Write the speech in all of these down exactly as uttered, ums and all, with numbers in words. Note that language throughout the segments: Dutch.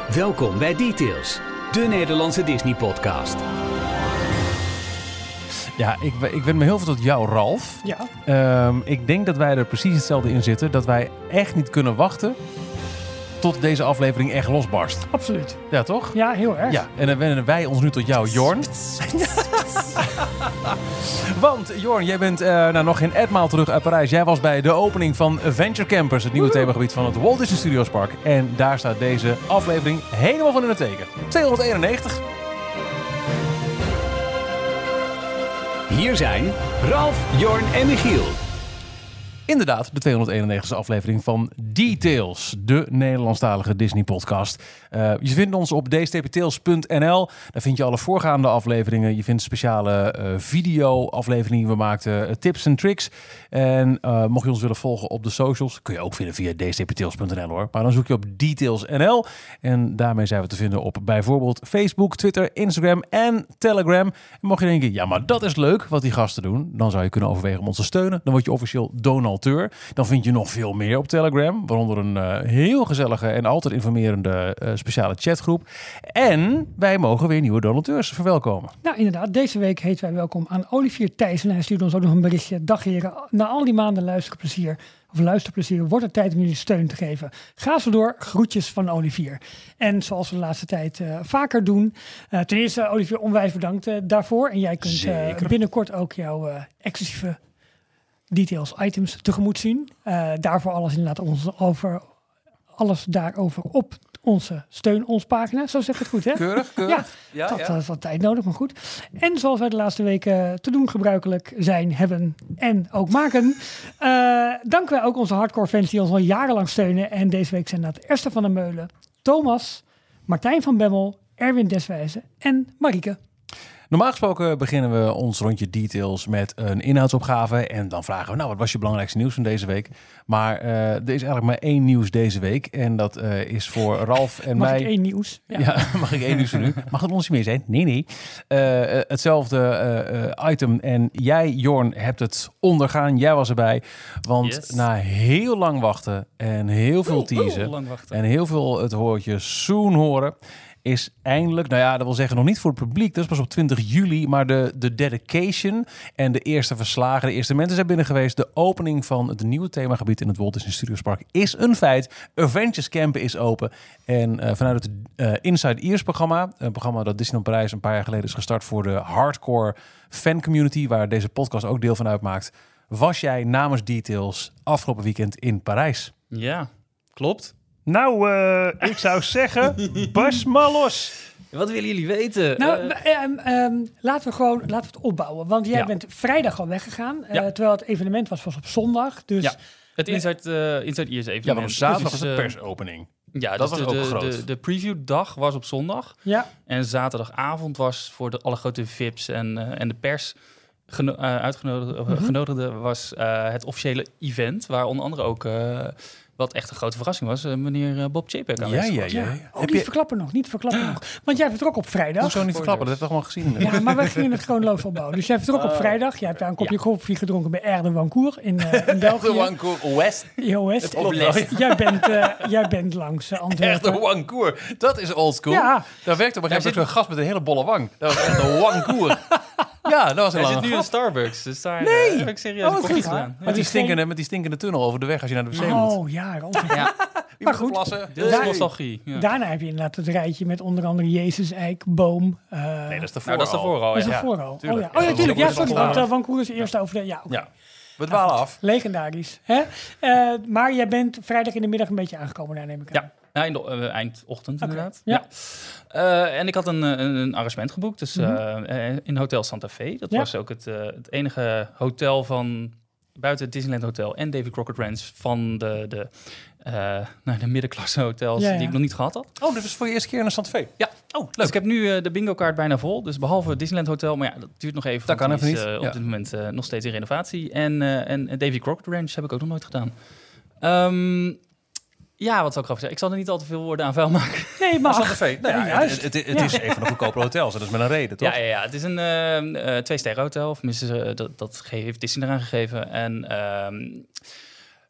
Welkom bij Details, de Nederlandse Disney-podcast. Ja, ik, ik wend me heel veel tot jou, Ralf. Ja. Um, ik denk dat wij er precies hetzelfde in zitten. Dat wij echt niet kunnen wachten tot deze aflevering echt losbarst. Absoluut. Ja, toch? Ja, heel erg. Ja, en dan wenden wij ons nu tot jou, Jorn. Want, Jorn, jij bent uh, nou, nog geen etmaal terug uit Parijs. Jij was bij de opening van Adventure Campers, het nieuwe Woehoe. themagebied van het Walt Disney Studios Park. En daar staat deze aflevering helemaal van in het teken. tweehonderdeenennegentig. Hier zijn Ralf, Jorn en Michiel. Inderdaad, de tweehonderdeenennegentigste aflevering van Details, de Nederlandstalige Disney-podcast. Uh, je vindt ons op d s t p tales punt n l. Daar vind je alle voorgaande afleveringen. Je vindt speciale uh, video-afleveringen die we maakten, uh, tips en tricks. En uh, mocht je ons willen volgen op de socials, kun je ook vinden via d s t p tales punt n l hoor. Maar dan zoek je op Details punt n l. En daarmee zijn we te vinden op bijvoorbeeld Facebook, Twitter, Instagram en Telegram. En mocht je denken, ja, maar dat is leuk wat die gasten doen, dan zou je kunnen overwegen om ons te steunen. Dan word je officieel donateur. Dan vind je nog veel meer op Telegram, waaronder een uh, heel gezellige en altijd informerende uh, speciale chatgroep. En wij mogen weer nieuwe donateurs verwelkomen. Nou, inderdaad. Deze week heten wij welkom aan Olivier Thijssen. Hij stuurt ons ook nog een berichtje. Dag heren, na al die maanden luisterplezier, of luisterplezier, wordt het tijd om jullie steun te geven. Ga zo door. Groetjes van Olivier. En zoals we de laatste tijd uh, vaker doen. Uh, ten eerste, Olivier, onwijs bedankt uh, daarvoor. En jij kunt uh, binnenkort ook jouw uh, exclusieve Details items tegemoet zien. Uh, daarvoor alles inderdaad ons over, alles daarover op onze steun ons pagina. Zo zeg ik het goed, hè? Keurig, keurig. Ja, ja, dat ja. is wat tijd nodig, maar goed. En zoals wij de laatste weken te doen gebruikelijk zijn, hebben en ook maken, uh, danken wij ook onze hardcore fans die ons al jarenlang steunen. En deze week zijn dat Esther van der Meulen, Thomas, Martijn van Bemmel, Erwin Deswijze en Marieke. Normaal gesproken beginnen we ons rondje Details met een inhoudsopgave. En dan vragen we, nou, wat was je belangrijkste nieuws van deze week? Maar uh, er is eigenlijk maar één nieuws deze week. En dat uh, is voor Ralf en mag mij... Mag ik één nieuws? Ja, ja mag ik één nieuws van u? Mag het ons niet meer zijn? Nee, nee. Uh, uh, hetzelfde uh, uh, item. En jij, Jorn, hebt het ondergaan. Jij was erbij. Want yes. na heel lang wachten en heel veel teasen... Oh, oh, en heel veel het woordje soon horen... is eindelijk, nou ja, dat wil zeggen nog niet voor het publiek, dat is pas op twintig juli, maar de, de dedication en de eerste verslagen, de eerste mensen zijn binnen geweest. De opening van het nieuwe themagebied in het Walt Disney Studios Park is een feit. Adventures Campen is open. En uh, vanuit het uh, Inside Ears programma, een programma dat Disneyland Parijs een paar jaar geleden is gestart voor de hardcore fan community, waar deze podcast ook deel van uitmaakt, was jij namens Details afgelopen weekend in Parijs? Ja, klopt. Nou, uh, ik zou zeggen, bas maar los. Wat willen jullie weten? Nou, uh, um, um, laten we gewoon laten we het opbouwen. Want jij ja. bent vrijdag al weggegaan. Uh, ja. Terwijl het evenement was, was op zondag. Dus ja, het Inside, uh, Inside Ears evenement. Ja, maar op zaterdag dus, was uh, de persopening. Ja, dat dus was de, ook de, groot. De, de previewdag was op zondag. Ja. En zaterdagavond was voor de alle grote V I P's en, uh, en de pers geno- uh, uitgenodigde mm-hmm. genodigde was uh, het officiële event. Waar onder andere ook... Uh, wat echt een grote verrassing was, uh, meneer uh, Bob Chapek aanwezig ja, was. ja, ja. ja. Oh, niet je... verklappen nog, niet verklappen nog. Want jij vertrok op vrijdag. Hoezo niet verklappen? Dat heb ik toch wel gezien. Ja, maar we gingen het chronologisch opbouwen. Dus jij vertrok uh, op vrijdag. Jij hebt daar een kopje ja. koffie gedronken bij Air de Wancourt in, uh, in België. Air de Wancourt West. Ja, West. Jij bent, uh, jij bent langs uh, Antwerpen. Air de Wancourt. Dat is oldschool. Ja. Daar werkte op een gegeven moment zo'n gast met een hele bolle wang. Dat was echt de Wancourt. Ja, dat was een Hij lange zit nu in Starbucks, dus daar nee. uh, heb ik serieus oh, een koffie gedaan. Ja. Met, die stinkende, met die stinkende tunnel over de weg als je naar de wc oh, moet. Oh ja, ja. Maar goed, plassen. Dit is daar, nostalgie. Ja. Daarna heb je inderdaad het rijtje met onder andere Jezus, Eik, Boom. Uh, nee, dat is de nou, dat is daarvoor al. Dat is ja. daarvoor al. Tuurlijk. Oh ja, oh, ja tuurlijk. Ja, sorry, want uh, Wancourt is eerst ja. over de... Ja, okay. ja. We dwalen af. Legendarisch. Hè? Uh, maar jij bent vrijdag in de middag een beetje aangekomen daar, neem ik aan. Ja. Ja, in de, uh, eindochtend okay. inderdaad. Ja. ja. Uh, en ik had een, een, een arrangement geboekt, dus uh, mm-hmm. in Hotel Santa Fe. Dat ja. was ook het, uh, het enige hotel van buiten het Disneyland Hotel en Davy Crockett Ranch van de, de, uh, nou, de middenklasse hotels ja, ja. die ik nog niet gehad had. Oh, dit was voor je eerste keer naar Santa Fe? Ja. Oh, leuk. Dus ik heb nu uh, de bingo kaart bijna vol. Dus behalve het Disneyland Hotel, maar ja, dat duurt nog even. Dat kan even is, niet. Uh, ja. op dit moment uh, nog steeds in renovatie. En, uh, en Davy Crockett Ranch heb ik ook nog nooit gedaan. Um, Ja, wat zou ik erover zeggen? Ik zal er niet al te veel woorden aan vuil maken. Nee, maar Santa Fe. Nou ja, ja, het, het, het, het ja. is een van de goedkope hotels. Dat is met een reden, toch? Ja, ja, ja. Het is een uh, uh, twee-sterren hotel. Of tenminste, uh, dat, dat heeft Disney eraan gegeven. En um,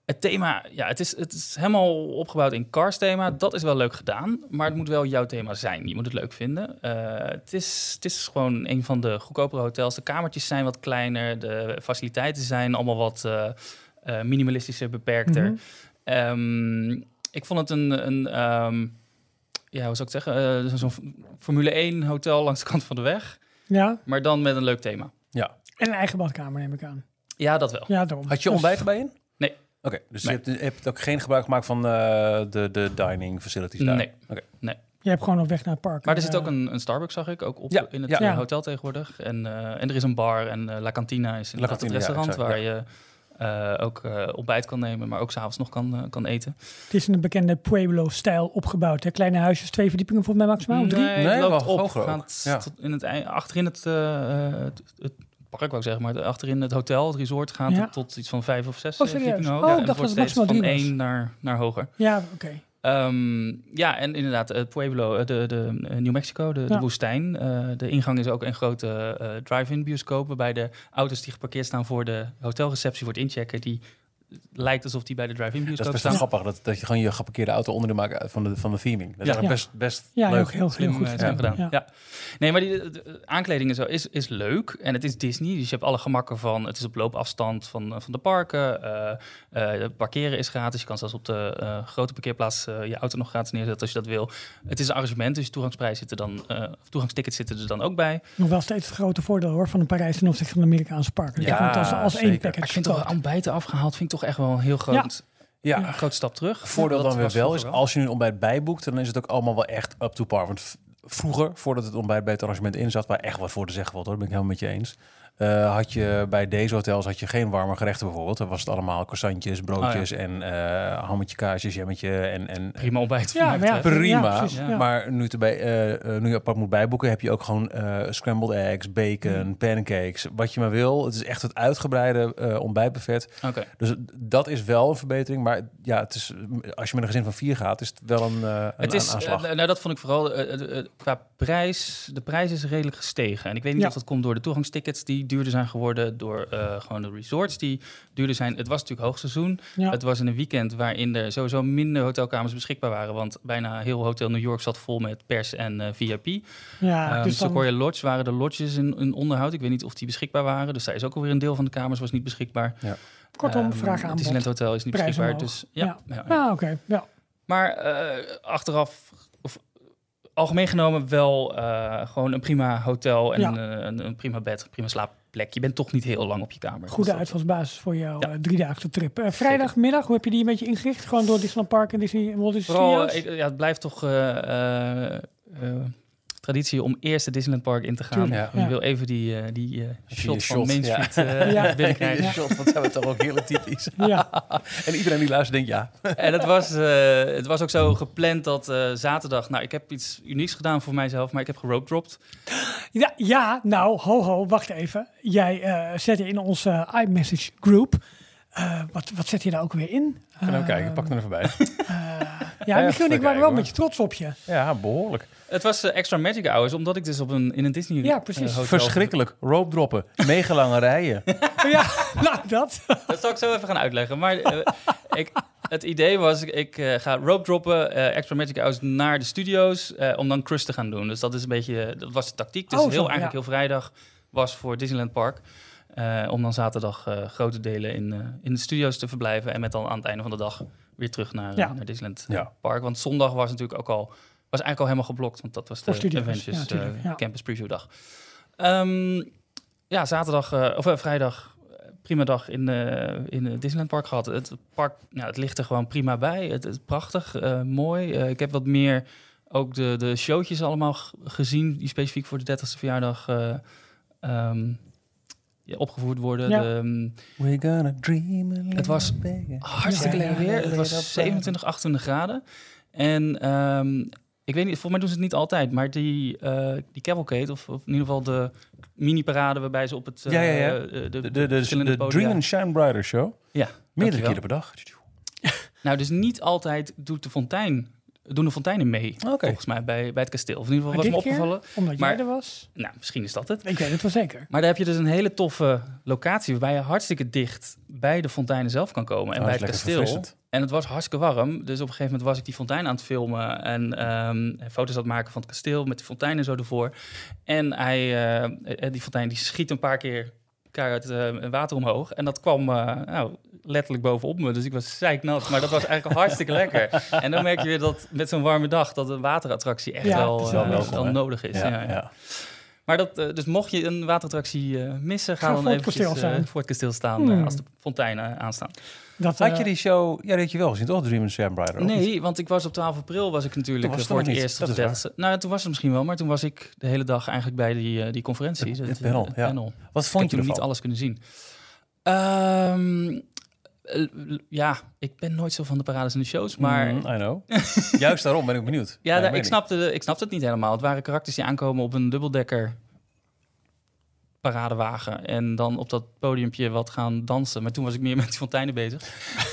Het thema, ja, het is, het is helemaal opgebouwd in Cars thema. Dat is wel leuk gedaan, maar het moet wel jouw thema zijn. Je moet het leuk vinden. Uh, het, is, het is gewoon een van de goedkopere hotels. De kamertjes zijn wat kleiner. De faciliteiten zijn allemaal wat uh, uh, minimalistischer, beperkter. Mm-hmm. Um, ik vond het een... een um, ja, hoe zou ik het zeggen? Uh, zo'n Formule één hotel langs de kant van de weg. Ja. Maar dan met een leuk thema. Ja. En een eigen badkamer, neem ik aan. Ja, dat wel. Ja, daarom. Had je ontbijt erbij in? Nee. Oké, okay, dus nee. je, hebt, je hebt ook geen gebruik gemaakt van uh, de, de dining facilities daar? Nee. Okay. nee. Je hebt gewoon op weg naar het park. Maar er zit ook een, een Starbucks, zag ik, ook op ja, in het ja. uh, hotel tegenwoordig. En, uh, en er is een bar en uh, La Cantina is in het restaurant ja, exact, waar ja. je uh, ook uh, ontbijt kan nemen, maar ook 's avonds nog kan, uh, kan eten. Het is een bekende Pueblo-stijl opgebouwd. Hè? Kleine huisjes, twee verdiepingen volgens mij maximaal, drie? Nee, nee het loopt wel op. hoger Gaat ja. tot in het, achterin het, uh, het, het park, wou ik zeggen, maar achterin het hotel, het resort, gaat ja. tot iets van vijf of zes oh, verdiepingen hoog. Oh, ja, en het wordt steeds van één naar, naar hoger. Ja, oké. Okay. Um, ja, en inderdaad, het Pueblo, de, de New Mexico, de, ja. de woestijn. Uh, de ingang is ook een grote uh, drive-in bioscoop, waarbij de auto's die geparkeerd staan voor de hotelreceptie voor het inchecken, die lijkt alsof die bij de drive-in bioscoop Dat is best wel grappig, dat, dat je gewoon je geparkeerde auto onderdeel maakt van de, van de theming. Dat is ja. ja. best, best ja, leuk. Ook heel, slim, heel goed slim ja. gedaan. Ja. Ja. Nee, maar die de, de aankleding en zo is, is leuk. En het is Disney, dus je hebt alle gemakken van... Het is op loopafstand van, van de parken. Uh, uh, parkeren is gratis. Je kan zelfs op de uh, grote parkeerplaats uh, je auto nog gratis neerzetten als je dat wil. Het is een arrangement, dus toegangsprijs zit er dan... Uh, toegangstickets zitten er dan ook bij. Nog wel steeds het grote voordeel hoor van een Parijs ten opzichte van de Amerikaanse parken. Ja, dat als, als één package. Ik vind toch ontbijten afgehaald, vind ik toch echt wel een heel groot... Ja. Ja, een grote stap terug. Voordeel dan weer wel is, wel. als je nu een ontbijt bijboekt, dan is het ook allemaal wel echt up to par. Want v- vroeger, voordat het ontbijt bij het arrangement in zat, waar echt wat voor te zeggen valt, hoor, ben ik helemaal met je eens. Uh, had je bij deze hotels had je geen warme gerechten bijvoorbeeld. Dan was het allemaal croissantjes, broodjes oh, ja. en uh, hammetje, kaasjes, jammetje en, en prima ontbijt. Ja, maar ja, prima. Ja, precies, ja. Maar nu, te bij, uh, uh, nu je apart moet bijboeken, heb je ook gewoon uh, scrambled eggs, bacon, mm. pancakes, wat je maar wil. Het is echt het uitgebreide uh, ontbijtbuffet. Okay. Dus dat is wel een verbetering. Maar ja, het is, als je met een gezin van vier gaat, is het wel een, uh, een het is, aanslag. Uh, nou, dat vond ik vooral uh, uh, uh, qua prijs. De prijs is redelijk gestegen. En ik weet niet ja. of dat komt door de toegangstickets die duurder zijn geworden, door uh, gewoon de resorts die duurder zijn. Het was natuurlijk hoogseizoen. Ja. Het was in een weekend waarin er sowieso minder hotelkamers beschikbaar waren, want bijna heel Hotel New York zat vol met pers en uh, V I P. Ja, um, dus dan... Sequoia Lodge waren de lodges in, in onderhoud. Ik weet niet of die beschikbaar waren. Dus daar is ook alweer een deel van de kamers was niet beschikbaar. Ja. Kortom, um, vraag aan. Het Disneyland Hotel is niet Prijs beschikbaar. omhoog. Dus ja. Ja, ja, ja. ja. Ah, oké. Okay. Ja. Maar uh, achteraf, of algemeen genomen wel uh, gewoon een prima hotel en ja. uh, een, een prima bed, prima slaapplek. Je bent toch niet heel lang op je kamer. Goede uitvalsbasis voor jouw ja. uh, driedaagse trip. Uh, vrijdagmiddag, hoe heb je die een beetje ingericht? Gewoon door Disneyland Park en Disney Walt Disney Vooral, Studios? uh, ja, het blijft toch uh, uh, uh, traditie om eerst de Disneyland Park in te gaan. Ja. Je ja. wil even die, uh, die uh, shot, shot van Main Street ja. uh, ja. binnenkrijgen. Ja. Shot, dat zijn we toch ook heel typisch. Ja. En iedereen die luistert denkt ja. En het was, uh, het was ook zo gepland dat uh, zaterdag... Nou, ik heb iets unieks gedaan voor mijzelf, maar ik heb gerope dropped. Ja, ja, nou, ho ho, wacht even. Jij uh, zet je in onze uh, iMessage group. Uh, wat, wat zet je daar ook weer in? Gaan we uh, kijken, pak er even bij. Uh, ja, Michiel en ik waren wel een beetje trots op je. Ja, behoorlijk. Het was uh, extra magic hours, omdat ik dus op een, in een Disney ja, precies. Uh, hotel... Verschrikkelijk. Rope droppen. Mega lange rijen. Ja, nou dat. Dat zal ik zo even gaan uitleggen. Maar uh, ik, het idee was, ik, ik uh, ga rope droppen, uh, extra magic hours naar de studio's, uh, om dan cruise te gaan doen. Dus dat is een beetje, dat was de tactiek. Dus oh, heel, zo, eigenlijk ja. heel vrijdag was voor Disneyland Park. Uh, om dan zaterdag uh, grote delen in, uh, in de studio's te verblijven. En met dan aan het einde van de dag weer terug naar, ja. uh, naar Disneyland ja. Park. Want zondag was natuurlijk ook al, was eigenlijk al helemaal geblokt. Want dat was de Avengers ja, tuurlijk, uh, ja. Campus Preview dag. Um, ja, zaterdag, uh, of uh, vrijdag, prima dag in, uh, in uh, Disneyland Park gehad. Het park, nou, het ligt er gewoon prima bij. Het is prachtig, uh, mooi. Uh, ik heb wat meer ook de, de showtjes allemaal g- gezien, die specifiek voor de dertigste verjaardag uh, um, ja, opgevoerd worden. Ja. De, um, We're gonna dream a het was hartstikke ja, lekker ja, weer. Het was zevenentwintig, achtentwintig graden. En um, ik weet niet, volgens mij doen ze het niet altijd, maar die, uh, die cavalcade, of, of in ieder geval de mini-parade waarbij ze op het... Uh, ja, ja, ja. De, de, de, de, de, de Dream and Shine Brighter show. Ja, meerdere keren per dag. Nou, dus niet altijd doet de fontein doen de fonteinen mee, Oké. volgens mij, bij, bij het kasteel. Of in ieder geval Maar was me dit keer, opgevallen. omdat Maar- jij er was? Nou, misschien is dat het. Ik weet het wel zeker. Maar daar heb je dus een hele toffe locatie... waarbij je hartstikke dicht bij de fonteinen zelf kan komen. En Oh, bij is het lekker kasteel. verfrissend. En het was hartstikke warm. Dus op een gegeven moment was ik die fontein aan het filmen... en ehm, foto's aan het maken van het kasteel... met de fonteinen zo ervoor. En hij, uh, die fontein die schiet een paar keer... keihard uh, water omhoog. En dat kwam uh, nou, letterlijk bovenop me. Dus ik was zeiknat. Maar dat was eigenlijk hartstikke lekker. En dan merk je weer dat met zo'n warme dag... dat een waterattractie echt Ja, wel, het is wel uh, welkom, wel hè? nodig is. Ja, Ja, ja. ja. Maar dat, uh, dus mocht je een waterattractie uh, missen... ga Ga dan voor het eventjes kasteel uh, staan. voor het kasteel staan... Hmm. uh, als de fonteinen aanstaan. Dat, Had eh, je die show... Ja, die had je wel gezien, toch? Dream and Shine Brighter? of niet? Nee, want ik was op twaalf april... was ik natuurlijk Toen was uh, het voor nog het niet. eerst... Dat op is de waar. dertigste. Nou, toen was het misschien wel... maar toen was ik de hele dag eigenlijk bij die, uh, die conferentie. Het- Dus, het uh, panel, ja. panel. Wat Ik vond heb je toen ervan? niet alles kunnen zien. Ehm, eh, ja, ik ben nooit zo van de parades en de shows, maar... Mm, I know. Juist daarom ben ik benieuwd. Ja, Mijn daar- ik, mening. snapte, de- ik snapte het niet helemaal. Het waren karakters die aankomen op een dubbeldekker paradewagen en dan op dat podiumpje wat gaan dansen. Maar toen was ik meer met die fonteinen bezig.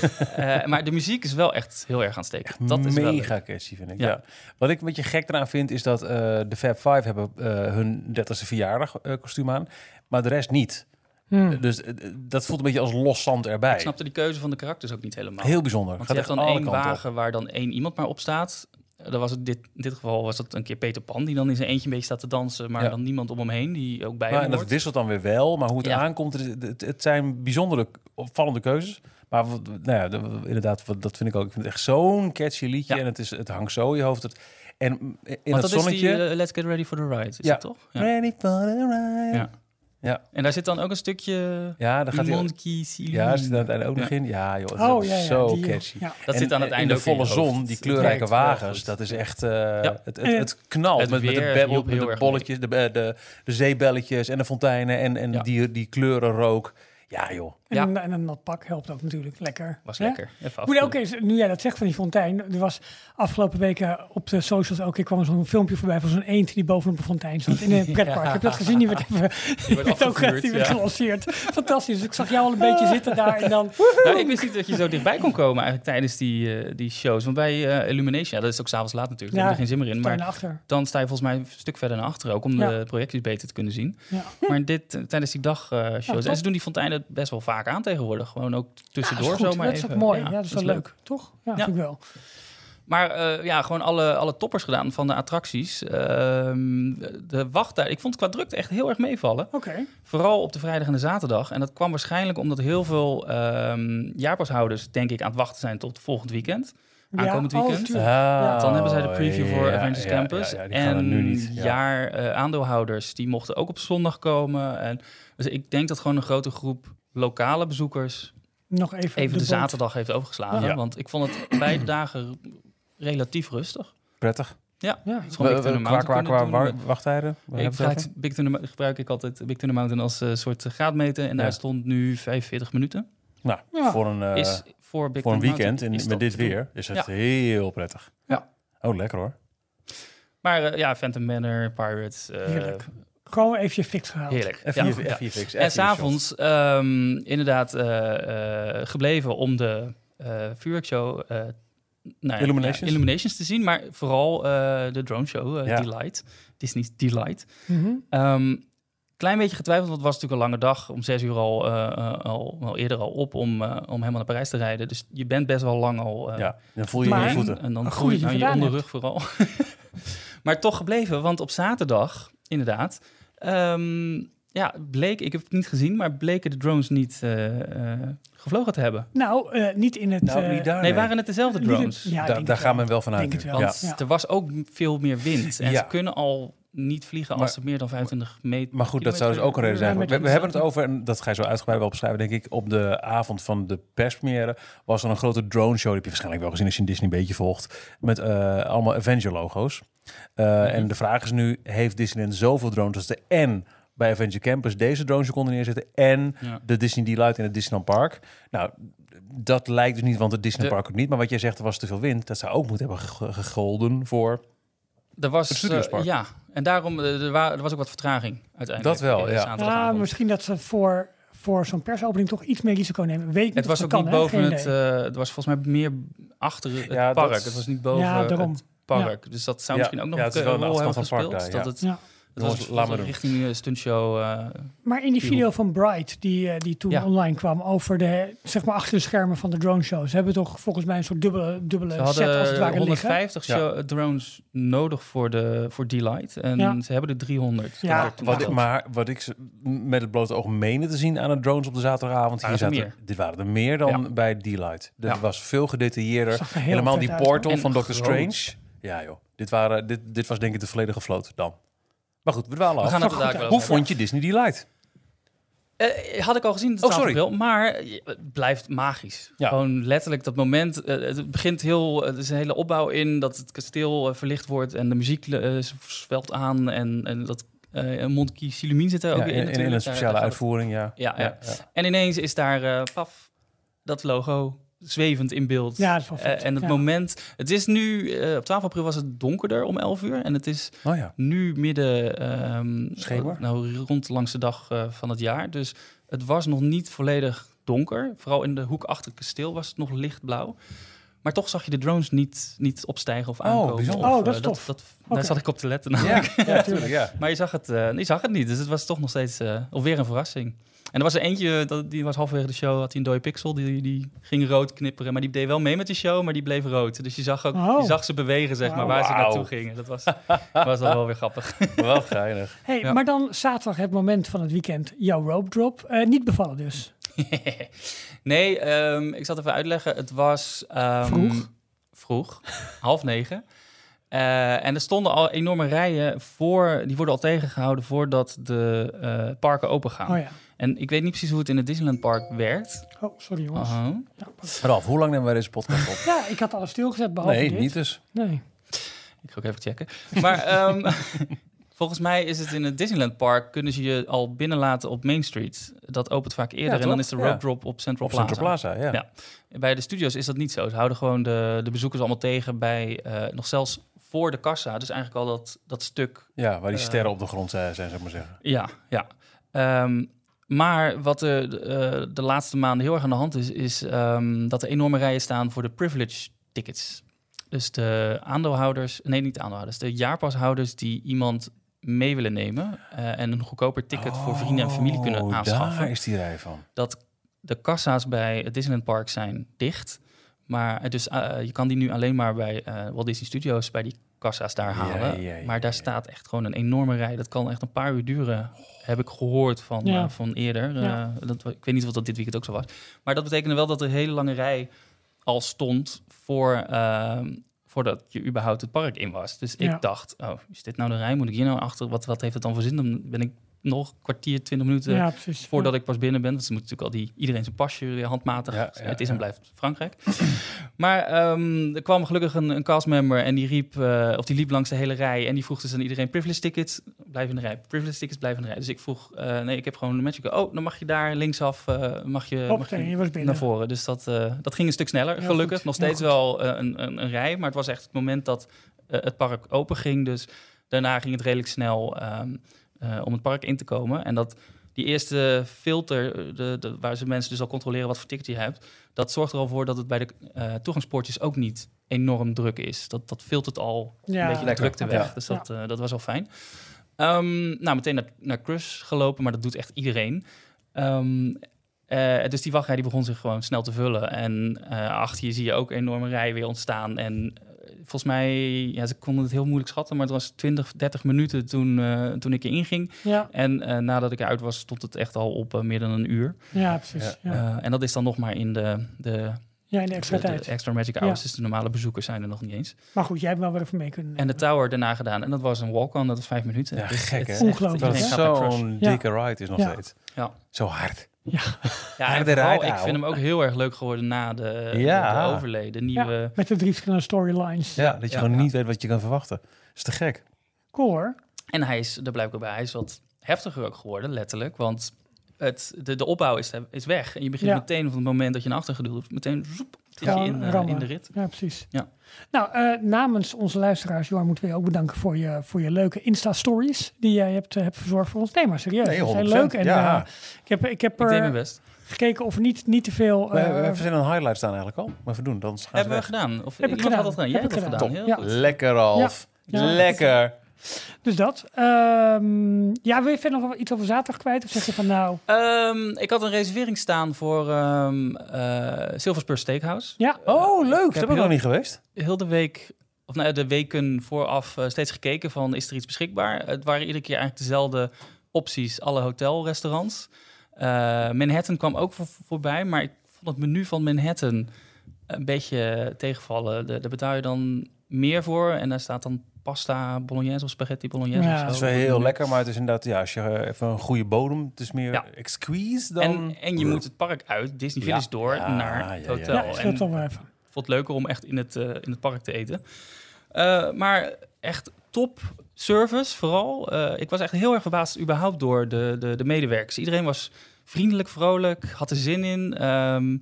uh, maar de muziek is wel echt heel erg aanstekend. Dat is wel leuk. mega catchy, vind ik. Ja. Ja. Wat ik een beetje gek eraan vind, is dat uh, de Fab Five hebben uh, hun dertigste verjaardag uh, kostuum aan, maar de rest niet. hmm. Dus uh, dat voelt een beetje als los zand erbij. Ik snapte die keuze van de karakters ook niet helemaal. Heel bijzonder. Want Gaat je hebt echt dan alle één kanten op. wagen waar dan één iemand maar op staat. Dan was het dit, in dit geval was het een keer Peter Pan... die dan in zijn eentje een beetje staat te dansen... maar Ja. dan niemand om hem heen die ook bij Maar, hem en dat hoort. wisselt dan weer wel, maar hoe het Ja. aankomt, het, het, het zijn bijzondere, opvallende keuzes. Maar wat- nou ja, de- inderdaad, wat- dat vind ik ook. Ik vind het echt zo'n catchy liedje Ja. en het, is, het hangt zo in je hoofd. Het, en in Want het dat zonnetje... is die uh, Let's Get Ready for the Ride, is Ja. dat toch? Ja. Ready for the ride. Ja. Ja. En daar zit dan ook een stukje... Ja, dan gaat hij... Monkey Silly. Ja, zit aan het einde ook Ja. nog in. Ja, joh, het Oh, is ja, ja, zo die, catchy. ja. Dat En, zit aan het eh, einde in de ook in volle je hoofd. zon, die Het kleurrijke werkt wel wagens. goed. Dat is echt uh, Ja. het, het, het knalt Het met, met de weer bebbel, hielp met heel de erg bolletjes, de, de, de, de zeebelletjes en de fonteinen en, en Ja. die, die kleurenrook. Ja, joh. En, Ja. een, en een nat pak helpt ook natuurlijk. Lekker. Was Hè? lekker. Even Moet ook afkoelen. eens, nu jij dat zegt van die fontein, er was afgelopen weken op de socials elke keer kwam er zo'n filmpje voorbij van zo'n eend die bovenop een fontein zat in een pretpark. Ja. Heb je dat gezien? Die werd even Die werd werd ook afgevuurd, die werd ja. gelanceerd. Fantastisch. Dus ik zag jou al een beetje zitten daar en dan... Nou, ik wist niet dat je zo dichtbij kon komen eigenlijk tijdens die, uh, die shows. Want bij uh, Illumination, ja, dat is ook s'avonds laat natuurlijk, daar Ja, heb je er geen zin meer in. sta je Maar naar achter. dan sta je volgens mij een stuk verder naar achteren ook om Ja. de projecties beter te kunnen zien. Ja. Maar dit, uh, tijdens die dagshows, Ja, en top. ze doen die fonteinen best wel vaak aan tegenwoordig. Gewoon ook tussendoor Ja, dat is goed. zomaar Dat is even. ook mooi. Ja, dat is wel leuk. leuk. Toch? Ja, Ja. vind ik wel. Maar uh, ja, gewoon alle, alle toppers gedaan van de attracties. Ehm, de wachttijd. Ik vond het qua drukte echt heel erg meevallen. Oké. Vooral op de vrijdag en de zaterdag. En dat kwam waarschijnlijk omdat heel veel um, jaarpashouders, denk ik, aan het wachten zijn tot volgend weekend. Aankomend Ja, oh, weekend. tuurlijk. Ah, Dan hebben zij de preview voor ja, Avengers ja, Campus. ja, ja, die gaan er en nu niet. Ja. jaar uh, aandeelhouders, die mochten ook op zondag komen. En, dus ik denk dat gewoon een grote groep lokale bezoekers Nog even, even de, boot. zaterdag heeft overgeslagen. Ja. Want ik vond het beide dagen relatief rustig. Prettig. Ja, Ja. het is gewoon Big Thunder Qua, Mountain qua, qua kunnen wa- doen. wachttijden? Waar Ik hebben we het gebruik, Big Thunder, gebruik ik altijd Big Thunder Mountain als uh, soort graadmeter. En Ja. daar stond nu vijfenveertig minuten. over? Nou, Ja. voor een, uh, Is voor Big voor een Thunder weekend Mountain in, is met dat dit te doen. weer is het Ja. heel prettig. Ja. Oh, lekker hoor. Maar uh, ja, Phantom Manor, Pirates. Uh, Heerlijk. Gewoon even je fix gehaald. Heerlijk. Even Ja. je, even je fix. En even je shot. s'avonds um, inderdaad uh, uh, gebleven om de uh, vuurwerkshow... Uh, nou ja, Illuminations? ja, Illuminations te zien, maar vooral uh, de drone show, uh, Ja. Delight. Disney's Delight. Mhm. Um, klein beetje getwijfeld, want het was natuurlijk een lange dag. Om zes uur al, uh, uh, al, al eerder al op om, uh, om helemaal naar Parijs te rijden. Dus je bent best wel lang al uh, Ja, dan voel je je in Maar- je voeten. en dan Goed groei dat je je aan je gedaan onderrug vooral. Maar toch gebleven, want op zaterdag, inderdaad, um, ja, bleek, ik heb het niet gezien, maar bleken de drones niet uh, uh, gevlogen te hebben. Nou, uh, niet in het... Nou, uh, niet daar. Nee, waren het dezelfde niet in- drones? ja, ik Da- denk daar het gaan wel. we wel vanuit. Denk het nu. wel. Ja. Want Ja. er was ook veel meer wind. En Ja. ze kunnen al niet vliegen als Maar- ze meer dan vijfentwintig meter... Maar goed, dat zou dus ook een reden zijn. Ja, We, met- we hebben het over, en dat ga je zo uitgebreid wel beschrijven, denk ik, op de avond van de perspremière was er een grote drone show. Die heb je waarschijnlijk wel gezien als je een Disney een beetje volgt. Met uh, allemaal Avenger-logo's. Uh, mm-hmm. En de vraag is nu, heeft Disneyland zoveel drones als de en bij Avenger Campus deze drones je konden neerzetten en Ja. de Disney Delight in het Disneyland Park? Nou, dat lijkt dus niet, want het Disneyland De- Park ook niet. Maar wat jij zegt, er was te veel wind. Dat zou ook moeten hebben ge- gegolden voor... Er was, Het Studiospark. uh, ja, en daarom uh, er, wa- er was ook wat vertraging uiteindelijk. Dat wel, uh, ja. zaterdagavond. Ja, misschien dat ze voor, voor zo'n persopening toch iets meer risico nemen. Weet ik Het niet of was ook dat niet kan, hè? boven Geen het... idee. Uh, het was volgens mij meer achter het Ja, park. dat- Het was niet boven Ja, daarom. het park. Dus dat zou Ja, misschien ook nog ja, het is een wel aan de rol hebben achterkant van het gespeeld. park dat daar, het, Ja. het Jongens, was, laat was maar richting uh, stuntshow. Uh, Maar in die video van Bright, die, uh, die toen Ja. online kwam over de, zeg maar, achter de schermen van de drone show. Ze hebben toch volgens mij een soort dubbele, dubbele Ze set als het hadden ware liggen. honderdvijftig show, drones nodig voor, de, voor D-Light. En Ja. ze hebben er driehonderd. Ja, Dat Wat ik, klopt. maar wat ik z- met het blote oog menen te zien aan de drones op de zaterdagavond... Hier Waren er zaten, meer. dit waren er meer dan Ja. bij D-Light. Dit Ja. was veel gedetailleerder. Zag er heel Helemaal vet die uit, portal hoor. van En Doctor groot. Strange. Ja joh, dit, waren, dit, dit was denk ik de volledige vloot dan. Maar goed, we dwalen We af. gaan het er Goed, daar wel Hoe over hebben. vond je Disney Delight? Eh, had ik al gezien, het Oh, sorry. tafereel, maar het blijft magisch. Ja. Gewoon letterlijk dat moment. eh, het begint heel, er is een hele opbouw in dat het kasteel eh, verlicht wordt en de muziek eh, zwelt aan en, en dat uh, Monty Silumine zit er ook Ja, weer in, in. in, natuurlijk. een Daar- speciale daar gaat het- uitvoering, ja. Ja, ja. ja. En ineens is daar eh, paf dat logo zwevend in beeld. Ja, dat is wel vet. Eh, en het Ja. moment, het is nu, eh, op twaalf april was het donkerder om elf uur en het is Oh ja. nu midden, ehm, Schemer? nou rond de langste dag eh, van het jaar. Dus het was nog niet volledig donker. Vooral in de hoek achter het kasteel was het nog lichtblauw. Maar toch zag je de drones niet, niet opstijgen of aankomen. bijzonder. Of, Oh, dat is eh, tof. Dat, Oké. Daar zat ik op te letten. Ja, namelijk. ja, natuurlijk, ja. Maar je zag, het, uh, je zag het niet. Dus het was toch nog steeds uh, alweer een verrassing. En er was er eentje, dat, die was halverwege de show, had hij een dode pixel. Die, die ging rood knipperen. Maar die deed wel mee met de show, maar die bleef rood. Dus je zag, ook, Oh. je zag ze bewegen, zeg maar, Wauw. waar ze Wauw. naartoe gingen. Dat was, was dan wel weer grappig. Wel geinig. Hey, Ja. maar dan zaterdag het moment van het weekend, jouw rope drop. Uh, niet bevallen dus. nee, um, ik zal het even uitleggen. Het was... Um, Vroeg? Vroeg, half negen. Uh, en er stonden al enorme rijen voor, die worden al tegengehouden voordat de uh, parken open gaan. Oh ja. En ik weet niet precies hoe het in het Disneyland Park werkt. Oh, sorry jongens. Uh-huh. Ja, Ralf, hoe lang nemen wij deze podcast op? ja, ik had alles stilgezet behalve Nee, dit. niet dus. Nee. Ik ga ook even checken. Maar um, volgens mij is het in het Disneyland Park, kunnen ze je al binnenlaten op Main Street. Dat opent vaak eerder. Ja, en dan toch? is de rope Ja. drop op Central Op Plaza. Central Plaza, ja. Ja. Bij de studios is dat niet zo. Ze houden gewoon de, de bezoekers allemaal tegen bij, uh, nog zelfs voor de kassa. Dus eigenlijk al dat, dat stuk. Ja, waar die Uh, sterren op de grond zijn, zou ik maar zeggen. Ja, ja. Um, maar wat de, de, uh, de laatste maanden heel erg aan de hand is, is um, dat er enorme rijen staan voor de privilege tickets. Dus de aandeelhouders, nee niet aandeelhouders, de jaarpashouders die iemand mee willen nemen uh, en een goedkoper ticket voor vrienden en familie kunnen Oh, aanschaffen. daar is die rij van. Dat de kassa's bij het Disneyland Park zijn dicht. Maar dus uh, je kan die nu alleen maar bij uh, Walt Disney Studios, bij die kassa's daar halen. Ja, ja, ja, maar daar ja. staat echt gewoon een enorme rij. Dat kan echt een paar uur duren, heb ik gehoord van, Ja. uh, van eerder. Ja. Uh, dat, ik weet niet of dat dit weekend ook zo was. Maar dat betekende wel dat er een hele lange rij al stond voor, uh, voordat je überhaupt het park in was. Dus Ja. ik dacht, oh, is dit nou de rij? Moet ik hier nou achter? Wat, wat heeft het dan voor zin? Dan ben ik nog een kwartier, twintig minuten Ja, precies. voordat ja. ik pas binnen ben. Want ze moeten natuurlijk al die, iedereen zijn pasje weer handmatig. Ja, ja, het is en ja. blijft Frankrijk. maar um, er kwam gelukkig een, een castmember en die riep, uh, of die liep langs de hele rij en die vroeg dus aan iedereen privilege tickets, blijf in de rij. Privilege tickets, blijf in de rij. Dus ik vroeg, uh, nee, ik heb gewoon een Magic. Oh, dan mag je daar linksaf, uh, mag je, mag Hoppatee, je je was binnen. naar voren. Dus dat, uh, dat ging een stuk sneller, Heel gelukkig. goed, Nog heel steeds goed. wel uh, een, een, een rij, maar het was echt het moment dat uh, het park open ging. Dus daarna ging het redelijk snel um, uh, om het park in te komen. En dat die eerste filter, de, de, waar ze mensen dus al controleren wat voor ticket je hebt, dat zorgt er al voor dat het bij de uh, toegangspoortjes ook niet enorm druk is. Dat, dat filtert al Ja, een beetje de lekker. drukte weg. Ja. Dus dat, uh, dat was al fijn. Um, nou, meteen naar, naar Crush gelopen, maar dat doet echt iedereen. Um, uh, dus die wachtrij die begon zich gewoon snel te vullen. En uh, achter je zie je ook een enorme rij weer ontstaan. En uh, volgens mij, ja, ze konden het heel moeilijk schatten, maar het was twintig, dertig minuten toen, uh, toen ik erin ging. Ja, En uh, nadat ik eruit was, stond het echt al op uh, meer dan een uur. ja, precies. Ja, ja. Uh, en dat is dan nog maar in de, de, in de extra de, de tijd. extra Magic Hours. Ja. Dus de normale bezoekers zijn er nog niet eens. Maar goed, jij hebt wel weer even mee kunnen En de Tower daarna gedaan. En dat was een walk-on, dat was vijf minuten. Ja, Dus gek, het hè? is Ongelooflijk, Dat hè? is iedereen gaat naar Crush. zo'n Ja. dikke ride is nog Ja. steeds. Ja. Zo hard. Ja, Ja, Harder en vooral, eruit ik houden. vind hem ook heel erg leuk geworden na de, Ja. de, de overlay. De nieuwe... ja, met de drie verschillende storylines. Ja, dat je Ja, gewoon ja. niet weet wat je kan verwachten. Dat is te gek. Cool hoor. En hij is, daar blijf ik ook bij, hij is wat heftiger ook geworden, letterlijk. Want het, de, de opbouw is, is weg. En je begint Ja. meteen van het moment dat je naar achter geduwd wordt, meteen zoep, Het is Gewoon in, uh, rammen. in de rit. Ja, precies. Ja. Nou, uh, namens onze luisteraars, Jorn, moeten we je ook bedanken voor je, voor je leuke Insta-stories die jij hebt, uh, hebt verzorgd voor ons. Nee, maar serieus. Nee, dat is heel honderd leuk. procent. En Ja. uh, ik heb, ik heb Ik deed er mijn best. gekeken of er niet, niet te veel... Uh, We, we hebben een highlight staan eigenlijk al. Maar even doen, dan gaan ze Hebben we weg. gedaan? Of Heb ik iemand gedaan. had dat gedaan? Jij Heb hebt ik dat gedaan. gedaan. Top. Heel Ja. goed. Lekker, Ralf. Ja. Lekker. Dus dat. Ehm, ja, wil je verder nog wel iets over zaterdag kwijt? Of zeg je van nou... Um, ik had een reservering staan voor um, uh, Silver Spur Steakhouse. Ja, Oh, leuk. heb Dat ben ik heel- nog niet geweest. Heel de week, of nou, de weken vooraf uh, steeds gekeken van is er iets beschikbaar. Het waren iedere keer eigenlijk dezelfde opties, alle hotelrestaurants. Uh, Manhattan kwam ook voor, voorbij, maar ik vond het menu van Manhattan een beetje tegenvallen. De- Daar betaal je dan meer voor en daar staat dan pasta bolognese of spaghetti bolognese. Ja. of zo. Het is wel heel lekker, maar het is inderdaad, ja, als je uh, even een goede bodem, het is meer Ja. exquise dan... En, en je moet het park uit, Disney Ja. Village door, Ja, naar ja, het ja. hotel. ja, ik En scheelt toch wel even. ik vond het leuker om echt in het, uh, in het park te eten. Uh, maar echt top service vooral. Uh, ik was echt heel erg verbaasd überhaupt door de, de, de medewerkers. Iedereen was vriendelijk, vrolijk, had er zin in. Um,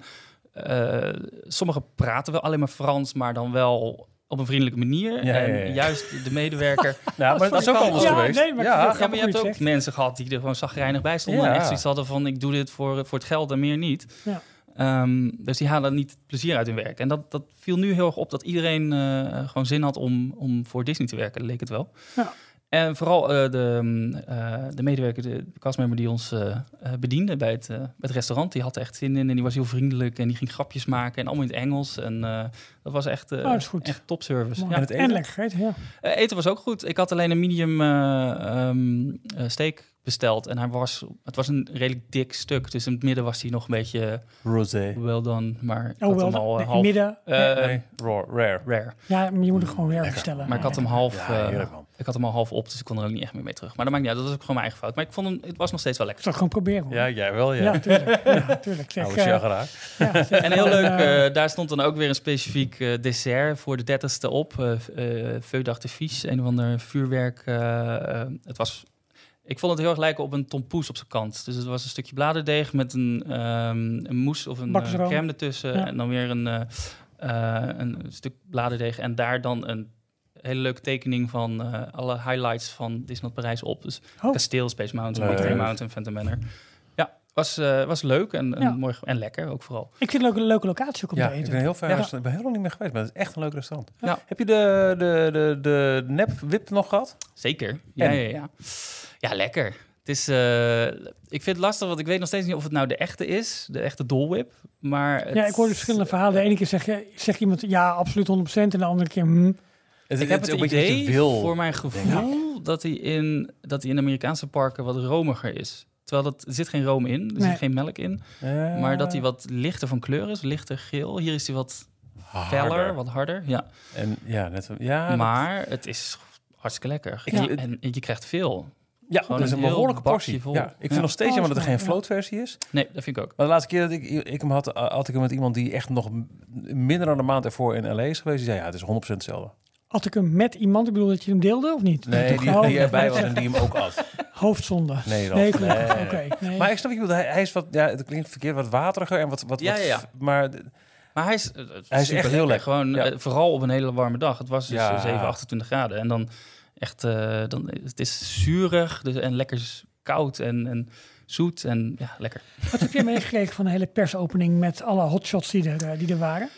uh, sommigen praten wel alleen maar Frans, maar dan wel op een vriendelijke manier. Ja, ja, ja. En juist de medewerker... Ja, maar dat is ook anders Ja, geweest. nee, maar ik vind het ja, grappig Ja, maar je hebt hoe je ook het zegt. mensen gehad die er gewoon zagrijnig bij stonden. Ja. En echt zoiets hadden van, ik doe dit voor, voor het geld en meer niet. Ja. Um, dus die halen niet plezier uit hun werk. En dat, dat viel nu heel erg op dat iedereen uh, gewoon zin had om, om voor Disney te werken, leek het wel. Ja. En vooral uh, de, uh, de medewerker, de, de castmember die ons uh, uh, bediende bij het, uh, bij het restaurant, die had er echt zin in en die was heel vriendelijk en die ging grapjes maken en allemaal in het Engels. En uh, dat was echt, uh, Oh, dat is goed. echt topservice. Mooi. Ja. het En, eten? lekker gegeten, ja. Uh, eten was ook goed. Ik had alleen een medium uh, um, uh, steak besteld en hij was, het was een redelijk dik stuk. Dus in het midden was hij nog een beetje Rosé. well done, maar ik Oh, had wel, hem al uh, nee, half midden. uh, Nee, raw, rare. rare. Ja, maar je moet het gewoon weer bestellen. Maar ik had hem Ja, half, Ja, uh, heerlijk, man. ik had hem al half op, dus ik kon er ook niet echt meer mee terug. Maar dat maakt niet uit, dat was ook gewoon mijn eigen fout. Maar ik vond hem, het was nog steeds wel Ik lekker. zou het gewoon proberen. Hoor. Ja, jij wel, ja. Ja, tuurlijk. Ja, tuurlijk. Zeg, Oude eh, chageraar. ja, zeg, En heel gewoon, leuk, eh, uh, daar stond dan ook weer een specifiek uh, dessert voor de dertigste op. Uh, uh, Feu d'artifice, een of ander vuurwerk. Uh, uh, het was, ik vond het heel erg lijken op een tompoes op zijn kant. Dus het was een stukje bladerdeeg met een, um, een mousse of een uh, Bakkersroom. crème ertussen. Ja. En dan weer een, uh, uh, een stuk bladerdeeg. En daar dan een hele leuke tekening van uh, alle highlights van Disneyland Parijs op. Dus Oh. Kasteel, Space Mountain, Leuk. Big Green Mountain, Phantom Manor. Ja, was, uh, was leuk en, en Ja. mooi en lekker ook vooral. Ik vind het ook een leuke locatie ook om Ja, te ik eten. ben heel fijn. Ja. Ik ben heel lang niet meer geweest, maar het is echt een leuk restaurant. Ja. Heb je de, de, de, de nep-wip nog gehad? Zeker. Ja, En? ja, ja. Ja, lekker. Het is, uh, ik vind het lastig, want ik weet nog steeds niet of het nou de echte is, de echte Dole Whip. Maar het, Ja, ik hoor dus verschillende verhalen. De ene keer zeg je, zegt iemand ja, absoluut honderd procent. En de andere keer, hm. Het, Ik heb het is ook een beetje wat idee, je wil. voor mijn gevoel, dat hij in, dat hij in Amerikaanse parken wat romiger is. Terwijl dat, er zit geen room in, er Nee. zit geen melk in. Ja. Maar dat hij wat lichter van kleur is, lichter geel. Hier is hij wat feller, Harder. wat harder. Ja. En ja, net ja, dat- maar het is hartstikke lekker. Ik- En, en je krijgt veel. ja, gewoon dat is een een heel behoorlijke bakje portie. vol. Ja, ik vind Ja. nog steeds Oh, jammer dat er geen ja. floatversie is. Nee, dat vind ik ook. Maar de laatste keer dat ik, ik hem had, had ik hem met iemand die echt nog m- minder dan een maand ervoor in L A is geweest. Die zei ja, het is honderd procent hetzelfde. Had ik hem met iemand, ik bedoel dat je hem deelde of niet? Nee, Toch die, gewoon- die erbij was en die hem ook had. Hoofdzonde. Nee, dan. Nee, gelukkig. Nee. Oké. Nee. Maar ik snap niet, want hij, hij is wat, ja, het klinkt verkeerd, wat wateriger en wat, wat, Ja, wat ja, ja. maar d- Maar hij is, uh, Hij is super echt heel lekker. Gewoon, Ja. uh, vooral op een hele warme dag. Het was dus Ja. uh, zeven, achtentwintig graden. En dan echt, uh, dan, het is zuurig dus, en lekker s- koud en, en zoet en ja, lekker. Wat heb jij meegekregen van de hele persopening met alle hotshots die er, uh, die er waren?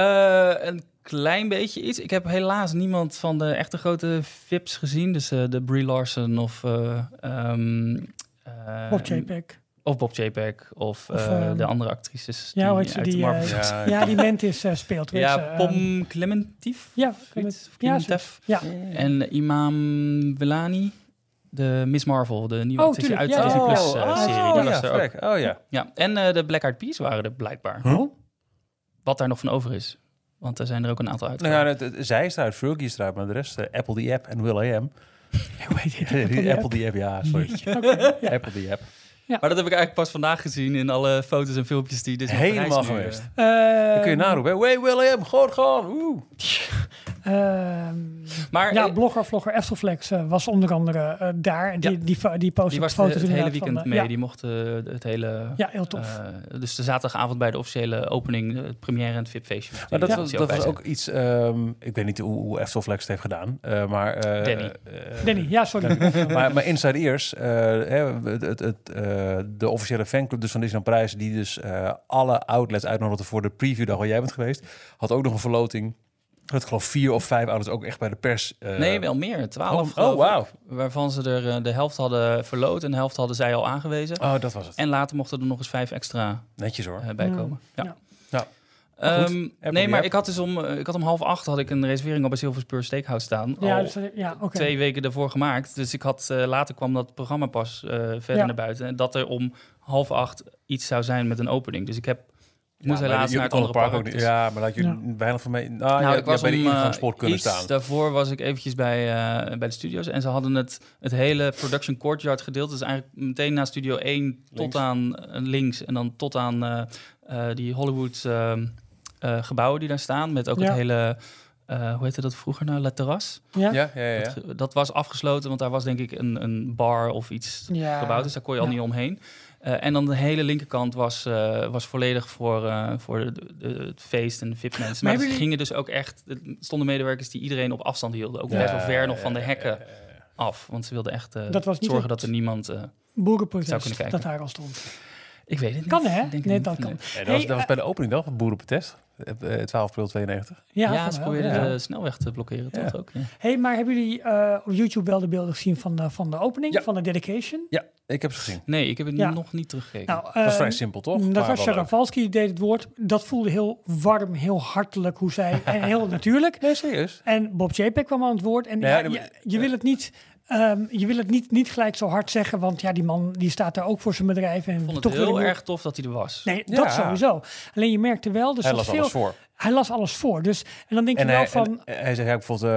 Uh, een klein beetje iets. Ik heb helaas niemand van de echte grote V I P's gezien. Dus uh, de Brie Larson of... Uh, um, uh, Bob Chapek. Of Bob Chapek. Of, uh, Of, um, de andere actrices. Ja, hoe heet ze? uit de Die, Marvel uh, ja, ja, die Mantis uh, speelt. weet ja, ze, Pom um, Clementief. ja, Zoiets. Of ja, Clementef. ja. En Imam Velani, de Miss Marvel, de nieuwe Oh, actrice uit tuurlijk, de ja. Disney Plus oh, uh, oh, serie. oh, Die ja, was er ook. frek. Oh ja. Ja, en uh, de Black Eyed Peas waren er blijkbaar. Oh, Wat daar nog van over is. Want er zijn er ook een aantal uit. Nou ja, het, het- zij is eruit, Fergie is eruit, maar de rest, uh, Apple the App en Will I Am. hoe heet die? Apple the App, ja, sorry. Oké, ja. Apple the App. Maar dat heb ik eigenlijk pas vandaag gezien in alle foto's en filmpjes die dus Helemaal geweest. Uh, Dan kun je naroepen, hè? Way Will I Am, gewoon, gewoon. Oeh. Ehm, Maar ja, eh, blogger, vlogger Eftelflex uh, was onder andere uh, daar. Die, Ja. die, die, die postte die was foto's het hele inderdaad weekend van, uh, mee. ja. Die mocht uh, het hele... Ja, heel tof. Uh, dus de zaterdagavond bij de officiële opening, het première en het V I P-feestje. Maar dat Ja. was, dat was ook iets... Um, ik weet niet hoe, hoe Eftelflex het heeft gedaan. Uh, maar, uh, Danny. Uh, Danny, ja, sorry. maar, maar Inside Ears, uh, het, het, het, uh, de officiële fanclub dus van Disneyland Parijs, die dus uh, alle outlets uitnodigde voor de previewdag waar jij bent geweest, had ook nog een verloting. Het geloof vier of vijf ouders ook echt bij de pers. Uh... Nee, wel meer. Twaalf. Oh, oh wauw. Waarvan ze er uh, de helft hadden verloot en de helft hadden zij al aangewezen. Oh, dat was het. En later mochten er nog eens vijf extra netjes hoor. Uh, bij komen. Ja. Ja. ja. Um, nee, maar ik had dus om, uh, ik had om half acht had ik een reservering al bij Silver Spur Steakhouse staan. Ja, al dus, ja, okay. twee weken daarvoor gemaakt. Dus ik had uh, later kwam dat programma pas uh, verder ja. naar buiten. En dat er om half acht iets zou zijn met een opening. Dus ik heb ik moest ja, helaas naar het andere park park. ook dus. Ja, maar laat je ja. weinig van mee. Nou, nou ja, ik was bij de om, ingangspoort kunnen iets staan. Daarvoor was ik eventjes bij, uh, bij de studio's en ze hadden het, het hele production courtyard gedeelte. Dus eigenlijk meteen na studio één links. Tot aan uh, links en dan tot aan uh, uh, die Hollywood uh, uh, gebouwen die daar staan met ook ja. het hele. Uh, hoe heette dat vroeger nou? La Terrasse. Ja? Ja, ja, ja. Dat, dat was afgesloten, want daar was denk ik een, een bar of iets ja. gebouwd. Dus daar kon je al ja. niet omheen. Uh, en dan de hele linkerkant was, uh, was volledig voor, uh, voor de, de, het feest en de V I P-mensen. Maar, maar er gingen dus ook echt... Er stonden medewerkers die iedereen op afstand hielden. Ook ja, best wel ver nog van de hekken af. Want ze wilden echt uh, dat zorgen dat er niemand uh, zou kunnen kijken. Dat daar al stond. Ik weet het niet. Kan hè? Denk nee, niet. dat kan. Nee, dat, was, hey, dat was bij de opening dan van Boerenprotest. twaalf april tweeënnegentig. Ja, ja ze probeerden ja. de snelweg te blokkeren. Ja. Toch ook, ja. Hey, maar hebben jullie uh, op YouTube wel de beelden gezien van de, van de opening, ja. van de dedication? Ja, ik heb ze gezien. Nee, ik heb het ja. nog niet teruggekeken. Nou, uh, dat was vrij simpel, toch? Dat was Sharon die deed het woord. Dat voelde heel warm, heel hartelijk, hoe zij... en heel natuurlijk. Nee, serieus. En Bob Chapek kwam aan het woord. En ja, ja, je, je wil het niet... Um, je wil het niet, niet gelijk zo hard zeggen, want ja, die man die staat daar ook voor zijn bedrijf. En ik vond het toch heel erg tof dat hij er was. Nee, ja. dat sowieso. Alleen je merkte wel... Dus hij las veel, alles voor. Hij las alles voor. Dus, en dan denk en je wel hij, van... hij zei ja, bijvoorbeeld... Uh,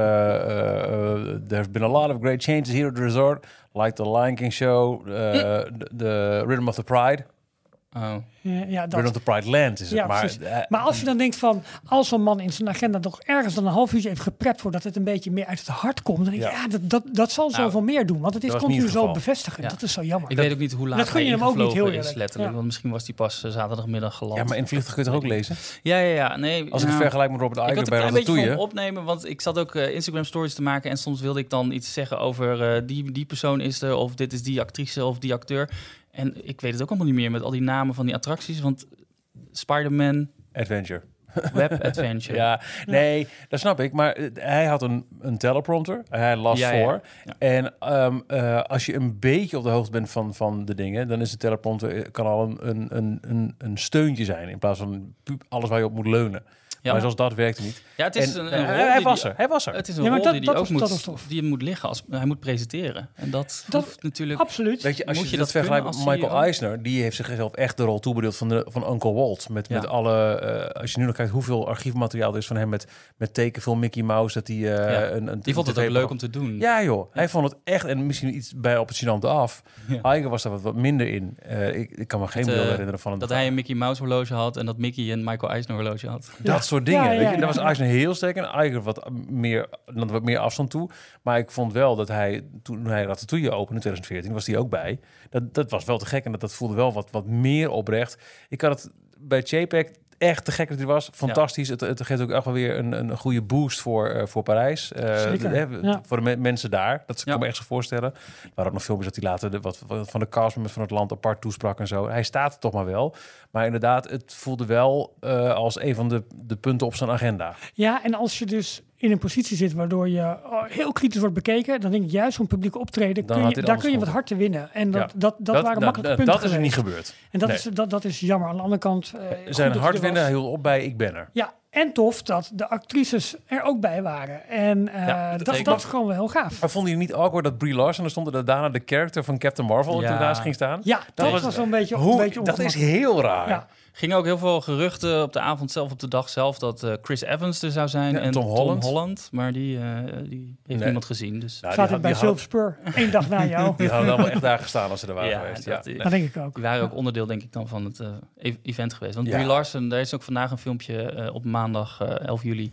uh, there's been a lot of great changes here at the resort. Like the Lion King show. Uh, the, the Rhythm of the Pride. Oh. Ja, ja, dat. Rhythm of the Pride Land is het. Ja, maar, uh, maar als je dan denkt van... Als een man in zijn agenda toch ergens dan een half uurtje heeft geprept... voordat het een beetje meer uit het hart komt... dan denk je, ja, ja dat, dat, dat zal nou, zoveel meer doen. Want het is continu zo bevestigen. Ja. Dat is zo jammer. Ik weet ook niet hoe laat dat hij hem ook niet heel is, letterlijk. Ja. Want misschien was hij pas uh, zaterdagmiddag geland. Ja, maar in het vliegtuig kun je toch ook lezen? Ja, ja, ja. Nee, als ik het vergelijk met Robert Iger bij Ratatouille... Ik had een beetje opnemen, want ik zat ook uh, Instagram stories te maken... en soms wilde ik dan iets zeggen over... Uh, die, die persoon is er, of dit is die actrice of die acteur... En ik weet het ook allemaal niet meer met al die namen van die attracties. Want Spider-Man... Adventure. Web Adventure. ja, nee, dat snap ik. Maar uh, hij had een, een teleprompter. Hij las ja, voor. Ja, ja. En um, uh, als je een beetje op de hoogte bent van, van de dingen... dan is de teleprompter kan al een, een, een, een steuntje zijn... in plaats van alles waar je op moet leunen. Ja. Maar zoals dat werkte niet. Ja, het is en, een, een hij, hij was er. Hij was er. Het is een ja, rol dat, die, die dat ook was, moet, die moet liggen als hij moet presenteren. En dat, dat hoeft natuurlijk. Absoluut. Weet je, als moet je, je dat vergelijkt met Michael C E O? Eisner, die heeft zichzelf echt de rol toebedeeld van de van Uncle Walt. Met, ja. met alle. Uh, als je nu nog kijkt hoeveel archiefmateriaal er is van hem met met tekenfilm Mickey Mouse dat hij uh, ja. een, een. Die vond het ook leuk om te doen. Ja, joh. Hij vond het echt en misschien iets bij op het gênante af. Ja. Iger was daar wat, wat minder in. Uh, ik, ik kan me geen beeld herinneren van dat hij een Mickey Mouse horloge had en dat Mickey een Michael Eisner horloge had. Dat soort dingen. Weet je, was Eisner heel sterk en Iger wat meer, wat meer afstand toe. Maar ik vond wel dat hij, toen hij Ratatouille opende in twintig veertien, was hij ook bij. Dat, dat was wel te gek en dat, dat voelde wel wat, wat meer oprecht. Ik had het bij Chapek echt te gek dat hij was. Fantastisch. Ja. Het, het geeft ook echt wel weer een, een goede boost voor, uh, voor Parijs. Uh, Zeker. De, ja. Voor de me- mensen daar. Dat ja. kan me echt zo voorstellen. Er waren ook nog filmpjes dat hij later de, wat, wat van de cast van het land apart toesprak en zo. Hij staat er toch maar wel. Maar inderdaad, het voelde wel uh, als een van de, de punten op zijn agenda. Ja, en als je dus in een positie zit waardoor je heel kritisch wordt bekeken, dan denk ik juist zo'n publiek optreden, kun je, daar kun je wat hard te winnen. En dat, ja. dat, dat, dat waren dat, makkelijke dat, punten Dat is geweest. er niet gebeurd. En dat, nee. is, dat, dat is jammer. Aan de andere kant... Uh, zijn hard winnen, hij hield op bij ik ben er. Ja, en tof dat de actrices er ook bij waren. En uh, ja, dat, dat, dat is gewoon wel heel gaaf. Maar vond je niet awkward dat Brie Larson, er stond er daarna de character van Captain Marvel ja. ernaast ging staan? Ja, dat, dat was, was een beetje, hoe, een beetje dat is heel raar. Ja. Gingen ook heel veel geruchten op de avond zelf, op de dag zelf, dat uh, Chris Evans er zou zijn ja, en Tom Holland. Tom Holland. Maar die, uh, die heeft nee. niemand gezien. Dus. Nou, Staat ik bij Silver Spur, één dag na jou. Die hadden allemaal echt daar gestaan als ze er waren ja, geweest. Dat, ja, nee. dat denk ik ook. Die waren ook onderdeel, denk ik, dan van het uh, event geweest. Want ja. Brie Larson, daar is ook vandaag een filmpje uh, op maandag uh, elf juli...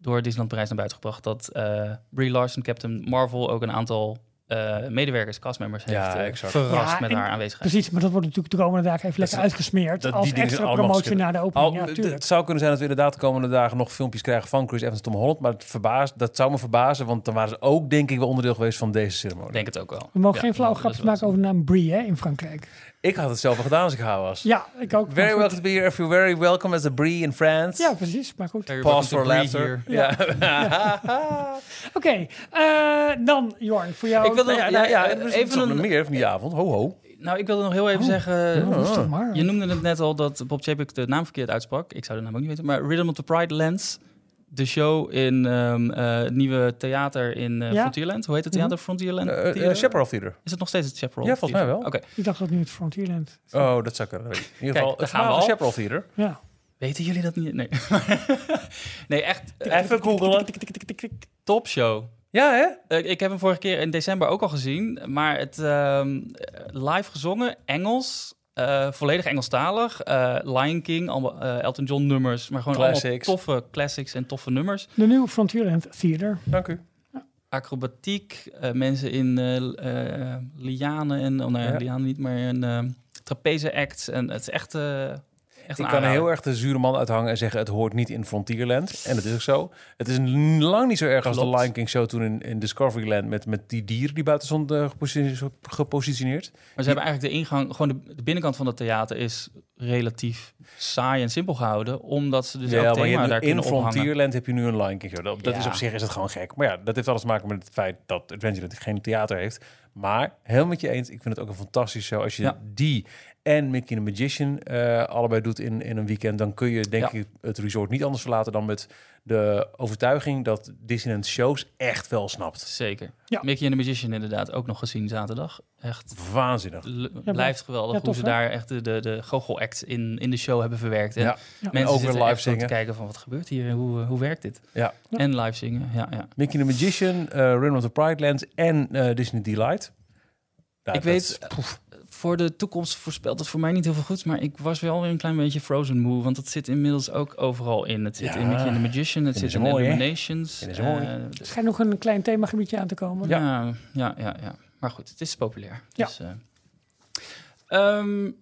door Disneyland Parijs naar buiten gebracht dat uh, Brie Larson, Captain Marvel, ook een aantal uh, medewerkers, castmembers heeft Ja, uh, exact. verrast Ja, met en- haar aanwezigheid. Precies, maar dat wordt natuurlijk de komende dagen even lekker Dat- uitgesmeerd. dat- als die dingen zijn extra allemaal promotie na de opening. Al, Ja, tuurlijk. het zou kunnen zijn dat we inderdaad de komende dagen nog filmpjes krijgen van Chris Evans en Tom Holland. Maar het verbaast, dat zou me verbazen, want dan waren ze ook denk ik wel onderdeel geweest van deze ceremonie. Ik denk het ook wel. We mogen Ja, geen flauwe dat grapjes is wel maken over de naam Brie hè, in Frankrijk. Ik had het zelf al gedaan als ik haar was. Ja, ik ook. maar Very goed. welcome to be here. If you're very welcome as a Brie in France. Ja, precies. Maar goed. Very Pause welcome for to Brie laughter. here. Ja. Oké, eh, dan Jorn, voor jou. Ik wilde ja, nog- ja, ja, ja, er is even nog een- meer van die avond. Ho, ho. Nou, ik wilde nog heel even Oh. zeggen... Ja, rustig maar. Je noemde het net al dat Bob Chapek de naam verkeerd uitsprak. Ik zou de naam ook niet weten. Maar Rhythm of the Pride Lands, de show in um, uh, het nieuwe theater in uh, Ja. Frontierland. Hoe heet het theater? Frontierland? Uh, uh, Theater? Chaparral Theater. Is het nog steeds het Chaparral? Ja, volgens mij wel. Oké. Ik dacht dat nu het Frontierland. Oh, dat zou kunnen. In ieder geval, daar het gaan we gaan al. Chaparral Theater. Ja. Weten jullie dat niet? Nee. nee, echt. Even googelen. Top show. Ja, hè? Uh, ik heb hem vorige keer in december ook al gezien. Maar het um, live gezongen, Engels, uh, volledig Engelstalig. Uh, Lion King, allemaal, uh, Elton John nummers. Maar gewoon Classics. allemaal toffe classics en toffe nummers. De nieuwe Frontierland Theater. Dank u. Acrobatiek, uh, mensen in uh, uh, lianen en... Oh, nee, Ja. lianen niet, maar een uh, trapeze acts. En het is echt... Uh, Echt Ik een kan er aanrader. heel erg de zure man uithangen en zeggen het hoort niet in Frontierland. En dat is ook zo. Het is een- lang niet zo erg als de Klopt. Lion King show toen in, in Discoveryland met, met die dieren die buiten stonden geposi- gepositioneerd. Maar ze hebben eigenlijk de ingang, gewoon de, de binnenkant van het theater is relatief saai en simpel gehouden, omdat ze dus Ja, elk maar thema je, daar in kunnen ophangen. Frontierland heb je nu een Lion King show. Dat, dat Ja. is op zich is het gewoon gek. Maar ja, dat heeft alles te maken met het feit dat Adventureland geen theater heeft. Maar helemaal met je eens, ik vind het ook een fantastische show. Als je Ja. die en Mickey the Magician uh, allebei doet in, in een weekend, dan kun je denk Ja. ik het resort niet anders verlaten dan met de overtuiging dat Disneyland shows echt wel snapt. Zeker. Ja. Mickey and the Magician inderdaad ook nog gezien zaterdag. Echt Waanzinnig. l- Ja, blijft geweldig ja, hoe tof, ze hè? daar echt de, de, de goochel-acts in, in de show hebben verwerkt. En Ja. Ja. mensen ook weer zitten live echt zo zingen. te kijken van wat gebeurt hier en hoe, hoe werkt dit? Ja. Ja. En live zingen, ja, ja. Mickey the Magician, uh, Rhythm of the Pride Lands en uh, Disney Delight. Ja, Ik dat- weet, voor de toekomst voorspelt het voor mij niet heel veel goeds, maar ik was wel weer een klein beetje Frozen moe, want het zit inmiddels ook overal in. Het zit Ja. in Mickey and the Magician, het Vinden zit ze in mooi, hè? Illuminations. Vinden ze mooi. eh, Er schijnt nog een klein themagebiedje aan te komen. Ja, ja, ja, ja. Maar goed, het is populair. Ja. Dus, uh, um,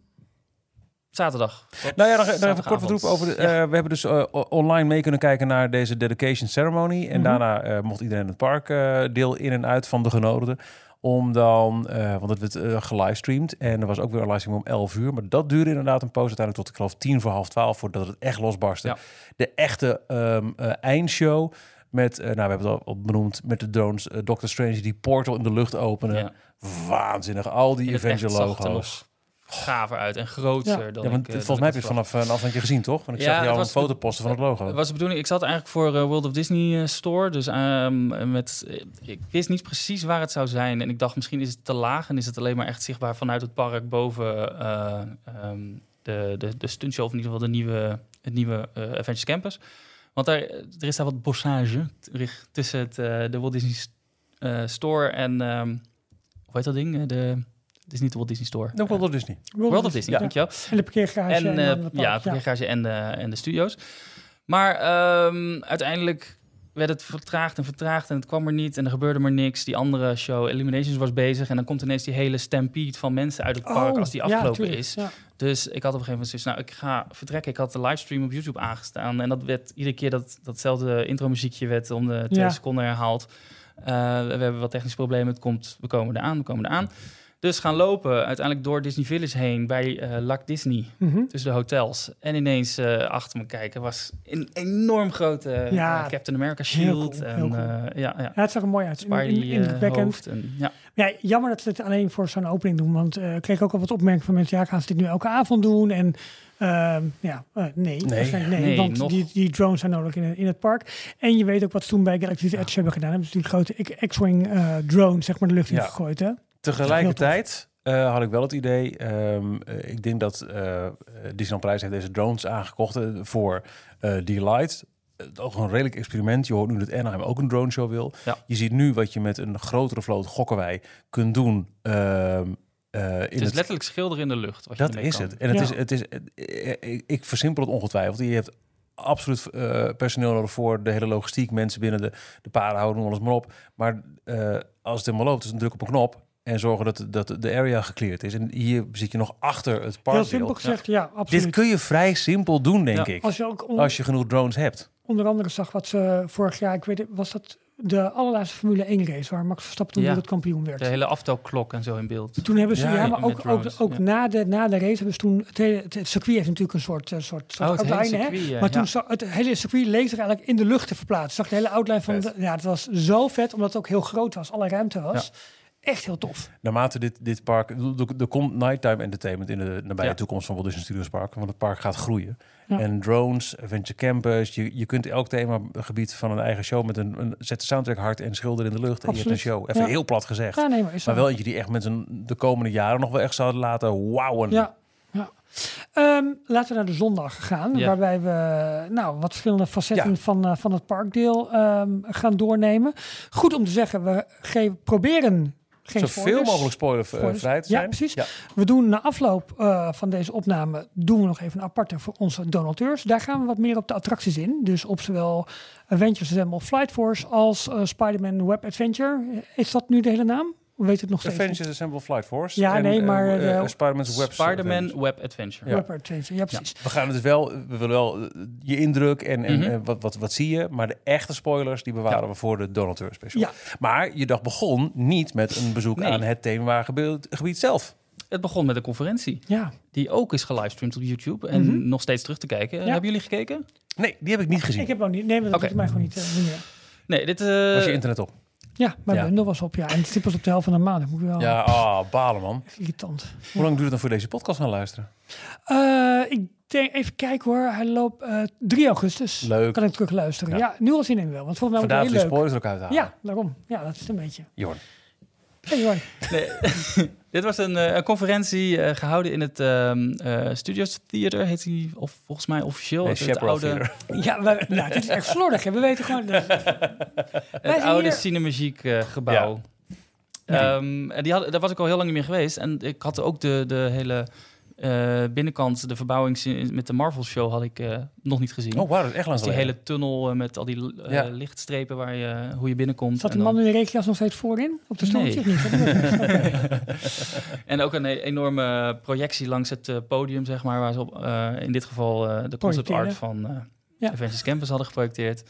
zaterdag. Wat Nou ja, nog, nog even kort wat zaterdagavond? roepen over. De, Ja. uh, we hebben dus uh, o- online mee kunnen kijken naar deze dedication ceremony. En Mhm. daarna uh, mocht iedereen het park uh, deel in en uit van de genodigden. Om dan, uh, want het werd uh, gelivestreamd. En er was ook weer een livestream om elf uur. Maar dat duurde inderdaad een poos. Uiteindelijk tot, ik geloof, tien voor half twaalf voordat het echt losbarstte. Ja. De echte um, uh, eindshow. Met, uh, nou, we hebben het al, al benoemd met de drones. Uh, Doctor Strange die portal in de lucht openen. Ja. Waanzinnig. Al die In het echt Avenger zag het er logo's. gaver uit en groter Ja. dan Ja, want ik, uh, volgens dan mij ik heb je het het vanaf een afstandje gezien, toch? Want ik Ja, zag het jou een was- foto posten van het logo. Het was de bedoeling, ik zat eigenlijk voor uh, World of Disney uh, Store. Dus um, met, uh, ik wist niet precies waar het zou zijn. En ik dacht, misschien is het te laag en is het alleen maar echt zichtbaar vanuit het park boven uh, um, de, de, de stuntshow, of in ieder geval de nieuwe, het nieuwe uh, Avengers Campus. Want daar, er is daar wat bossage t- tussen het, uh, de Walt Disney uh, Store en, um, hoe heet dat ding? Uh, de, het is niet de Walt Disney Store. Nog wel door Disney. World of Disney, Ja. dankjewel. En de parkeergarage. En dan uh, het park. ja, de parkeergarage en de, en de studio's. Maar um, uiteindelijk werd het vertraagd en vertraagd en het kwam er niet en er gebeurde maar niks. Die andere show, Illuminations, was bezig en dan komt ineens die hele stampede van mensen uit het park als die Oh, ja, afgelopen tuurlijk. is. Ja. Dus ik had op een gegeven moment zoiets, nou, ik ga vertrekken. Ik had de livestream op YouTube aangestaan en dat werd iedere keer dat datzelfde intro-muziekje werd om de twee Ja. seconden herhaald. Uh, we hebben wat technische problemen. Het komt, we komen eraan, we komen eraan. Dus gaan lopen, uiteindelijk door Disney Village heen bij uh, Lac Disney, Mhm. tussen de hotels. En ineens uh, achter me kijken was een enorm grote uh, Ja, Captain America heel shield. cool, en heel cool. uh, ja, ja. Ja, het zag er mooi uit. In, Spidey in, in het uh, backend. hoofd. En, ja. Ja, jammer dat ze het alleen voor zo'n opening doen. Want uh, ik kreeg ook al wat opmerkingen van mensen. Ja, gaan ze dit nu elke avond doen? En uh, ja, uh, nee. Waarschijnlijk nee. Nee, want nog. die, die drones zijn nodig in, in het park. En je weet ook wat ze toen bij Galaxy's Edge hebben gedaan. Hebben ze natuurlijk grote X-Wing uh, drone zeg maar de lucht in Ja. gegooid. Hè? Tegelijkertijd uh, had ik wel het idee, um, uh, ik denk dat uh, Disneyland Parijs heeft deze drones aangekocht uh, voor uh, Delight. Uh, ook een redelijk experiment. Je hoort nu dat Anaheim ook een drone show wil. Ja. Je ziet nu wat je met een grotere vloot, gokken wij, kunt doen. Uh, uh, in Het is het letterlijk schilderen in de lucht. Wat je Dat ermee is kan. het. En het Ja. is, het is, uh, ik, ik versimpel het ongetwijfeld. Je hebt absoluut uh, personeel nodig voor de hele logistiek. Mensen binnen de, de paden houden, alles maar op. Maar uh, als het helemaal loopt, is een druk op een knop en zorgen dat, dat de area gecleared is. En hier zit je nog achter het parkdeel. Heel simpel gezegd, ja, ja absoluut. Dit kun je vrij simpel doen, denk ja. ik. Als je, ook onder, als je genoeg drones hebt. Onder andere zag wat ze vorig jaar, ik weet was dat de allerlaatste Formule één race waar Max Verstappen toen ja. wereldkampioen werd. De hele aftelklok en zo in beeld. Toen hebben ze, ja, ja maar ook, drones, ook, ook ja. na, de, na de race hebben ze toen, het, hele, het circuit heeft natuurlijk een soort, soort, soort oh, outline, circuit, hè? Ja. Maar toen ja. zo, het hele circuit leek zich eigenlijk in de lucht te verplaatsen. Zag de hele outline van, de, ja, het was zo vet, omdat het ook heel groot was, alle ruimte was. Ja. Echt heel tof. Naarmate dit, dit park... Er komt nighttime entertainment in de nabije ja. toekomst van Walt Disney Studios Park. Want het park gaat groeien. Ja. En drones, adventure campus. Je, je kunt elk themagebied van een eigen show met een, een zet de soundtrack hard en schilder in de lucht. En je hebt een show. Even ja. heel plat gezegd. Ja, nee, maar, is maar wel eentje die echt met de komende jaren nog wel echt zouden laten wauwen. Ja. Ja. Um, laten we naar de zondag gaan, ja. waarbij we nou, wat verschillende facetten ja. van, uh, van het parkdeel um, gaan doornemen. Goed om te zeggen, we geven, proberen geen zoveel mogelijk spoilervrij te zijn. Ja, precies. Ja. We doen na afloop uh, van deze opname doen we nog even een aparte voor onze donateurs. Daar gaan we wat meer op de attracties in. Dus op zowel Avengers Assemble Flight Force als uh, Spider-Man Web Adventure. Is dat nu de hele naam? Hoe weet het nog steeds? Avengers Assemble Flight Force. Ja, en, nee, maar uh, uh, uh, Spider-Man's Web Spider-Man Web Adventure. Ja. Web Adventure, ja precies. Ja. We gaan het dus wel, we willen wel uh, je indruk en, en mm-hmm. uh, wat, wat, wat zie je, maar de echte spoilers die bewaren ja. we voor de donateur special. Ja. Maar je dag begon niet met een bezoek nee. aan het themagebied gebied zelf. Het begon met een conferentie. Ja. Die ook is gelivestreamd op YouTube en mm-hmm. nog steeds terug te kijken. Ja. Hebben jullie gekeken? Nee, die heb ik niet gezien. Ik heb nog niet. Nee, maar dat okay. doet mij gewoon niet. Uh, niet meer. Nee, dit uh, was je internet op? Ja, mijn ja. bundel was op, ja. En het zit pas op de helft van de maand. Moet je wel... Ja, oh, balen, man. Irritant. Hoe lang duurt het dan voor deze podcast gaan luisteren? Uh, ik denk, even kijken hoor. Hij loopt uh, drie augustus. Leuk. Kan ik terug luisteren. Ja, ja nu al zin in wel. Want volgens mij Vandaar heel leuk. spoilers er ook uithalen. Ja, daarom. Ja, dat is het een beetje. Jorn. Hey, Jorn. Nee, dit was een, uh, een conferentie uh, gehouden in het uh, uh, Studios Theater, heet die, of volgens mij officieel. Nee, het, het oude. Ja, we, nou, dit is echt slordig. Hè. We weten gewoon. Dat... het oude hier... Cinemagique uh, gebouw. Ja. Um, en die had, daar was ik al heel lang niet meer geweest. En ik had ook de, de hele uh, binnenkant, de verbouwing met de Marvel Show, had ik uh, nog niet gezien. Oh, wow, dat is echt lang dus die hele tunnel uh, met al die uh, ja. lichtstrepen waar je, hoe je binnenkomt. Zat de man dan... in de regenjas nog steeds voorin? Op de stoeltje nee. of niet? Okay. En ook een enorme projectie langs het uh, podium, zeg maar, waar ze op, uh, in dit geval uh, de concept art van uh, ja. Avengers Campus hadden geprojecteerd.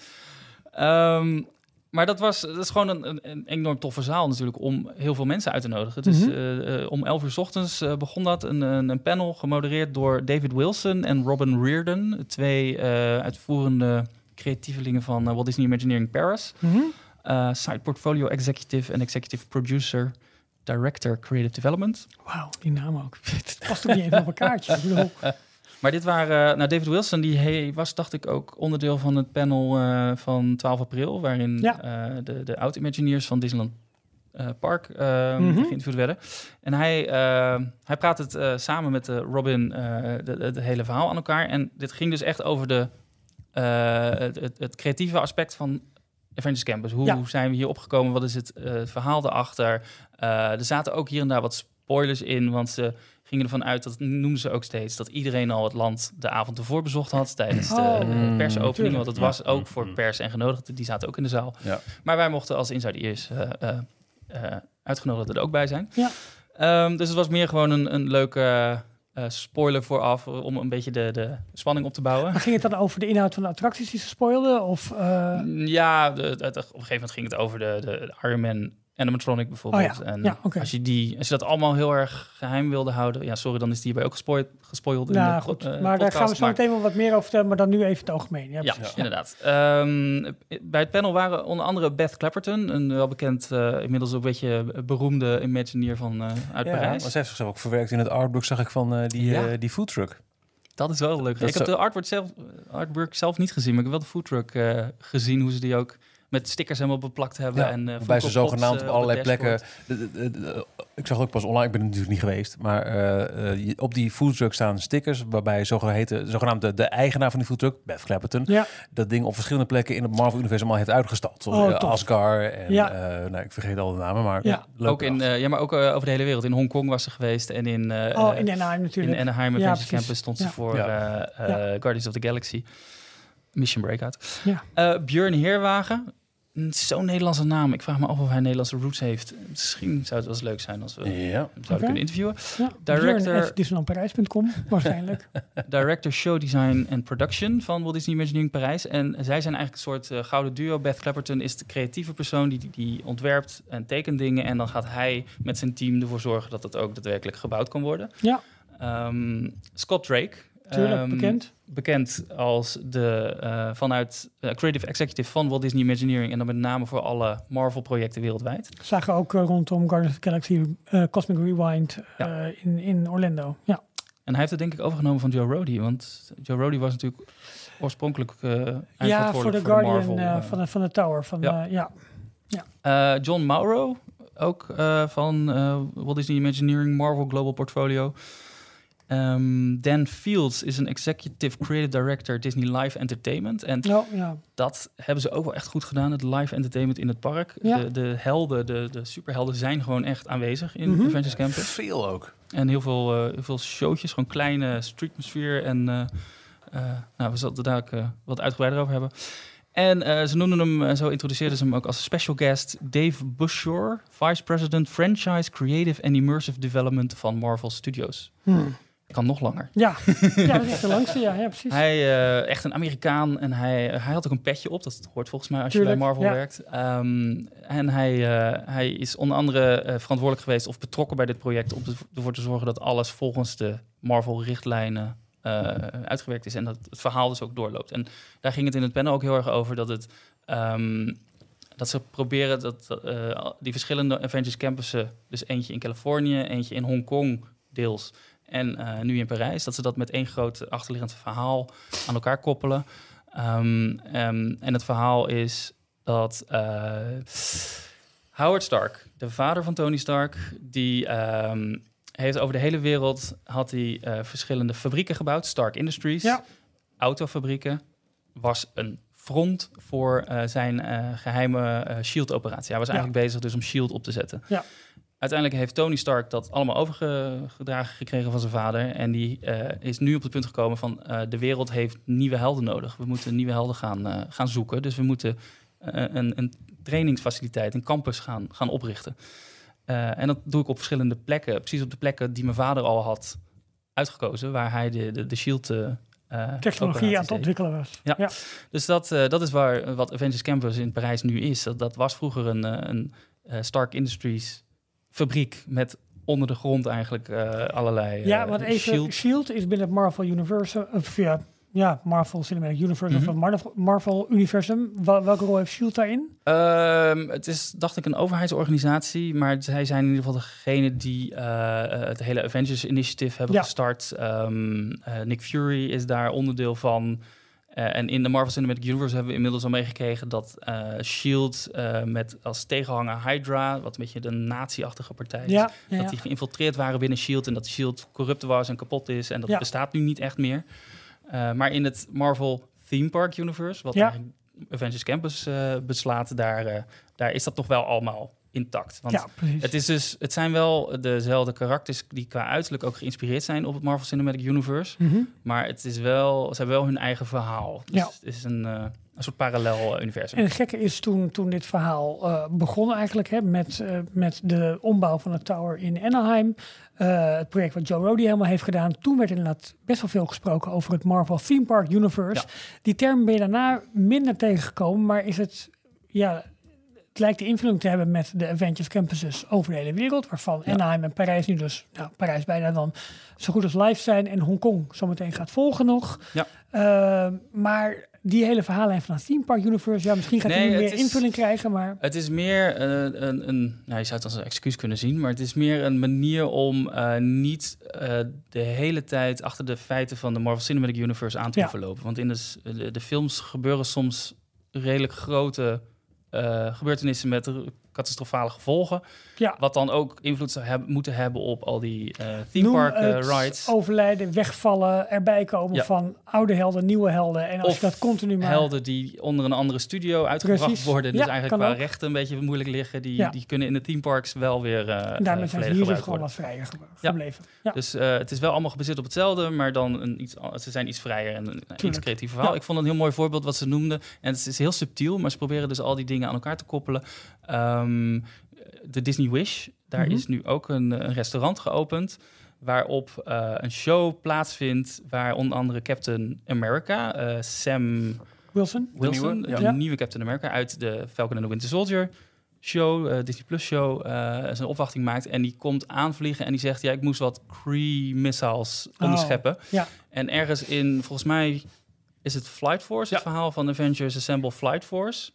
Um, Maar dat was, dat is gewoon een, een enorm toffe zaal natuurlijk om heel veel mensen uit te nodigen. Dus mm-hmm. uh, uh, om elf uur 's ochtends uh, begon dat. Een, een panel gemodereerd door David Wilson en Robin Reardon. Twee uh, uitvoerende creatievelingen van uh, Walt Disney Imagineering Paris. Mm-hmm. Uh, side Portfolio Executive en Executive Producer. Director Creative Development. Wauw, die naam ook. Het past ook niet even op een kaartje. Ik bedoel... Maar dit waren... Nou, David Wilson, die hey, was, dacht ik, ook onderdeel van het panel uh, van twaalf april... waarin ja. uh, de, de oud-imagineers van Disneyland uh, Park uh, mm-hmm. geïnterviewd werden. En hij, uh, hij praat het uh, samen met uh, Robin het uh, hele verhaal aan elkaar. En dit ging dus echt over de, uh, het, het, het creatieve aspect van Avengers Campus. Hoe ja. zijn we hier opgekomen? Wat is het uh, verhaal erachter? Uh, er zaten ook hier en daar wat spoilers in, want ze... gingen ervan uit, dat noemden ze ook steeds... dat iedereen al het land de avond ervoor bezocht had... tijdens de oh, persopening. Want het was ja. ook voor pers en genodigden. Die zaten ook in de zaal. Ja. Maar wij mochten als insiders uh, uh, uh, uitgenodigden er ook bij zijn. Ja. Um, dus het was meer gewoon een, een leuke uh, spoiler vooraf... om een beetje de, de spanning op te bouwen. Maar ging het dan over de inhoud van de attracties die ze spoilden? Of, uh... Ja, de, de, de, op een gegeven moment ging het over de, de, de Iron Man... animatronic bijvoorbeeld. Oh ja. En ja, okay. als je die, als je dat allemaal heel erg geheim wilde houden, ja, sorry, dan is die hierbij ook gespoild. gespoild nou, in de goed. Uh, maar podcast, daar gaan we zo maar... meteen wel wat meer over vertellen, maar dan nu even het algemeen. Ja, ja, ja, inderdaad. Um, bij het panel waren onder andere Beth Clapperton, een welbekend, uh, inmiddels ook een beetje beroemde Imagineer van uh, uit ja, Parijs. Maar ze heeft zichzelf ook verwerkt in het artbook, zag ik van uh, die, ja. uh, die foodtruck. Dat is wel leuk. Dat ik heb zo... de artwork zelf, artwork zelf niet gezien, maar ik heb wel de foodtruck uh, gezien, hoe ze die ook met stickers helemaal beplakt hebben. Ja, en uh, bij ze zogenaamd op allerlei op plekken. De, de, de, de, ik zag het ook pas online, ik ben er natuurlijk niet geweest. Maar uh, uh, op die foodtruck staan stickers waarbij zogeheten, zogenaamd de, de eigenaar van die foodtruck, Beth Clapperton, ja. dat ding op verschillende plekken in het Marvel-universum al heeft uitgestald. Zoals oh, uh, Asgard en ja. uh, nou, ik vergeet al de namen, maar ja. Leuk ook in, uh, ja, maar ook uh, over de hele wereld. In Hongkong was ze geweest en in uh, oh, in Anaheim natuurlijk. In Anaheim Adventure ja, Campus stond ze ja. voor ja. Uh, uh, ja. Guardians of the Galaxy. Mission Breakout. Ja. Uh, Björn Heerwagen. Zo'n Nederlandse naam. Ik vraag me af of hij Nederlandse roots heeft. Misschien zou het wel eens leuk zijn als we Ja. hem zouden Okay. kunnen interviewen. Ja. Director, Disneylandparijs punt com waarschijnlijk. Director Show Design and Production van Walt Disney Imagineering Parijs. En zij zijn eigenlijk een soort uh, gouden duo. Beth Clapperton is de creatieve persoon die, die, die ontwerpt en tekent dingen. En dan gaat hij met zijn team ervoor zorgen dat het ook daadwerkelijk gebouwd kan worden. Ja. Um, Scott Drake. Tuurlijk, um, bekend. Bekend als de uh, vanuit uh, Creative Executive van Walt Disney Imagineering. En dan met name voor alle Marvel-projecten wereldwijd. Zagen we ook uh, rondom Guardians of the Galaxy uh, Cosmic Rewind uh, Ja. in, in Orlando. Ja. En hij heeft het denk ik overgenomen van Joe Roddy. Want Joe Roddy was natuurlijk oorspronkelijk uh, Ja, voor de voor Guardian Marvel, uh, uh, van, de, van de Tower. Van, Ja. ja. Uh, ja. Uh, John Mauro, ook uh, van uh, Walt Disney Imagineering Marvel Global Portfolio. Um, Dan Fields is een Executive Creative Director Disney Live Entertainment. En Nou, ja. dat hebben ze ook wel echt goed gedaan, het live entertainment in het park. Ja. De, de helden, de, de superhelden zijn gewoon echt aanwezig in Mhm. Avengers Campus. Veel ook. En heel veel, uh, heel veel showtjes, gewoon kleine streetmosphere. En uh, uh, nou, we zullen het daar ook uh, wat uitgebreider over hebben. En uh, ze noemden hem, uh, zo introduceerden ze hem ook als special guest, Dave Bushore, Vice President Franchise Creative and Immersive Development van Marvel Studios. Hmm. Kan nog langer. Ja. ja, dat is echt de langste. Ja, ja precies. Hij, uh, echt een Amerikaan en hij, hij had ook een petje op. Dat hoort volgens mij als Tuurlijk, je bij Marvel ja. werkt. Um, en hij, uh, hij is onder andere uh, verantwoordelijk geweest of betrokken bij dit project om te, ervoor te zorgen dat alles volgens de Marvel-richtlijnen uh, uitgewerkt is en dat het verhaal dus ook doorloopt. En daar ging het in het panel ook heel erg over dat het um, dat ze proberen dat uh, die verschillende Avengers campussen, dus eentje in Californië, eentje in Hongkong deels en uh, nu in Parijs, dat ze dat met één groot achterliggend verhaal aan elkaar koppelen. Um, um, en het verhaal is dat uh, Howard Stark, de vader van Tony Stark, die um, heeft over de hele wereld had hij uh, verschillende fabrieken gebouwd, Stark Industries, Ja. autofabrieken, was een front voor uh, zijn uh, geheime uh, SHIELD-operatie. Hij was Ja. eigenlijk bezig dus om SHIELD op te zetten. Ja. Uiteindelijk heeft Tony Stark dat allemaal overgedragen gekregen van zijn vader. En die uh, is nu op het punt gekomen van uh, de wereld heeft nieuwe helden nodig. We moeten nieuwe helden gaan, uh, gaan zoeken. Dus we moeten uh, een, een trainingsfaciliteit, een campus gaan, gaan oprichten. Uh, en dat doe ik op verschillende plekken. Precies op de plekken die mijn vader al had uitgekozen. Waar hij de, de, de SHIELD... Uh, Technologie aan het ontwikkelen was. Ja. ja. Dus dat, uh, dat is waar wat Avengers Campus in Parijs nu is. Dat, dat was vroeger een, uh, een uh, Stark Industries fabriek met onder de grond eigenlijk uh, allerlei uh, Ja, want even, SHIELD. SHIELD is binnen het Marvel Universum, of ja, ja, Marvel Cinematic Universe, Mhm. of Marvel, Marvel Universum. Wel, welke rol heeft SHIELD daarin? Um, het is, dacht ik, een overheidsorganisatie, maar zij zijn in ieder geval degene die uh, het hele Avengers Initiative hebben Ja. gestart. Um, uh, Nick Fury is daar onderdeel van. Uh, en in de Marvel Cinematic Universe hebben we inmiddels al meegekregen dat uh, SHIELD uh, met als tegenhanger Hydra, wat een beetje de nazi-achtige partij is, Ja, ja, dat ja. die geïnfiltreerd waren binnen SHIELD en dat SHIELD corrupt was en kapot is en dat Ja. bestaat nu niet echt meer. Uh, maar in het Marvel Theme Park Universe, wat Ja. eigenlijk Avengers Campus uh, beslaat, daar, uh, daar is dat toch wel allemaal intact. Want ja, precies. het, is dus, het zijn wel dezelfde karakters die qua uiterlijk ook geïnspireerd zijn op het Marvel Cinematic Universe. Mhm. Maar het is wel, ze hebben wel hun eigen verhaal. Dus Ja. het is een, uh, een soort parallel uh, universum. En het gekke is toen, toen dit verhaal uh, begon eigenlijk hè, met, uh, met de ombouw van de tower in Anaheim. Uh, het project wat Joe Roddy helemaal heeft gedaan. Toen werd inderdaad best wel veel gesproken over het Marvel Theme Park Universe. Ja. Die term ben je daarna minder tegengekomen. Maar is het, ja, het lijkt de invulling te hebben met de Avengers campuses over de hele wereld. Waarvan Ja. Anaheim en Parijs nu dus, nou Parijs bijna dan zo goed als live zijn. En Hongkong zometeen gaat volgen nog. Ja. Uh, maar die hele verhaallijn van het Theme Park Universe, ja, misschien gaat Nee, hij nu het meer is- invulling krijgen, maar Het is meer uh, een, een, nou je zou het als een excuus kunnen zien, maar het is meer een manier om uh, niet uh, de hele tijd achter de feiten van de Marvel Cinematic Universe aan te Ja. hoeven lopen. Want in de, s- de, de films gebeuren soms redelijk grote uh, gebeurtenissen met r- catastrofale gevolgen. Ja. Wat dan ook invloed zou hebben, moeten hebben op al die uh, theme Noem park uh, het rides. overlijden, wegvallen, erbij komen Ja. van oude helden, nieuwe helden. En als Of je dat continu maar... helden die onder een andere studio uitgebracht Precies. worden. Dus Ja, eigenlijk kan qua ook. rechten een beetje moeilijk liggen. Die, Ja. die kunnen in de theme parks wel weer uh, En daarmee zijn ze volledig hier dus gebruikt gewoon worden. wat vrijer ge- Ja. gebleven. Ja. Dus uh, het is wel allemaal gebaseerd op hetzelfde, maar dan een iets, ze zijn iets vrijer en een iets creatiever verhaal. Ja. Ik vond het een heel mooi voorbeeld wat ze noemden. En het is heel subtiel, maar ze proberen dus al die dingen aan elkaar te koppelen. Um, de Disney Wish, daar Mm-hmm. is nu ook een, een restaurant geopend, waarop uh, een show plaatsvindt waar onder andere Captain America, uh, Sam Wilson? Wilson, nieuwe, de ja. nieuwe Captain America uit de Falcon and the Winter Soldier show, uh, Disney Plus show, uh, zijn opwachting maakt. En die komt aanvliegen en die zegt, ja, ik moest wat Kree missiles onderscheppen. Oh, ja. En ergens in, volgens mij is het Flight Force, het Ja. verhaal van Avengers Assemble Flight Force.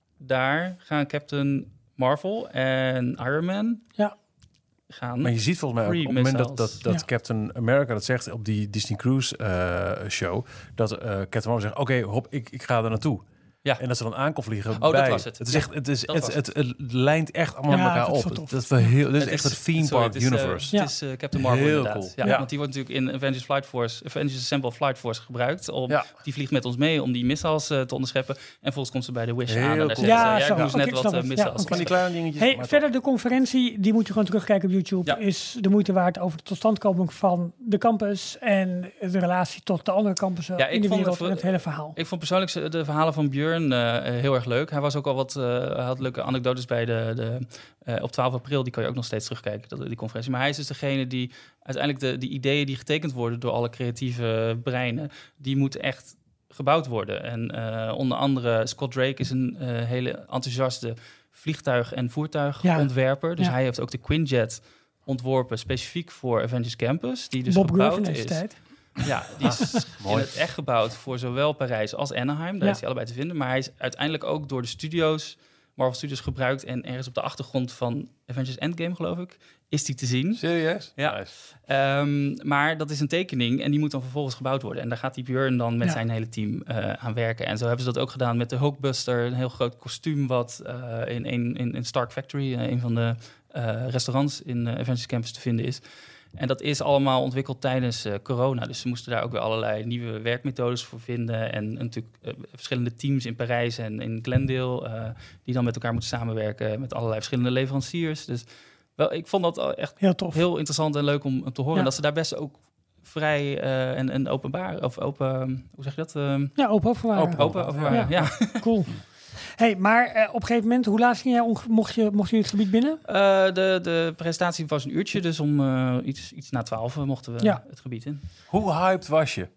Daar gaan Captain Marvel en Iron Man Ja. gaan. Maar je ziet volgens mij ook Free op het moment dat, missiles. dat, dat Ja. Captain America dat zegt op die Disney Cruise uh, show, dat uh, Captain Marvel zegt, oké, hop, ik, ik ga er naartoe. Ja. En dat ze dan aan kon vliegen. Oh, dat bij. was het. Het is Ja, echt, het is, dat het, was het, het, het lijnt echt allemaal Ja, met elkaar dat is op. wel tof. Dat is wel heel, dit is Het echt het theme sorry, park het is, uh, universe. Ja. Het is uh, Captain Marvel Heel inderdaad. cool. Ja, Ja. Want die wordt natuurlijk in Avengers Flight Force, Avengers Assemble Flight Force gebruikt. Om, Ja. Die vliegt met ons mee om die missiles uh, te onderscheppen. En vervolgens komt ze bij de Wish Heel aan. En daar cool. zegt Ja, ze, ja, zo. ik moest Oké, net ik wat snap uh, het. Ja, missiles. oké. Van die kleine dingetjes. Hey, maar verder de conferentie, die moet je gewoon terugkijken op YouTube. Ja. Is de moeite waard over de totstandkoming van de campus en de relatie tot de andere campussen Ja, ik in de vond wereld het- en het hele verhaal. Ik vond persoonlijk de verhalen van Björn uh, heel erg leuk. Hij was ook al wat, uh, hij had leuke anekdotes bij de, de uh, op twaalf april. Die kan je ook nog steeds terugkijken, dat, die conferentie. Maar hij is dus degene die uiteindelijk de, die ideeën die getekend worden door alle creatieve breinen, die moeten echt gebouwd worden. En uh, onder andere Scott Drake is een uh, hele enthousiaste vliegtuig- en voertuigontwerper. Dus Ja. hij heeft ook de Quinjet ontworpen specifiek voor Avengers Campus, die dus Bob gebouwd Griffin is. deze tijd. Ja, die is in Mooi. het echt gebouwd voor zowel Parijs als Anaheim. Daar Ja. is hij allebei te vinden. Maar hij is uiteindelijk ook door de studios, Marvel Studios, gebruikt. En ergens op de achtergrond van Avengers Endgame, geloof ik, is die te zien. Serieus? Ja. Nice. Um, maar dat is een tekening en die moet dan vervolgens gebouwd worden. En daar gaat die Björn dan met Ja. zijn hele team uh, aan werken. En zo hebben ze dat ook gedaan met de Hulkbuster. Een heel groot kostuum wat uh, in, in, in Stark Factory, uh, een van de uh, restaurants in uh, Avengers Campus, te vinden is. En dat is allemaal ontwikkeld tijdens uh, corona. Dus ze moesten daar ook weer allerlei nieuwe werkmethodes voor vinden. En, en natuurlijk uh, verschillende teams in Parijs en in Glendale, uh, die dan met elkaar moeten samenwerken met allerlei verschillende leveranciers. Dus wel, ik vond dat echt Heel tof. heel interessant en leuk om te horen. Ja. En dat ze daar best ook vrij uh, en, en openbaar, of open, hoe zeg je dat? Uh, Ja, open over waren. Open. open over waren. Ja. Ja. Cool. Hey, maar uh, op een gegeven moment, hoe laat ging jij onge- mocht je, mocht je het gebied binnen? Uh, de, de presentatie was een uurtje, dus om uh, iets, iets na twaalf mochten we Ja. het gebied in. Hoe hyped was je?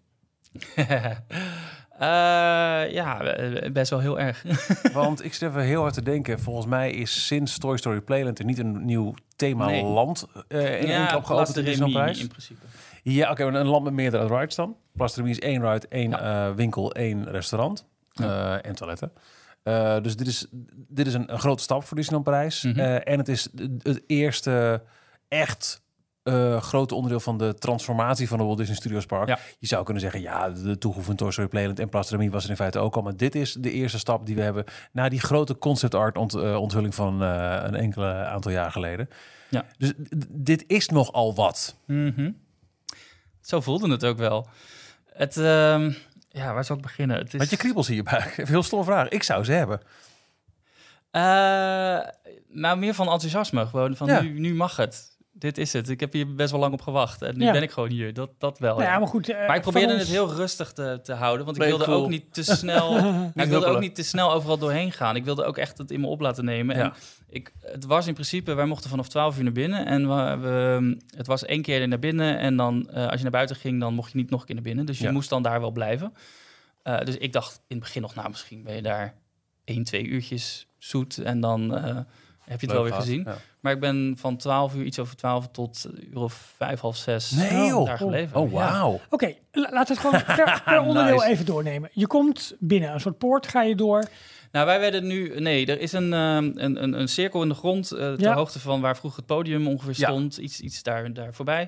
Uh, ja, best wel heel erg. Want ik zit even heel hard te denken. Volgens mij is sinds Toy Story Playland er niet een nieuw themaland uh, in één klap geopend in Disneyland Parijs. in principe. Ja, oké, okay, een land met meerdere rides dan. Place de Remy is één ride, één Ja. uh, winkel, één restaurant uh, en toiletten. Uh, dus dit is, dit is een, een grote stap voor Disneyland Parijs. Mhm. Uh, en het is het eerste echt uh, grote onderdeel van de transformatie van de Walt Disney Studios Park. Ja. Je zou kunnen zeggen, ja, de toevoeging van Toy Story Playland en Place de Remy was er in feite ook al. Maar dit is de eerste stap die we hebben na die grote concept art ont, uh, onthulling van uh, een enkele aantal jaar geleden. Ja. Dus d- dit is nogal wat. Mm-hmm. Zo voelde het ook wel. Het, uh, ja, waar zou ik beginnen? Het is... Had je kriebels in je buik? Even heel stomme vraag. Ik zou ze hebben. Uh, nou, meer van enthousiasme. Gewoon van Ja. nu, nu mag het. Dit is het. Ik heb hier best wel lang op gewacht. En nu Ja. ben ik gewoon hier. Dat, dat wel. Nou ja, ja. maar goed. uh, Maar ik probeerde van het ons- heel rustig te, te houden. Want ik Ben je wilde cool? ook niet te snel. nou, ik wilde huppelen. ook niet te snel overal doorheen gaan. Ik wilde ook echt het in me op laten nemen. Ja. En ik, het was in principe, wij mochten vanaf twaalf uur naar binnen. En we, we, het was één keer naar binnen. En dan, uh, als je naar buiten ging, dan mocht je niet nog een keer naar binnen. Dus je Ja. moest dan daar wel blijven. Uh, dus ik dacht in het begin nog, nou, misschien ben je daar één, twee uurtjes zoet. En dan uh, heb je het Leuk wel weer gehad. gezien. Ja. Maar ik ben van twaalf uur, iets over twaalf, tot een uur of vijf, half zes Nee, joh. daar gebleven. Oh, Ja. wauw. Oké, la- laten we het gewoon per, per onderdeel Nice. even doornemen. Je komt binnen, een soort poort, ga je door. Nou, wij werden nu... Nee, er is een, um, een, een, een cirkel in de grond... Uh, ter Ja. hoogte van waar vroeger het podium ongeveer Ja. stond. Iets, iets daar, daar voorbij.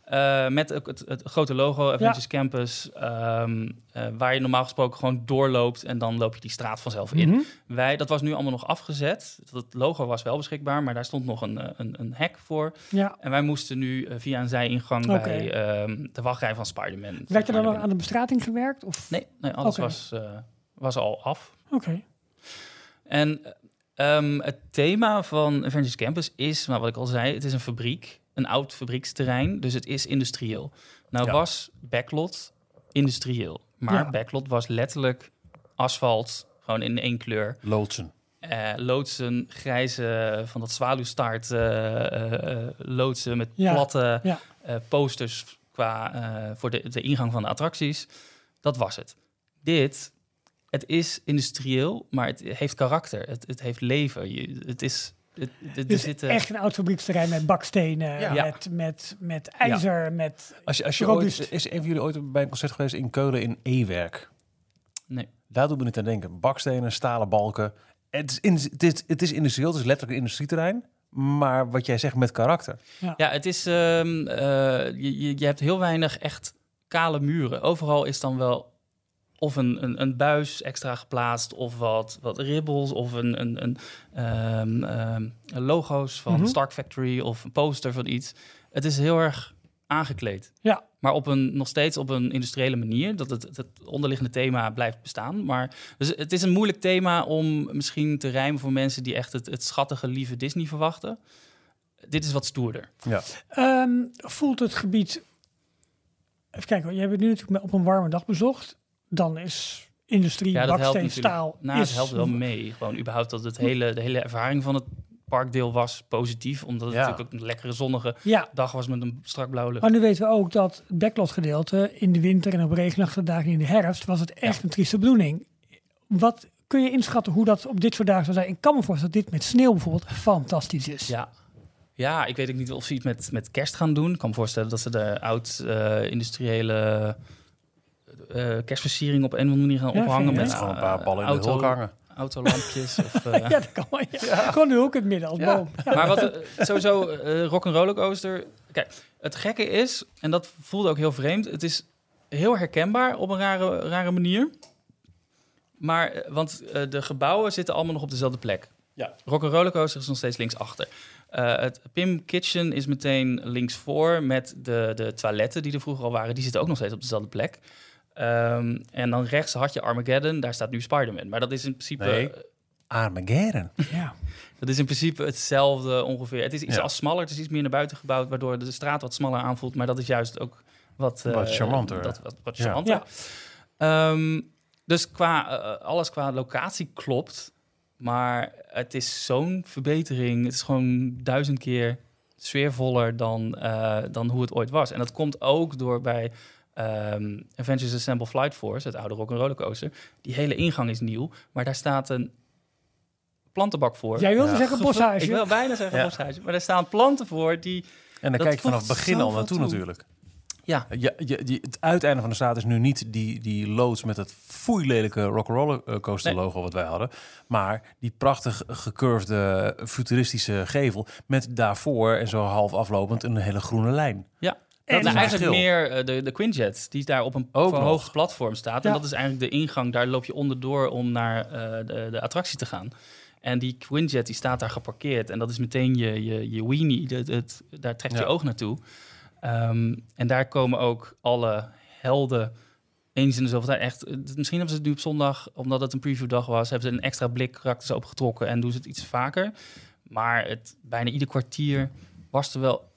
Uh, met het, het, het grote logo, Avengers ja. Campus, um, uh, waar je normaal gesproken gewoon doorloopt en dan loop je die straat vanzelf in. Mm-hmm. Wij, dat was nu allemaal nog afgezet. Het logo was wel beschikbaar, maar daar stond nog een, een, een hek voor. Ja. En wij moesten nu uh, via een zijingang okay. bij um, de wachtrij van Spider-Man. Werd er dan nog aan de bestrating gewerkt? Of? Nee, nee, alles okay. was, uh, was al af. Oké. Okay. En um, het thema van Avengers Campus is, nou, wat ik al zei, het is een fabriek. Een oud fabrieksterrein, dus het is industrieel. Nou ja. was Backlot industrieel. Maar ja. Backlot was letterlijk asfalt, gewoon in één kleur. Loodsen. Uh, loodsen, grijze, van dat zwaluwstaart uh, uh, loodsen met ja. platte ja. Uh, posters qua, uh, voor de, de ingang van de attracties. Dat was het. Dit, het is industrieel, maar het heeft karakter. Het, het heeft leven. Je, het is... Het, het, dus zitten... echt een oud fabrieksterrein met bakstenen, ja. met, met, met ijzer, ja. met als je, als je ooit, is een van jullie ooit bij een concert geweest in Keulen in E-werk? Nee. Daar doen we niet aan denken. Bakstenen, stalen balken. Het is, in, het, is, het is industrieel, het is letterlijk een industrieterrein. Maar wat jij zegt met karakter. Ja, ja het is... Um, uh, je, je hebt heel weinig echt kale muren. Overal is dan wel... Of een, een, een buis extra geplaatst, of wat, wat ribbels, of een, een, een, um, um, logo's van mm-hmm. Stark Factory, of een poster van iets. Het is heel erg aangekleed. Ja. Maar op een, nog steeds op een industriële manier, dat het, het onderliggende thema blijft bestaan. Maar, dus het is een moeilijk thema om misschien te rijmen voor mensen die echt het, het schattige, lieve Disney verwachten. Dit is wat stoerder. Ja. Um, voelt het gebied... Even kijken, je hebt het nu natuurlijk op een warme dag bezocht. Dan is industrie, ja, baksteen, staal... Nou, is... het helpt wel mee. Gewoon überhaupt dat het hele, de hele ervaring van het parkdeel was positief. Omdat het ja. natuurlijk ook een lekkere zonnige ja. dag was met een strak blauwe lucht. Maar nu weten we ook dat het backlot gedeelte in de winter en op regenachtige dagen in de herfst was het echt ja. een trieste bedoeling. Wat kun je inschatten hoe dat op dit soort dagen zou zijn? Ik kan me voorstellen dat dit met sneeuw bijvoorbeeld fantastisch is. Ja. Ja, ik weet ook niet of ze iets met, met kerst gaan doen. Ik kan me voorstellen dat ze de oud-industriële... Uh, Uh, kerstversiering op een of andere manier gaan ja, ophangen met gewoon een paar ballen in auto, de hoek hangen. Autolampjes. Of, uh... ja, dat kan wel. Ja. Ja. Gewoon nu ook in het midden als ja. boom. Ja. Maar wat uh, sowieso uh, Rock'n'Roller Coaster. Kijk, het gekke is, en dat voelde ook heel vreemd. Het is heel herkenbaar op een rare, rare manier. Maar, uh, want uh, de gebouwen zitten allemaal nog op dezelfde plek. Ja. Rock'n'Roller Coaster is nog steeds linksachter. Uh, het Pim Kitchen is meteen linksvoor met de, de toiletten die er vroeger al waren. Die zitten ook nog steeds op dezelfde plek. Um, en dan rechts had je Armageddon, daar staat nu Spider-Man. Maar dat is in principe... Nee, Armageddon. Ja. Dat is in principe hetzelfde ongeveer. Het is iets ja. als smaller, het is iets meer naar buiten gebouwd... waardoor de straat wat smaller aanvoelt. Maar dat is juist ook wat... Uh, wat charmanter. Dat, wat, wat charmanter. Ja. Um, dus qua, uh, alles qua locatie klopt. Maar het is zo'n verbetering. Het is gewoon duizend keer sfeervoller dan, uh, dan hoe het ooit was. En dat komt ook door bij... Um, Avengers Assemble Flight Force, het oude Rock'n'Roller Coaster. Die hele ingang is nieuw, maar daar staat een plantenbak voor. Jij wilde ja. zeggen boshuisje? Ik wil bijna zeggen ja. boshuisje, maar daar staan planten voor die... En dan kijk je vanaf het begin al naartoe natuurlijk. Ja. Je, je, je, het uiteinde van de straat is nu niet die, die loods met het foeilelijke Rock'n'Roller Coaster nee. logo wat wij hadden. Maar die prachtig gecurvede futuristische gevel met daarvoor en zo half aflopend een hele groene lijn. Ja. Dat en is eigenlijk meer uh, de, de Quinjet, die daar op een ook verhoogd nog. platform staat. Ja. En dat is eigenlijk de ingang. Daar loop je onderdoor om naar uh, de, de attractie te gaan. En die Quinjet die staat daar geparkeerd. En dat is meteen je, je, je weenie. Het, het, daar trekt ja. je oog naartoe. Um, en daar komen ook alle helden eens in de zoveel tijd. Echt, misschien hebben ze het nu op zondag, omdat het een previewdag was... hebben ze een extra blik karakters opgetrokken en doen ze het iets vaker. Maar het, bijna ieder kwartier was er wel...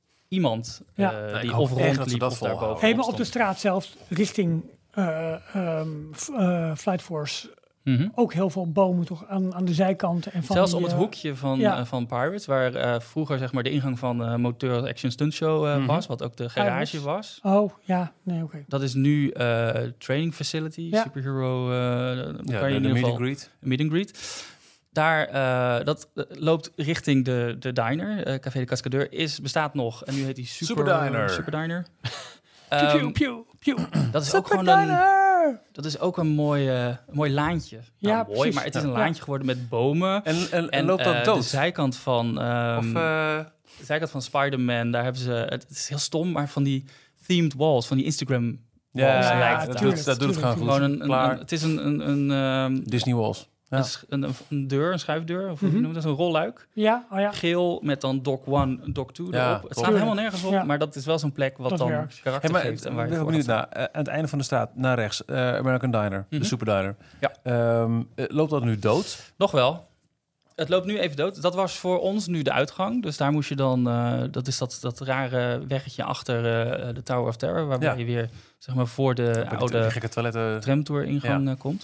iemand ja. uh, nee, die of rondliep of daarboven. Helemaal op de straat zelf, richting uh, um, f- uh, Flight Force. Mm-hmm. Ook heel veel bomen toch aan, aan de zijkanten. En van Zelfs die, op het uh, hoekje van, ja. uh, van Pirates, waar uh, vroeger zeg maar de ingang van uh, Moteur Action Stunt Show uh, mm-hmm. was, wat ook de garage Pirates. was. Oh, ja, nee, oké. Okay. Dat is nu uh, training facility, ja. superhero. Uh, ja, de, de meet and greet. Meet and greet. Daar, uh, dat uh, loopt richting de, de diner. Uh, Café de Cascadeur is, bestaat nog. En nu heet die Super, Super Diner. Super Diner. um, pew, pew, pew. Dat is Super ook gewoon een, Tower. Dat is ook een mooi, uh, een mooi laantje. Nou, Ja, mooi, precies. maar het is Ja. een laantje geworden met bomen. En, en, en, En loopt dat uh, dood? de zijkant van... Um, of, uh... de zijkant van Spider-Man, daar hebben ze... Het is heel stom, maar van die themed walls, van die Instagram Ja, walls. ja, ja, ja, dat, tuurlijk, doet, dat doet het tuurlijk. gewoon goed. Gewoon een, een, Klaar. een- het is een... een, een um, Disney Walls. Ja. een, sch- een, een deur, een schuifdeur, of hoe Mhm. noem je dat? Een rolluik. Ja, oh ja. Geel met dan Doc one, Doc two Ja, erop. Het klopt. staat helemaal nergens op, Ja. maar dat is wel zo'n plek wat Dat dan werkt. karakter Hey, maar geeft. En ik waar ben je wel voor benieuwd gaat naar. Uh, aan het einde van de straat, naar rechts, uh, American Diner, Mhm. de Super Diner. Ja. Ehm, uh, loopt dat nu dood? Nog wel. Het loopt nu even dood. Dat was voor ons nu de uitgang. Dus daar moest je dan... Uh, dat is dat, dat rare weggetje achter uh, de Tower of Terror... waarbij Ja. je weer zeg maar, voor de Bij die oude gekke toiletten. tramtour-ingang Ja. uh, komt.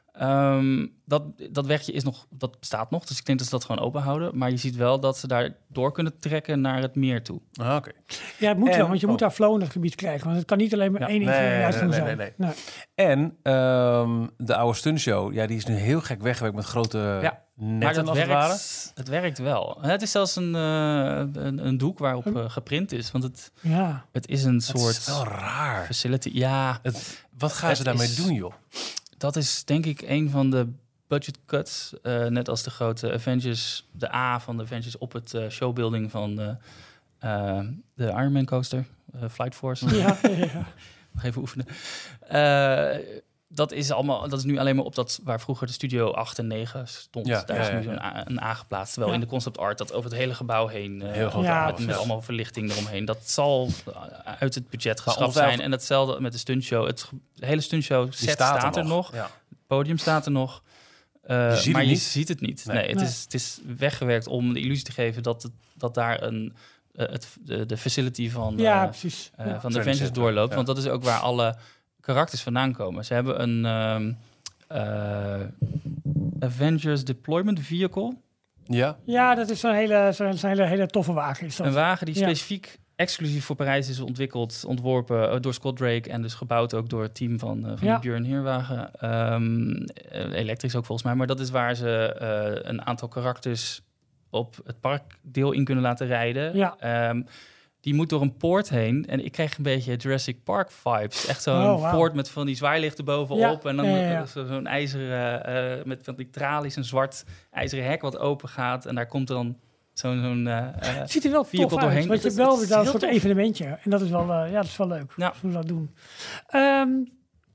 Um, dat, dat wegje is nog, dat bestaat nog. Dus ik denk dat ze dat gewoon open houden. Maar je ziet wel dat ze daar door kunnen trekken naar het meer toe. Ah, oké. Ja, het moet En- wel, want je moet oh. daar flow in het gebied krijgen. Want het kan niet alleen maar Ja. één ding Nee, van de nee, uitgang nee, zijn. nee, Nee. En ehm, de oude stuntshow, ja, die is nu heel gek weggewerkt met grote Ja, netten, maar dat als het ware. werkt, het werkt wel. Het is zelfs een, uh, een, een doek waarop uh, geprint is. Want het, Ja. het is een Het soort is wel raar. facility. Ja, Het, wat gaan Het ze daarmee is- doen, joh? dat is denk ik een van de budget cuts. Uh, net als de grote Avengers, de A van de Avengers op het uh, showbuilding van uh, uh, de Iron Man coaster, uh, Flight Force. Ja, ja, ja. Nog even oefenen. Uh, dat is allemaal, dat is nu alleen maar op dat waar vroeger de studio acht en negen stond. Ja, Daar ja, is ja, nu zo'n A, een A geplaatst. Terwijl Ja. in de concept art dat over het hele gebouw heen, uh, Heel groot Ja, met, aanbod, met ja. allemaal verlichting eromheen. Dat zal uit het budget geschrapt ongetwijfeld- zijn. En hetzelfde met de stuntshow. Het ge- de hele stuntshow Die set staat, er nog. Ja. Het podium staat er nog. Uh, Je ziet maar het je niet. ziet het niet. Nee. Nee, het, Nee. Is, het is weggewerkt om de illusie te geven dat, het, dat daar een, uh, het, de, de facility van, Ja, uh, precies. uh, Ja. van de Training Avengers center, doorloopt. ja. Want dat is ook waar alle karakters vandaan komen. Ze hebben een um, uh, Avengers Deployment Vehicle. Ja, Ja, dat is zo'n hele, zo'n zo'n hele, hele toffe wagen. Is dat. Een wagen die Ja. specifiek exclusief voor Parijs is ontwikkeld, ontworpen uh, door Scott Drake en dus gebouwd ook door het team van, uh, van Ja. de Björn Heerwagen. Um, uh, elektrisch ook volgens mij, maar dat is waar ze uh, een aantal karakters op het parkdeel in kunnen laten rijden. Ja. Um, die moet door een poort heen. En ik kreeg een beetje Jurassic Park vibes. Echt zo'n Oh, wow. poort met van die zwaailichten bovenop. Ja, En dan ja, ja, ja. zo- zo'n ijzeren, uh, met van die tralies, een zwart ijzeren hek wat open gaat. En daar komt dan zo'n... zo'n uh, uh, Het ziet er wel Vehicle tof doorheen. uit. Want je Het hebt is- wel het weer is dat heel soort tof. evenementje. En dat is wel, uh, ja, dat is wel leuk. Ja. Als we dat doen. Um,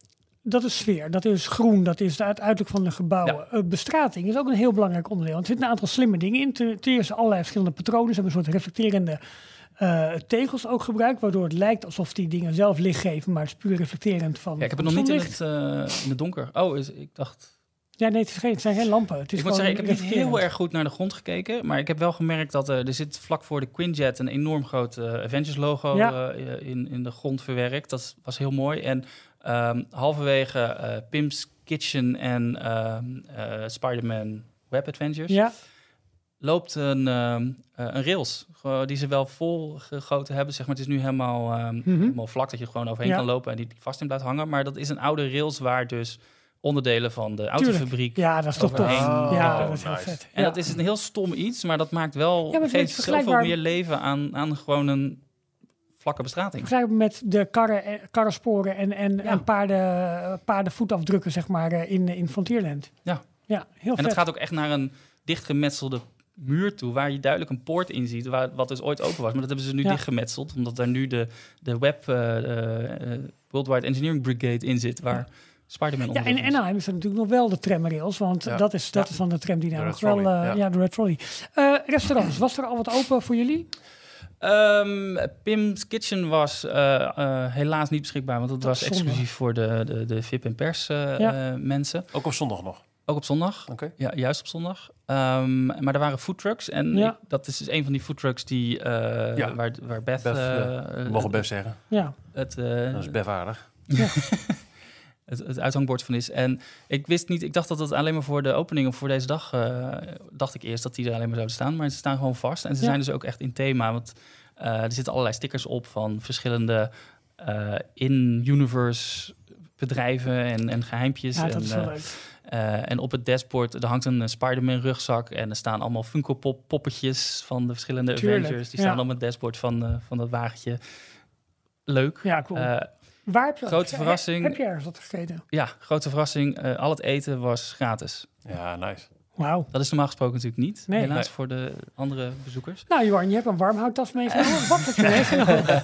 dat is sfeer, dat is groen, dat is het uiterlijk van de gebouwen. Uh, bestrating is ook een heel belangrijk onderdeel. Want er zitten een aantal slimme dingen in. Ten ten eerste allerlei verschillende patronen. Ze hebben een soort reflecterende uh, tegels ook gebruikt. Waardoor het lijkt alsof die dingen zelf licht geven. Maar het is puur reflecterend van Ja, ik heb van het nog niet in zonlicht. het, uh, in het donker. Oh, is, ik dacht... Ja, nee, het, is geen, het zijn geen lampen. Het is Ik moet zeggen, ik heb niet reflecterend. heel erg goed naar de grond gekeken. Maar ik heb wel gemerkt dat uh, er zit vlak voor de Quinjet een enorm groot uh, Avengers logo Ja. uh, in, in de grond verwerkt. Dat was heel mooi. En um, halverwege uh, Pim's Kitchen en um, uh, Spider-Man Web Adventures Ja, loopt een, um, uh, een rails. Gewoon die ze wel vol gegoten hebben. Zeg maar. Het is nu helemaal, um, Mhm. helemaal vlak dat je er gewoon overheen Ja. kan lopen en die vast in blijft hangen. Maar dat is een oude rails waar dus onderdelen van de autofabriek... ja, dat is toch tof. Overheen. ja, Oh, dat is heel nice. vet. En ja. dat is een heel stom iets, maar dat maakt wel, Ja, maar het is geeft zoveel vergelijkbaar- meer leven aan, aan gewoon een vlakke bestrating. Vergelijkbaar met de karren, eh, karrensporen en, en, Ja. en paarden, paardenvoetafdrukken, zeg maar, eh, in, in Frontierland. Ja. Ja, heel En vet. dat gaat ook echt naar een dichtgemetselde muur toe, waar je duidelijk een poort in ziet, waar, wat dus ooit open was. Maar dat hebben ze nu Ja. dichtgemetseld, omdat daar nu de, de Web uh, uh, Worldwide Engineering Brigade in zit, waar Spider-Man Ja, onder in is. Anaheim is er natuurlijk nog wel de tramrails, want Ja. dat is, dat Ja. is van de tram die daar De nog Red wel... Trolley, eh, ja. ja. de Red Trolley. Uh, restaurants, was er al wat open voor jullie? Um, Pim's Kitchen was uh, uh, helaas niet beschikbaar, want dat Dat was is zonde. exclusief voor de, de, de V I P en pers uh, Ja. uh, mensen. ook op zondag nog. Ook op zondag. Oké. Ja, juist op zondag. Um, maar er waren foodtrucks. En Ja. ik, dat is dus een van die foodtrucks die, uh, Ja. waar, waar Beth... Beth, uh, ja. uh, We mogen best zeggen. Ja, het, uh, Dat is best aardig. het, het uithangbord van is. En ik wist niet... Ik dacht dat het alleen maar voor de opening of voor deze dag... Uh, dacht ik eerst dat die er alleen maar zouden staan. Maar ze staan gewoon vast. En ze Ja. zijn dus ook echt in thema. Want uh, er zitten allerlei stickers op van verschillende uh, in-universe bedrijven en, en geheimpjes. ja, dat en, is wel uh, leuk. Uh, en op het dashboard er hangt een uh, Spider-Man rugzak en er staan allemaal Funko Pop poppetjes van de verschillende Tuurlijk, Avengers. Die ja. staan op het dashboard van, uh, van dat wagentje. Leuk. Ja, cool. Uh, We Waar heb je Grote he- verrassing. Heb je ergens wat gegeten? Ja, grote verrassing. Uh, al het eten was gratis. Ja, nice. Wauw. Dat is normaal gesproken natuurlijk niet. Nee. Helaas Nee. voor de andere bezoekers. Nou, Jorn, je hebt een warmhouttas meegenomen. Wat heb je meegenomen?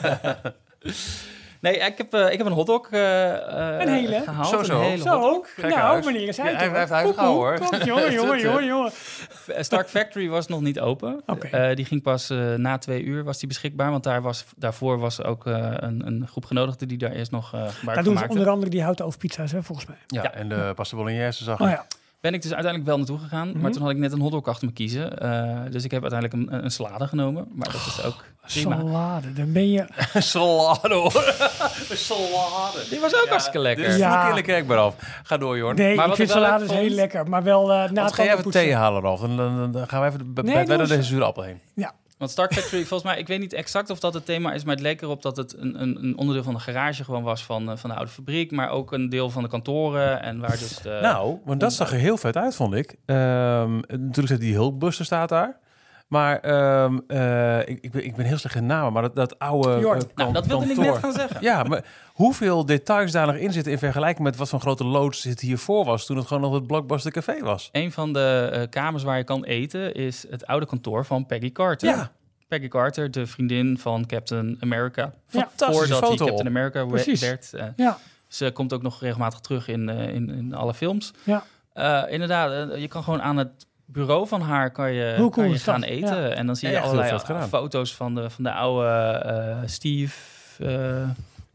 Nee, ik heb, uh, ik heb een hotdog uh, uh, Een hele? gehaald. Zo, zo. Een hele Zo, hotdog. Kijk nou, uit. meneer is Ja, uit. hij hoor. blijft uit Koekoe. gauw, hoor. Komt, jongen, jongen, jongen, jongen. Stark Factory was nog niet open. Oké. Uh, die ging pas uh, na twee uur was die beschikbaar. Want daar was, daarvoor was ook uh, een, een groep genodigden die daar eerst nog uh, gebruik Daar van doen ze maakten. onder andere die houten pizza's, hè, volgens mij. Ja, Ja. en de pasta bolognese zag Oh ik. ja. Ben ik dus uiteindelijk wel naartoe gegaan. Mhm. Maar toen had ik net een hotdog achter me kiezen. Uh, dus ik heb uiteindelijk een, een salade genomen. Maar dat is ook prima. Salade, dan ben je... Salade, hoor. Salade. Die was ook Ja, hartstikke lekker. Dit is Ja. ja. Vloek in de af. Ga door, Jorn. Nee, Maar ik wat vind ik wel leuk salades heel vond- lekker. Maar wel uh, na Want het ga je even tandenpoetsen. thee halen, Ralf. Dan, dan, dan gaan we even bij Nee, bij doe deze eens. zure appel heen. Want Stark Factory, volgens mij, ik weet niet exact of dat het thema is, maar het leek erop dat het een, een, een onderdeel van de garage gewoon was van, uh, van de oude fabriek, maar ook een deel van de kantoren en waar dus de... Nou, want dat zag er heel vet uit, vond ik. Um, natuurlijk staat die Hulkbuster staat daar. Maar um, uh, ik, ik, ben, ik ben heel slecht in namen, maar dat, dat oude Jorn. uh, nou, dat wilde ik kantoor. net gaan zeggen. Ja, maar hoeveel details daar nog in zitten in vergelijking met wat voor grote loods het hiervoor was, toen het gewoon nog het Blockbuster Café was. Een van de uh, kamers waar je kan eten is het oude kantoor van Peggy Carter. Ja. Peggy Carter, de vriendin van Captain America. Fantastische Voordat hij foto Captain op. America we- Precies. werd. Uh, Ja, Ze komt ook nog regelmatig terug in, uh, in, in alle films. ja. Uh, inderdaad, uh, je kan gewoon aan het bureau van haar kan je, Hoe cool kan je is dat? gaan eten. Ja. En dan zie je Echt heel allerlei vet gedaan. foto's van de, van de oude uh, Steve... Uh,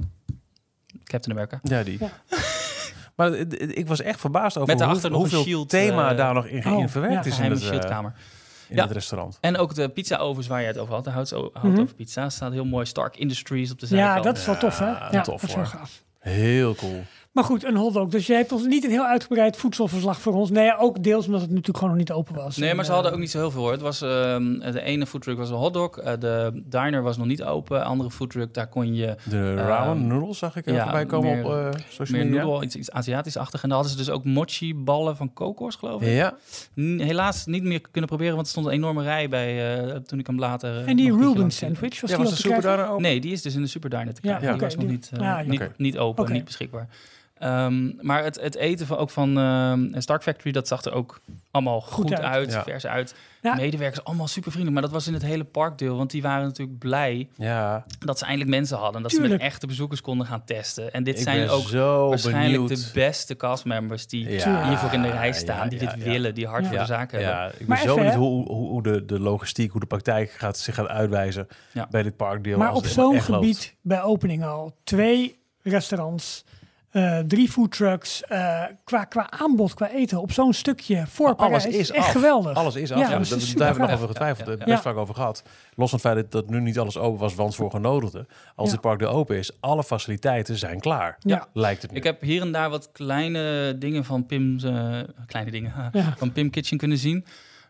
Captain America. Ja, die. Ja. Maar het- het- ik was echt verbaasd over Met hoe, daarachter nog een hoeveel shield, thema uh, daar nog in, oh, in verwerkt ja. is in, Geheime het, uh, shieldkamer. in Ja. het restaurant. En ook de pizza-ovens waar je het over had. De hout Mhm. over pizza staat heel mooi Stark Industries op de Ja, zijkant. dat is wel tof, hè? Ja, Ja, tof, dat is wel hoor. gaaf. Heel cool. Maar goed, een hotdog. Dus je hebt ons niet een heel uitgebreid voedselverslag voor ons. Nee, ja, ook deels omdat het natuurlijk gewoon nog niet open was. Nee, maar ze En, hadden uh, ook niet zo heel veel hoor. Het was, um, de ene foodtruck was een hotdog. Uh, de diner was nog niet open. Andere foodtruck, daar kon je De Ehm, ramen noodles zag ik er ja, voorbij komen meer- op uh, social meer media. noedel, iets, iets Aziatisch-achtig. En dan hadden ze dus ook mochi-ballen van kokos, geloof ik. Ja, N- Helaas niet meer kunnen proberen, want er stond een enorme rij bij uh, toen ik hem later... uh, En die nog een keertje Reuben langs- sandwich, was ja die was al de te super krijgen? daar ook? Nee, die is dus in de superdiner te Ja, krijgen. ja, die was oké, nog die- niet, uh, ja, niet, oké. niet open, Oké. niet beschikbaar. Um, maar het, het eten van, ook van uh, Stark Factory, dat zag er ook allemaal goed, Goed uit, uit. Ja. vers uit. Ja. Medewerkers allemaal super vriendelijk. Maar dat was in het hele parkdeel, want die waren natuurlijk blij Ja, dat ze eindelijk mensen hadden. Dat ze Tuurlijk. met echte bezoekers konden gaan testen. En dit ik zijn ben ook zo waarschijnlijk benieuwd. de beste castmembers die Ja, hiervoor in de rij staan, ja, die ja, dit ja. willen, die hard Ja. voor de zaak hebben. Ja, ik ben Maar zo even, benieuwd hè? hoe, hoe, hoe de, de logistiek, hoe de praktijk gaat, zich gaat uitwijzen Ja. bij dit parkdeel. Maar als op het zo'n echt loopt. gebied bij opening al twee restaurants, uh, drie foodtrucks, uh, qua, qua aanbod, qua eten, op zo'n stukje voor Maar alles Parijs. is echt af. geweldig. Alles is af. Ja, Ja, dus dat, het is daar hebben we nog super over getwijfeld. Ja, ja, Daar ja. hebben we best vaak over gehad. Los van het feit dat, dat nu niet alles open was, want voor genodigden. Als Ja. dit parkdeel open is, alle faciliteiten zijn klaar. Ja. Lijkt het nu. Ik heb hier en daar wat kleine dingen van Pim's... uh, kleine dingen Ja. van Pim Kitchen kunnen zien.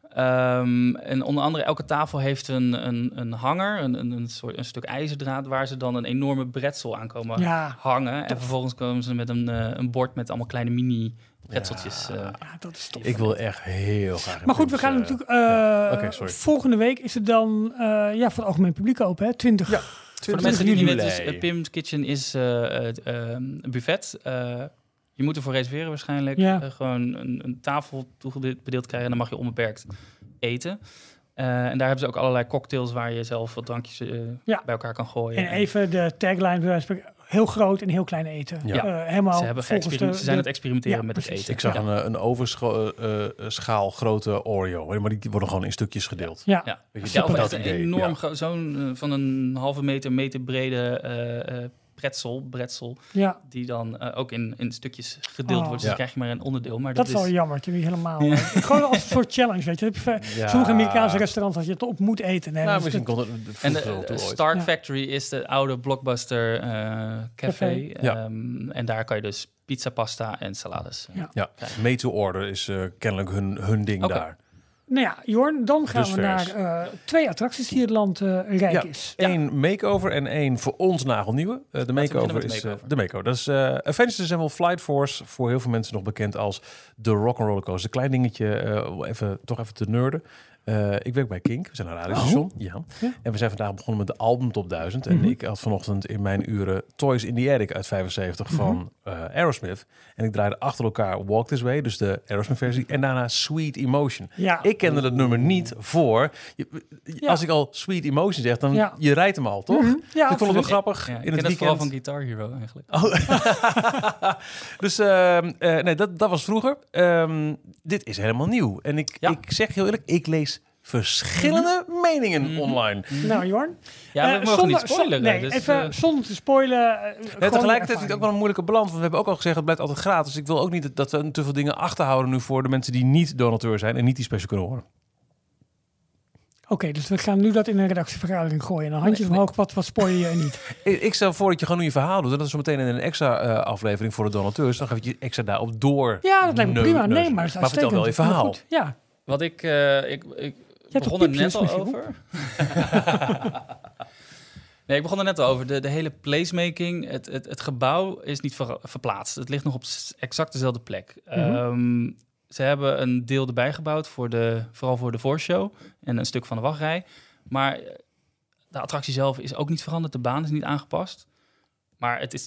Um, en onder andere, elke tafel heeft een, een, een hanger, een, een, een, soort, een stuk ijzerdraad... waar ze dan een enorme bretzel aan komen Ja, hangen. En vervolgens komen ze met een, uh, een bord met allemaal kleine mini bretseltjes. Ja. Uh, ja, dat is tof. Ik wil echt heel graag. in Maar goed, we Pim's, gaan eh, natuurlijk... Uh, ja. Oké, sorry. volgende week is het dan uh, ja, voor het algemeen publiek open, hè? twintig. Ja. Voor de mensen die niet juli. weten, dus, uh, Pim's Kitchen is uh, uh, uh, een buffet. Uh, je moet ervoor reserveren waarschijnlijk. Ja. Uh, gewoon een, een tafel toegedeeld krijgen en dan mag je onbeperkt eten. Uh, en daar hebben ze ook allerlei cocktails waar je zelf wat drankjes uh, Ja. bij elkaar kan gooien. En even de tagline, bij wijze van spreken, heel groot en heel klein eten. Ja. Uh, helemaal ze, hebben volgens geëxperimen- de, ze zijn de- het experimenteren Ja, met het precies. eten. Ik zag ja. een, een overschaal grote Oreo, maar die worden gewoon in stukjes gedeeld. Ja. Ja. Weet je, Ja, of dat echt een idee. enorm Ja. gro- zo'n uh, van een halve meter, meter brede uh, uh, pretzel, bretzel, ja, die dan uh, ook in, in stukjes gedeeld Oh. wordt. Dus Ja. dan krijg je maar een onderdeel. Maar dat dat, is wel is jammer. Het is niet helemaal... uh, gewoon als een soort challenge, weet je. Heb je ver- Ja. Sommige Amerikaanse restaurants, als je het op moet eten. Nee, Nou, dus misschien dat- komt het de En de, voedsel uh, toe ooit. Stark Ja. Factory is de oude Blockbuster uh, café. Café. Ja. Um, en daar kan je dus pizza, pasta en salades. uh, Ja. Ja, made to order is uh, kennelijk hun, hun ding Oké. daar. Nou ja, Jorn, dan gaan Dus we vers. naar uh, twee attracties die het land uh, rijk Ja. is. Eén makeover en één voor ons nagelnieuwe. Uh, de beginnen makeover met de is uh, makeover. de makeover. Dat is uh, Avengers Assemble Flight Force. Voor heel veel mensen nog bekend als de Rock'n'Roller Coaster. Een klein dingetje, uh, even, toch even te nerden. Uh, ik werk bij Kink, we zijn een radiostation. Oh. Ja. ja. En we zijn vandaag begonnen met de album Top duizend. En mm-hmm. ik had vanochtend in mijn uren Toys in the Attic uit vijfenzeventig mm-hmm. van uh, Aerosmith. En ik draaide achter elkaar Walk This Way, dus de Aerosmith versie. En daarna Sweet Emotion. Ja. Ik kende dat nummer niet voor. Je, ja. Als ik al Sweet Emotion zeg, dan ja. je rijdt hem al, toch? Mm-hmm. Ja, dus ik vond het wel grappig. Ja, in ik het ken weekend. vooral van Guitar Hero eigenlijk. Oh. dus uh, uh, nee, dat, dat was vroeger. Um, dit is helemaal nieuw. En ik, ja. ik zeg heel eerlijk, ik lees verschillende mm-hmm. meningen mm-hmm. online. Mm-hmm. Nou, Jorn. Ja, we uh, mogen zonder, niet spoileren. Nee, dus, even uh, zonder te spoilen. Uh, ja, tegelijkertijd vind ik ook wel een moeilijke balans. Want we hebben ook al gezegd, het blijft altijd gratis. Ik wil ook niet dat we te veel dingen achterhouden nu voor de mensen die niet donateur zijn en niet die special kunnen horen. Oké, okay, dus we gaan nu dat in een redactievergadering gooien. En dan handjes nee, omhoog, nee. wat, wat spoil je niet? ik, ik stel voor dat je gewoon nu je verhaal doet. En dat is zo meteen in een extra uh, aflevering voor de donateurs. Dan ga je extra daarop door. Ja, dat lijkt me prima. Neus. Nee, maar, maar vertel wel je verhaal. Ja. Wat ik... Uh, ik, ik begon er net al over. nee, ik begon er net al over. De, de hele placemaking. Het, het, het gebouw is niet ver, verplaatst. Het ligt nog op exact dezelfde plek. Mm-hmm. Um, Ze hebben een deel erbij gebouwd, voor de, vooral voor de voorshow en een stuk van de wachtrij. Maar de attractie zelf is ook niet veranderd. De baan is niet aangepast. Maar het is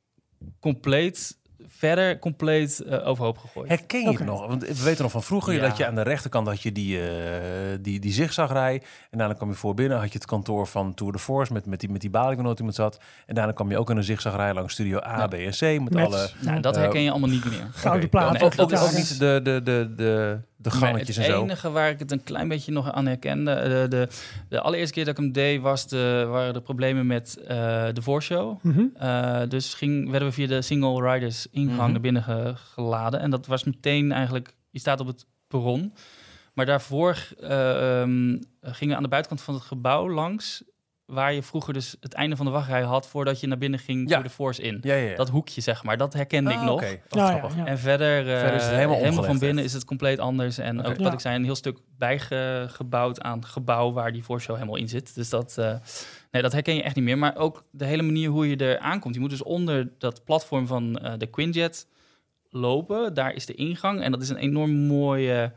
compleet, verder compleet uh, overhoop gegooid. Herken je okay. het nog? Want we weten nog van vroeger ja. dat je aan de rechterkant had je die, uh, die, die zigzagrij. En daarna kwam je voor binnen, had je het kantoor van Tour de Force met, met die, met die balie waar nooit iemand zat. En daarna kwam je ook in een zigzagrij langs Studio A, ja. B en C. Met, met alle, nou, dat herken je allemaal niet meer. Gouden okay. plaat. Nee, ook, ook, ook niet de, de, de, de, de gangetjes en zo. Het enige waar ik het een klein beetje nog aan herkende... De, de, de allereerste keer dat ik hem deed, was de, waren de problemen met uh, de voorshow. Mm-hmm. Uh, dus ging, werden we via de single riders ingang mm-hmm. naar binnen ge, geladen. En dat was meteen eigenlijk... Je staat op het perron. Maar daarvoor uh, um, gingen we aan de buitenkant van het gebouw langs... waar je vroeger dus het einde van de wachtrij had... voordat je naar binnen ging ja. voor de Force in. Ja, ja, ja. Dat hoekje, zeg maar. Dat herkende ah, ik nog. Okay. Oh, ja, ja, ja. En verder, uh, verder is het helemaal, helemaal van binnen is het compleet anders. En okay. ook wat ja. ik zei, een heel stuk bijgebouwd aan het gebouw... waar die Force show helemaal in zit. Dus dat, uh, nee, dat herken je echt niet meer. Maar ook de hele manier hoe je er aankomt. Je moet dus onder dat platform van uh, de Quinjet lopen. Daar is de ingang. En dat is een enorm mooie...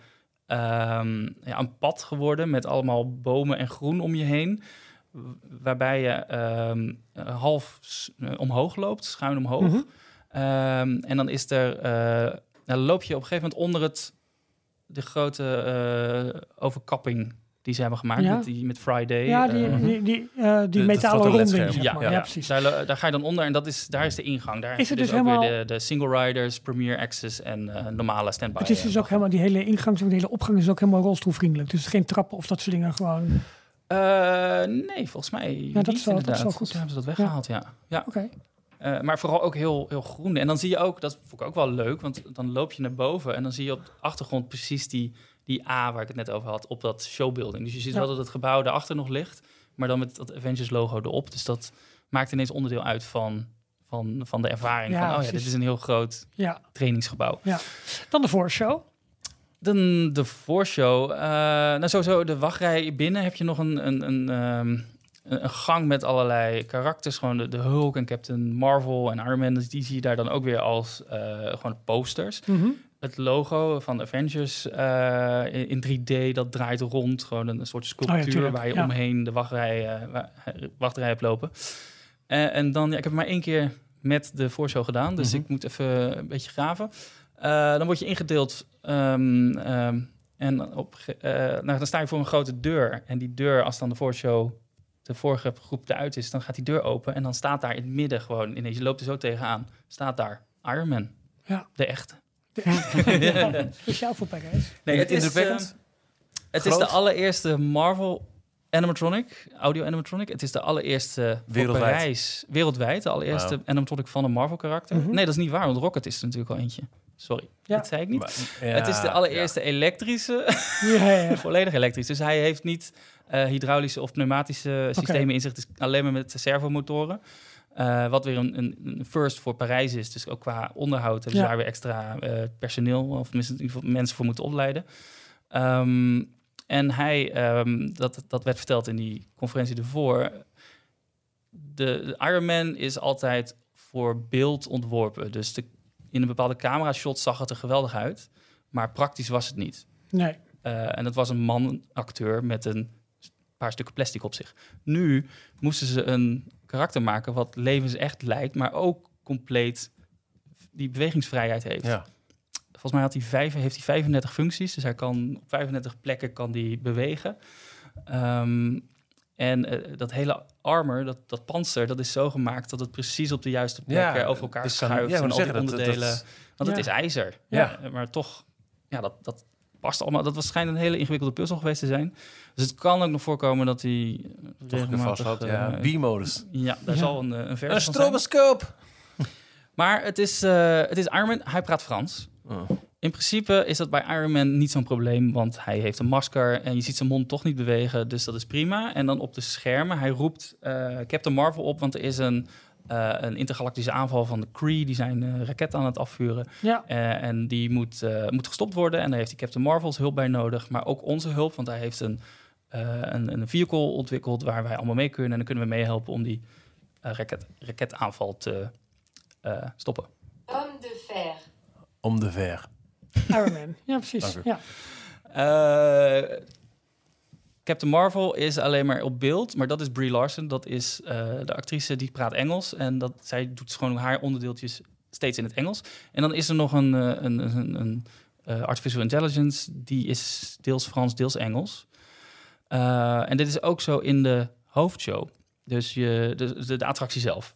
Um, ja, een pad geworden met allemaal bomen en groen om je heen... waarbij je um, half uh, omhoog loopt, schuin omhoog. Mm-hmm. Um, en dan is er... Uh, dan loop je op een gegeven moment onder het... de grote uh, overkapping die ze hebben gemaakt ja. met, die, met Friday. Ja, die, uh, die, die, uh, die de, metalen ronding. Ja, ja, ja, precies. Daar, daar ga je dan onder en dat is, daar is de ingang. Daar is het dus, dus ook helemaal... weer de, de single riders, Premier Access en uh, normale standby. Het is dus ook helemaal... Die hele ingang, de hele opgang is ook helemaal rolstoelvriendelijk. Dus geen trappen of dat soort dingen gewoon... Uh, nee, volgens mij ja, dat niet, is wel, inderdaad. Dat is wel goed. Toen hebben ze dat weggehaald, ja. ja. ja. Oké. Okay. Uh, maar vooral ook heel, heel groen. En dan zie je ook, dat vond ik ook wel leuk... want dan loop je naar boven en dan zie je op de achtergrond... precies die, die A waar ik het net over had, op dat showbuilding. Dus je ziet ja. wel dat het gebouw daarachter nog ligt... maar dan met dat Avengers-logo erop. Dus dat maakt ineens onderdeel uit van, van, van de ervaring. Ja, van, oh ja, dit is een heel groot ja. trainingsgebouw. Ja. Dan de voorshow. De, de voorshow. Uh, nou, sowieso de wachtrij binnen heb je nog een, een, een, um, een gang met allerlei karakters. Gewoon de, de Hulk en Captain Marvel en Iron Man. Dus die zie je daar dan ook weer als uh, gewoon posters. Mm-hmm. Het logo van Avengers uh, in, in drie D, dat draait rond. Gewoon een soort sculptuur oh ja, waar je ja. omheen de wachtrij, uh, wachtrij hebt lopen. Uh, en dan, ja, ik heb het maar één keer met de voorshow gedaan. Dus mm-hmm. ik moet even een beetje graven. Uh, dan word je ingedeeld um, um, en op, uh, nou, dan sta je voor een grote deur. En die deur, als dan de voorshow de vorige groep eruit is, dan gaat die deur open. En dan staat daar in het midden gewoon, ineens, je loopt er zo tegenaan, staat daar Iron Man. Ja. De echte. De echte. ja, speciaal voor Parijs. Nee, het is, uh, het is de allereerste Marvel animatronic, audio animatronic. Het is de allereerste wereldwijd. Parijs, wereldwijd. De allereerste wow. animatronic van een Marvel karakter. Mm-hmm. Nee, dat is niet waar, want Rocket is er natuurlijk al eentje. Sorry, ja. dat zei ik niet. Maar, ja, het is de allereerste ja. elektrische, ja, ja. volledig elektrisch. Dus hij heeft niet uh, hydraulische of pneumatische systemen okay. in zich. Het is alleen maar met servomotoren. Uh, wat weer een, een, een first voor Parijs is. Dus ook qua onderhoud hebben ze ja. daar weer extra uh, personeel... of mensen voor moeten opleiden. Um, en hij, um, dat, dat werd verteld in die conferentie ervoor... De, de Iron Man is altijd voor beeld ontworpen. Dus de, in een bepaalde camera-shot zag het er geweldig uit. Maar praktisch was het niet. Nee. Uh, en dat was een man-acteur met een paar stukken plastic op zich. Nu moesten ze een karakter maken wat levensecht lijkt, maar ook compleet die bewegingsvrijheid heeft. Ja. Volgens mij had hij vijf, heeft hij vijfendertig functies, dus hij kan op vijfendertig plekken kan die bewegen. Um, en uh, dat hele armor, dat, dat panzer, dat is zo gemaakt dat het precies op de juiste plekken Ja, over elkaar dus kan- schuift ja, en maar al die zeggen, dat- onderdelen. dat- want Ja. het is ijzer. Ja. Ja, maar toch, ja, dat, dat past allemaal. Dat was schijnt een hele ingewikkelde puzzel geweest te zijn. Dus het kan ook nog voorkomen dat hij Toch een regelmatig, vasthoudt. Ja, uh, B-modus. ja, daar Ja. zal een, uh, een Een versie van zijn. stroboscoop! Maar het is, uh, het is Iron Man, hij praat Frans. Oh. In principe is dat bij Iron Man niet zo'n probleem, want hij heeft een masker en je ziet zijn mond toch niet bewegen, dus dat is prima. En dan op de schermen, hij roept uh, Captain Marvel op, want er is een, uh, een intergalactische aanval van de Kree, die zijn uh, raket aan het afvuren. Ja. Uh, en die moet, uh, moet gestopt worden en daar heeft hij Captain Marvel's hulp bij nodig, maar ook onze hulp, want hij heeft een, uh, een, een vehicle ontwikkeld waar wij allemaal mee kunnen en dan kunnen we meehelpen om die uh, raket, raketaanval te uh, stoppen. Homme de fer. Om de ver. Iron Man. Ja, precies. Dank u. Ja. Uh, Captain Marvel is alleen maar op beeld, maar dat is Brie Larson. Dat is uh, de actrice die praat Engels en dat zij doet gewoon haar onderdeeltjes steeds in het Engels. En dan is er nog een, uh, een, een, een uh, artificial intelligence die is deels Frans, deels Engels. Uh, en dit is ook zo in de hoofdshow. Dus je, de, de, de attractie zelf.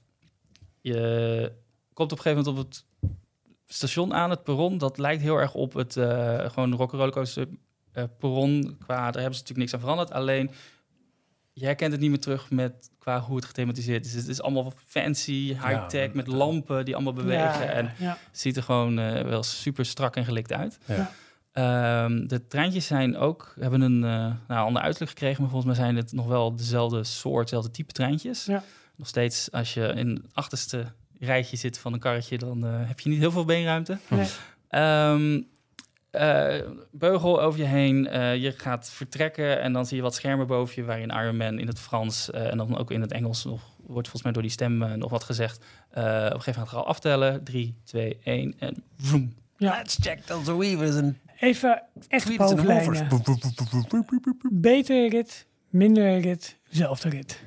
Je komt op een gegeven moment op het station aan, het perron. Dat lijkt heel erg op het uh, gewoon rock'n'roller coaster uh, perron. Qua, daar hebben ze natuurlijk niks aan veranderd. Alleen, je herkent het niet meer terug met qua hoe het gethematiseerd is. Het is allemaal fancy, high-tech, Ja, met lampen die allemaal bewegen. Ja, En ja. het ziet er gewoon uh, wel super strak en gelikt uit. Ja. Um, de treintjes zijn ook, hebben een uh, nou, ander uiterlijk gekregen, maar volgens mij zijn het nog wel dezelfde soort, dezelfde type treintjes. Ja. Nog steeds, als je in het achterste rijtje zit van een karretje, dan uh, heb je niet heel veel beenruimte. Nee. Um, uh, beugel over je heen, uh, je gaat vertrekken en dan zie je wat schermen boven je, waarin Iron Man in het Frans uh, en dan ook in het Engels nog, wordt volgens mij door die stem uh, nog wat gezegd. Uh, op een gegeven moment gaan we aftellen. drie, twee, één en vroom. Ja. Let's check the weavers and Even echt tweeters and hovers. hoofdlijnen. Betere rit, mindere rit, zelfde rit.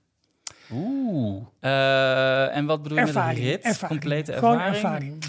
Oeh. Uh, en wat bedoel je Ervaring. met een rit? Ervaring. Complete Gewoon ervaring? ervaring.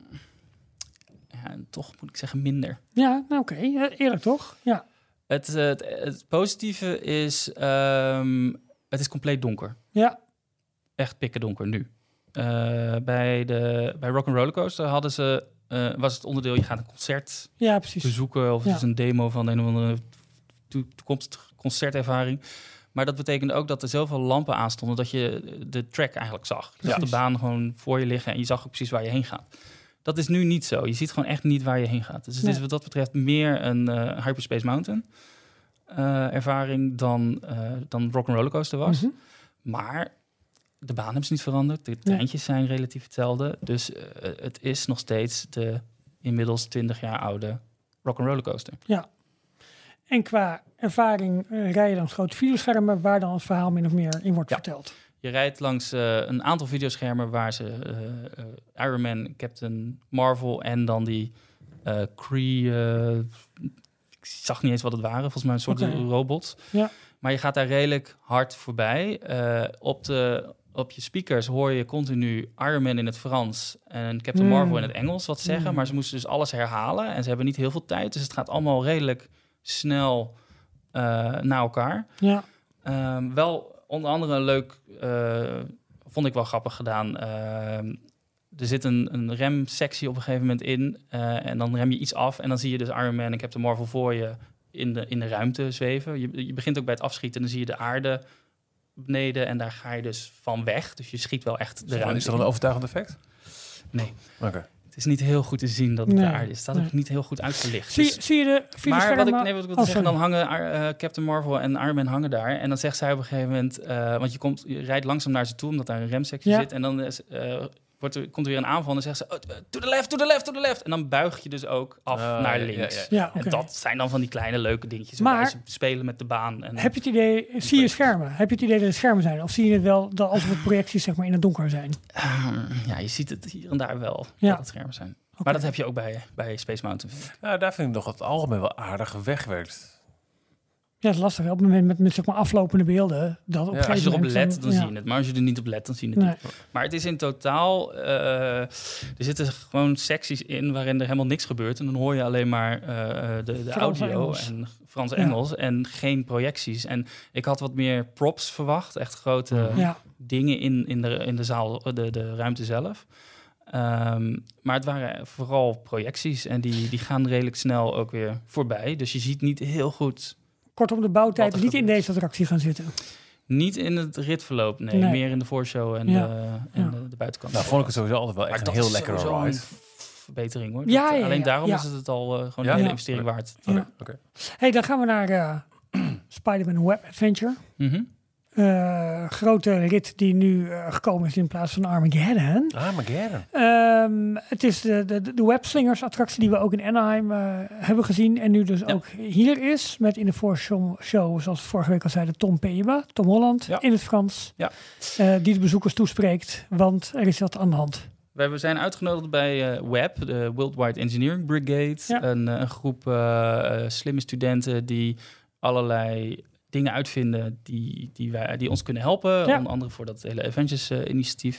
Ja, en toch moet ik zeggen minder. Ja, nou oké. Okay. Eerlijk toch? Ja. Het, uh, het, het positieve is, um, het is compleet donker. Ja. Echt pikken donker nu. Uh, bij de bij Rock'n'Roller Coaster hadden ze, uh, was het onderdeel, je gaat een concert Ja, precies. bezoeken of Ja. het is een demo van een of andere to- toekomstige concertervaring. Maar dat betekende ook dat er zoveel lampen aanstonden dat je de track eigenlijk zag. Je zag de Precies. baan gewoon voor je liggen en je zag ook precies waar je heen gaat. Dat is nu niet zo. Je ziet gewoon echt niet waar je heen gaat. Dus het is Nee. wat dat betreft meer een uh, Hyperspace Mountain uh, ervaring dan, uh, dan Rock'n'Roller Coaster was. Mhm. Maar de baan hebben ze niet veranderd. De treintjes zijn relatief hetzelfde. Dus uh, het is nog steeds de inmiddels twintig jaar oude Rock'n'Roller Coaster. Ja. En qua ervaring uh, rij je dan grote videoschermen waar dan het verhaal min of meer in wordt Ja. verteld. Je rijdt langs uh, een aantal videoschermen waar ze uh, uh, Iron Man, Captain Marvel en dan die uh, Kree... Uh, ik zag niet eens wat het waren. Volgens mij een soort Oké. robots. Ja. Maar je gaat daar redelijk hard voorbij. Uh, op, de, op je speakers hoor je continu Iron Man in het Frans en Captain Mm. Marvel in het Engels wat zeggen. Mm. Maar ze moesten dus alles herhalen en ze hebben niet heel veel tijd. Dus het gaat allemaal redelijk snel uh, naar elkaar. Ja. Um, wel onder andere een leuk, uh, vond ik wel grappig gedaan. Uh, er zit een, een remsectie op een gegeven moment in. Uh, en dan rem je iets af. En dan zie je dus Iron Man en Captain Marvel voor je in de, in de ruimte zweven. Je, je begint ook bij het afschieten. En dan zie je de aarde beneden. En daar ga je dus van weg. Dus je schiet wel echt de Is ruimte dat een in. overtuigend effect? Nee. Oké. Het is niet heel goed te zien dat het Nee, de aarde is. Het staat nee. ook niet heel goed uitgelicht. Zie, Dus- zie je de maar videoschermen? wat ik, nee, wat ik wilde Oh, zeggen, dan sorry. hangen uh, Captain Marvel en Iron Man hangen daar. En dan zegt zij op een gegeven moment... Uh, want je, komt, je rijdt langzaam naar ze toe, omdat daar een remsectie Ja. zit. En dan is, uh, wordt er, komt er weer een aanval en dan zegt ze... Oh, to the left, to the left, to the left. En dan buig je dus ook af Oh, naar ja, ja, links. ja. Ja, oké. En dat zijn dan van die kleine leuke dingetjes. Maar- Maar ze spelen met de baan. En, Heb je het idee, zie je schermen? Heb je het idee dat het schermen zijn? Of zie je het wel dat alsof het projecties zeg maar in het donker zijn? Uh, ja, je ziet het hier en daar wel, Ja. dat het schermen zijn. Maar dat heb je ook bij, bij Space Mountain. Nou, daar vind ik nog het algemeen wel aardig wegwerkt. Ja, het is lastig. Op het moment met, met zeg maar aflopende beelden. Dat op Ja, een Als je gegeven erop moment let, dan ja. zie je het. Maar als je er niet op let, dan zie je het Nee. niet. Maar het is in totaal... Uh, er zitten gewoon secties in waarin er helemaal niks gebeurt. En dan hoor je alleen maar uh, de, de Frans en audio Engels. en Frans-Engels. Ja. En geen projecties. En ik had wat meer props verwacht. Echt grote Ja. dingen in, in, de, in de zaal, de, de ruimte zelf. Um, maar het waren vooral projecties. En die, die gaan redelijk snel ook weer voorbij. Dus je ziet niet heel goed... Kortom, de bouwtijd Wat niet er in deze attractie gaan zitten. Niet in het ritverloop, nee. Nee. Meer in de voorshow en, Ja. de, en Ja. de, de buitenkant. Nou, vond ik het sowieso altijd wel Maar echt een dat heel is lekkere sowieso ride. een verbetering, hoor. Ja, Dat, ja, ja, alleen daarom ja. is het al uh, gewoon Ja? een hele Ja. investering Oké. waard. Ja. Oké, oké. Hey, dan gaan we naar uh, Spider-Man Web Adventure. Mm-hmm. Uh, grote rit die nu uh, gekomen is in plaats van Armageddon. Armageddon. Um, het is de, de, de Webslingers attractie die we ook in Anaheim uh, hebben gezien. En nu dus Ja. ook hier is. Met in de voorshow, show, zoals we vorige week al zeiden, Tom Peba, Tom Holland, Ja. in het Frans. Ja. Uh, die de bezoekers toespreekt, want er is wat aan de hand. We zijn uitgenodigd bij uh, W E B, de Worldwide Engineering Brigade. Ja. Een, uh, een groep uh, uh, slimme studenten die allerlei dingen uitvinden die, die, wij, die ons kunnen helpen. Ja. Onder andere voor dat hele Avengers-initiatief.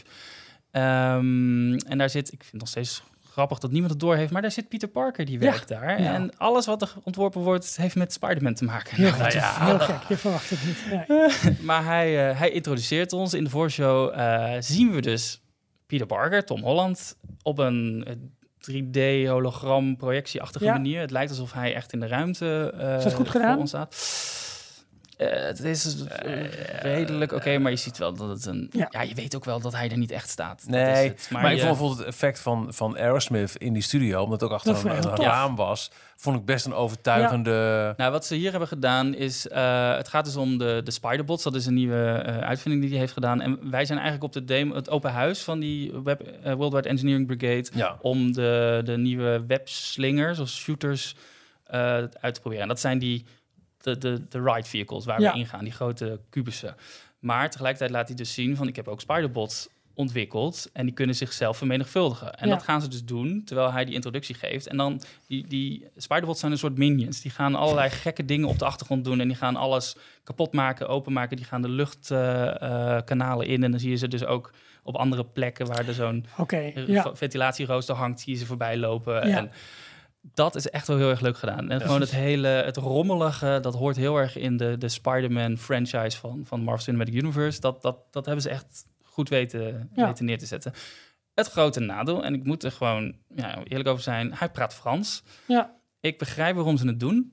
Um, en daar zit, ik vind het nog steeds grappig dat niemand het door heeft, maar daar zit Peter Parker, die Ja. werkt daar. Ja. En alles wat er ontworpen wordt, heeft met Spider-Man te maken. Heel, Nou, goed, ja. heel gek, je verwacht het niet. Nee. Maar hij, uh, hij introduceert ons. In de voorshow uh, zien we dus Peter Parker, Tom Holland, op een uh, drie D-hologram projectieachtige Ja. manier. Het lijkt alsof hij echt in de ruimte uh, Is dat goed voor gedaan? ons staat. Uh, het is uh, redelijk oké, okay, maar je ziet wel dat het een... Ja. Ja. je weet ook wel dat hij er niet echt staat. Dat Nee, is het. maar, Maar, ik je- vond bijvoorbeeld het effect van, van Aerosmith in die studio, omdat het ook achter Dat vond ik een, heel een tof. raam was, vond ik best een overtuigende... Nou, wat ze hier hebben gedaan is... Uh, het gaat dus om de, de Spiderbots. Dat is een nieuwe uh, uitvinding die hij heeft gedaan. En wij zijn eigenlijk op de demo, het open huis van die web, uh, Worldwide Engineering Brigade... Ja. om de, de nieuwe webslingers of shooters uh, uit te proberen. En dat zijn die de, de, de ride vehicles waar Ja. we ingaan, die grote kubussen. Maar tegelijkertijd laat hij dus zien van... ik heb ook Spiderbots ontwikkeld en die kunnen zichzelf vermenigvuldigen. En Ja. dat gaan ze dus doen, terwijl hij die introductie geeft. En dan, die, die Spiderbots zijn een soort minions. Die gaan allerlei gekke dingen op de achtergrond doen en die gaan alles kapot maken, openmaken. Die gaan de luchtkanalen uh, uh, in en dan zie je ze dus ook op andere plekken waar er zo'n Oké, uh, ja. ventilatierooster hangt, zie je ze voorbij lopen. Ja. En dat is echt wel heel erg leuk gedaan. En gewoon het hele, het rommelige, dat hoort heel erg in de, de Spider-Man franchise van, van Marvel Cinematic Universe. Dat, dat, dat hebben ze echt goed weten, Ja. weten neer te zetten. Het grote nadeel, en ik moet er gewoon ja, eerlijk over zijn, hij praat Frans. Ja. Ik begrijp waarom ze het doen.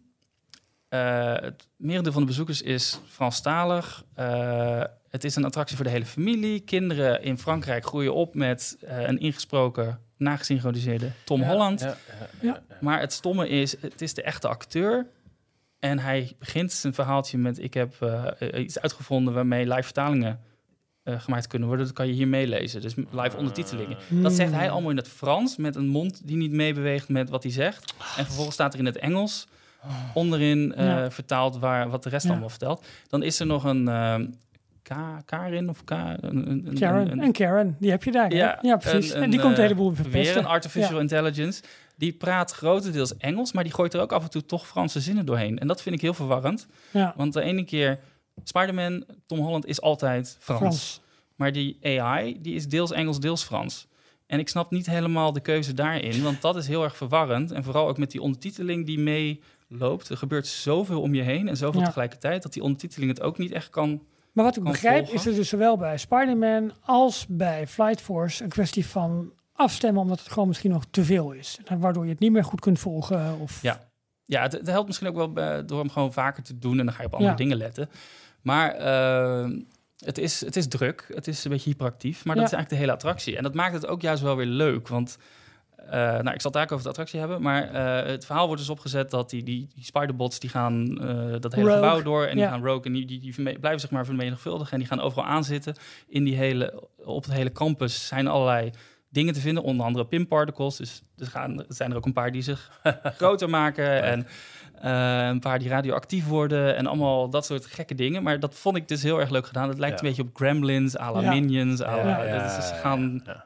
Uh, het merendeel van de bezoekers is Franstalig. Uh, het is een attractie voor de hele familie. Kinderen in Frankrijk groeien op met uh, een ingesproken, nagesynchroniseerde Tom Ja, Holland. ja, ja, ja. Maar het stomme is, het is de echte acteur. En hij begint zijn verhaaltje met... ik heb uh, iets uitgevonden waarmee live vertalingen uh, gemaakt kunnen worden. Dat kan je hier meelezen. Dus live ondertitelingen. Dat zegt hij allemaal in het Frans... met een mond die niet meebeweegt met wat hij zegt. En vervolgens staat er in het Engels... onderin uh, Ja. vertaald waar, wat de rest Ja. allemaal vertelt. Dan is er nog een... Uh, Ka- Karin of Ka... Een, een, Karen. een- en Karen, die heb je daar. Ja, ja precies. een- en die een, komt een eh, heleboel verpesten. Weer een artificial Ja. intelligence. Die praat grotendeels Engels, maar die gooit er ook af en toe toch Franse zinnen doorheen. En dat vind ik heel verwarrend. Ja, Want de ene keer... Spider-Man, Tom Holland is altijd Frans. Frans. Maar die A I, die is deels Engels, deels Frans. En ik snap niet helemaal de keuze daarin, want dat is heel erg verwarrend. En vooral ook met die ondertiteling die meeloopt. Er gebeurt zoveel om je heen en zoveel Ja. tegelijkertijd... dat die ondertiteling het ook niet echt kan... Maar wat ik kan begrijp volgen. is er dus zowel bij Spider-Man als bij Flight Force een kwestie van afstemmen, omdat het gewoon misschien nog te veel is. En waardoor je het niet meer goed kunt volgen. Of... Ja. Ja, het, het helpt misschien ook wel bij, door hem gewoon vaker te doen... en dan ga je op andere Ja. dingen letten. Maar uh, het, is, het is druk, het is een beetje hyperactief... maar dat Ja. is eigenlijk de hele attractie. En dat maakt het ook juist wel weer leuk, want... Uh, nou, ik zal het daar over de attractie hebben, maar uh, het verhaal wordt dus opgezet dat die, die, die Spiderbots die gaan uh, dat hele Rogue. gebouw door en die Ja. gaan rogue en die, die, die verme- blijven zich maar vermenigvuldigen en die gaan overal aanzitten. In die hele, op het hele campus zijn allerlei dingen te vinden, onder andere P I M-particles. Dus er, gaan, er zijn er ook een paar die zich groter maken en uh, een paar die radioactief worden en allemaal dat soort gekke dingen. Maar dat vond ik dus heel erg leuk gedaan. Het lijkt Ja. een beetje op Gremlins, à la Ja. Minions, à la, Ja, ja, dus ze ja, gaan... ja.